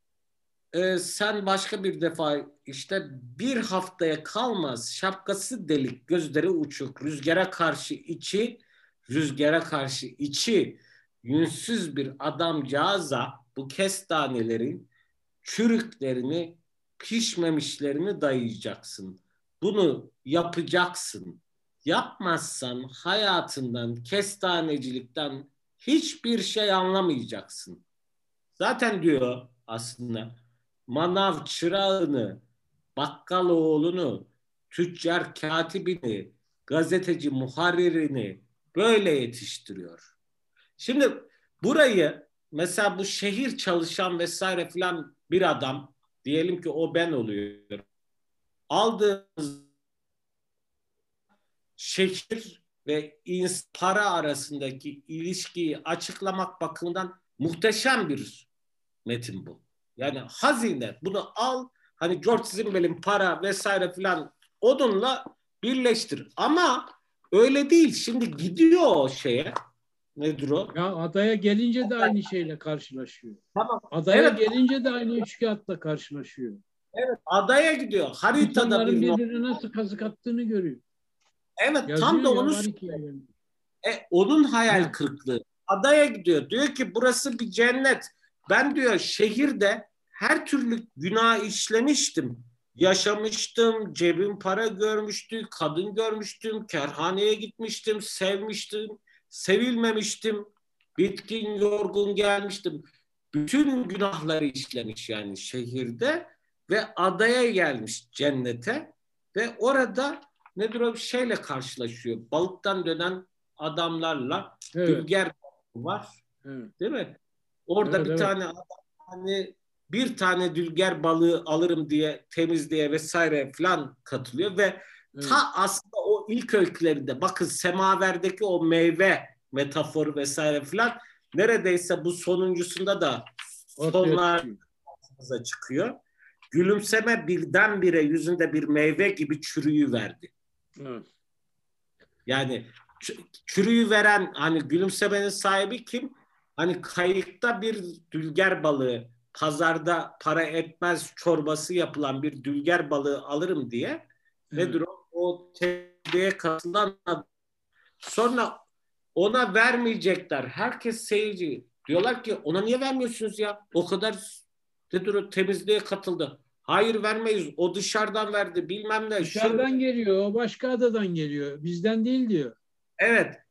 sen başka bir defa işte bir haftaya kalmaz, şapkası delik, gözleri uçuk, rüzgara karşı içi yünsüz bir adamcağıza bu kestanelerin çürüklerini, pişmemişlerini dayayacaksın. Bunu yapacaksın. Yapmazsan hayatından, kestanecilikten hiçbir şey anlamayacaksın. Zaten diyor aslında manav çırağını, bakkal oğlunu, tüccar katibini, gazeteci muharririni böyle yetiştiriyor. Şimdi burayı mesela bu şehir çalışan vesaire filan bir adam, diyelim ki o ben oluyorum. Aldığımız şehir ve para arasındaki ilişkiyi açıklamak bakımından muhteşem bir metin bu. Yani hazine, bunu al, hani George Zimbal'in para vesaire filan onunla birleştir. Ama öyle değil. Şimdi gidiyor o şeye. Nedir o? Ya adaya gelince de aynı şeyle karşılaşıyor. Tamam. Adaya Evet. gelince de aynı üçkağıtla karşılaşıyor. Evet. Adaya gidiyor. Haritada İnsanların bir birbirine nasıl kazık attığını görüyor. Evet, Yazıyor tam da ya, onu var hikaye. onun hayal kırıklığı. Adaya gidiyor. Diyor ki burası bir cennet. Ben diyor şehirde her türlü günah işlemiştim. Yaşamıştım, cebim para görmüştü, kadın görmüştüm, kerhaneye gitmiştim, sevmiştim, sevilmemiştim, bitkin, yorgun gelmiştim. Bütün günahları işlemiş yani şehirde ve adaya gelmiş cennete ve orada nedir o, bir şeyle karşılaşıyor. Balıktan dönen adamlarla, Evet. dülger var. Evet. Değil mi? Orada Evet, bir evet. tane adam hani bir tane dülger balığı alırım diye temizliğe vesaire falan katılıyor ve ta aslında o ilk öykülerinde bakın semaverdeki o meyve metaforu vesaire falan neredeyse bu sonuncusunda da sonlarımıza çıkıyor. Gülümseme birdenbire yüzünde bir meyve gibi çürüyüverdi. Evet. Yani çürüyü veren, hani gülümsemenin sahibi kim? Hani kayıkta bir dülger balığı, pazarda para etmez çorbası yapılan bir dülger balığı alırım diye nedir o? O tebliğe katılan sonra ona vermeyecekler. Herkes seyirci. Diyorlar ki ona niye vermiyorsunuz ya? O kadar nedir o, temizliğe katıldı. Hayır vermeyiz. O dışarıdan verdi. Bilmem ne. Dışarıdan geliyor. O başka adadan geliyor. Bizden değil diyor. Evet.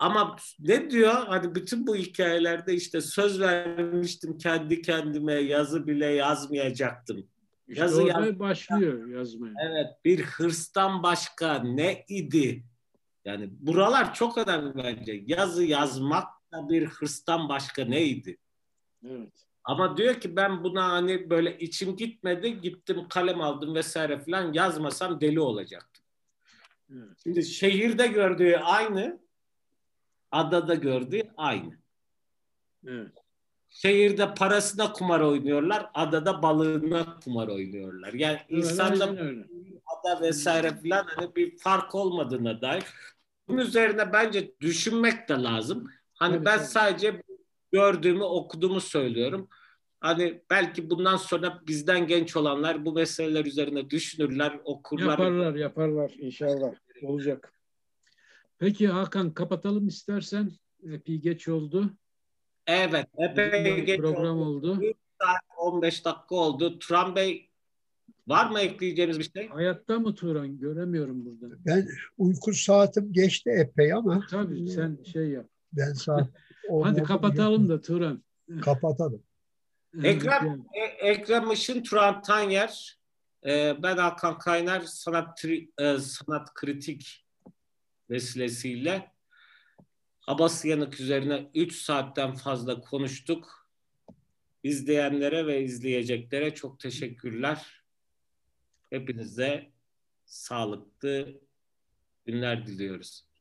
Ama ne diyor? Hani bütün bu hikayelerde işte söz vermiştim kendi kendime, yazı bile yazmayacaktım. İşte Yazı yaz, orada başlıyor yazmaya. evet, bir hırstan başka ne idi? Yani buralar çok önemli bence. Yazı yazmak da bir hırstan başka neydi? Evet. Ama diyor ki ben buna hani böyle içim gitmedi, gittim kalem aldım vesaire falan, yazmasam deli olacaktım. Evet. Şimdi şehirde gördüğü aynı, adada gördüğü aynı. Evet. Şehirde parasına kumar oynuyorlar, adada balığına kumar oynuyorlar. Yani Evet, aynen insanda öyle. ada vesaire falan hani bir fark olmadığına dair. Bunun üzerine bence düşünmek de lazım. Hani Tabii, ben tabii. sadece gördüğümü, okuduğumu söylüyorum. Hani belki bundan sonra bizden genç olanlar bu meseleler üzerine düşünürler, okurlar. Yaparlar, yaparlar inşallah. Olacak. Peki Hakan, kapatalım istersen. Epey geç oldu. Evet, Uzun epey bir geç program oldu. oldu. 1 saat 15 dakika oldu. Turan Bey, var mı ekleyeceğiniz bir şey? Hayatta mı Turan? Göremiyorum buradan. Ben uyku saatim geçti epey ama Tabii sen şey yap. ben saat 10 Hadi oldu mu kapatalım yaparım. da Turan. Kapatalım. Evet, Ekrem, yani. Ekrem Işın, Turan Tanyer, ben Hakan Kaynar, sanat kritik vesilesiyle Abbas Yanık üzerine 3 saatten fazla konuştuk. İzleyenlere ve izleyeceklere çok teşekkürler. Hepinize sağlıklı günler diliyoruz.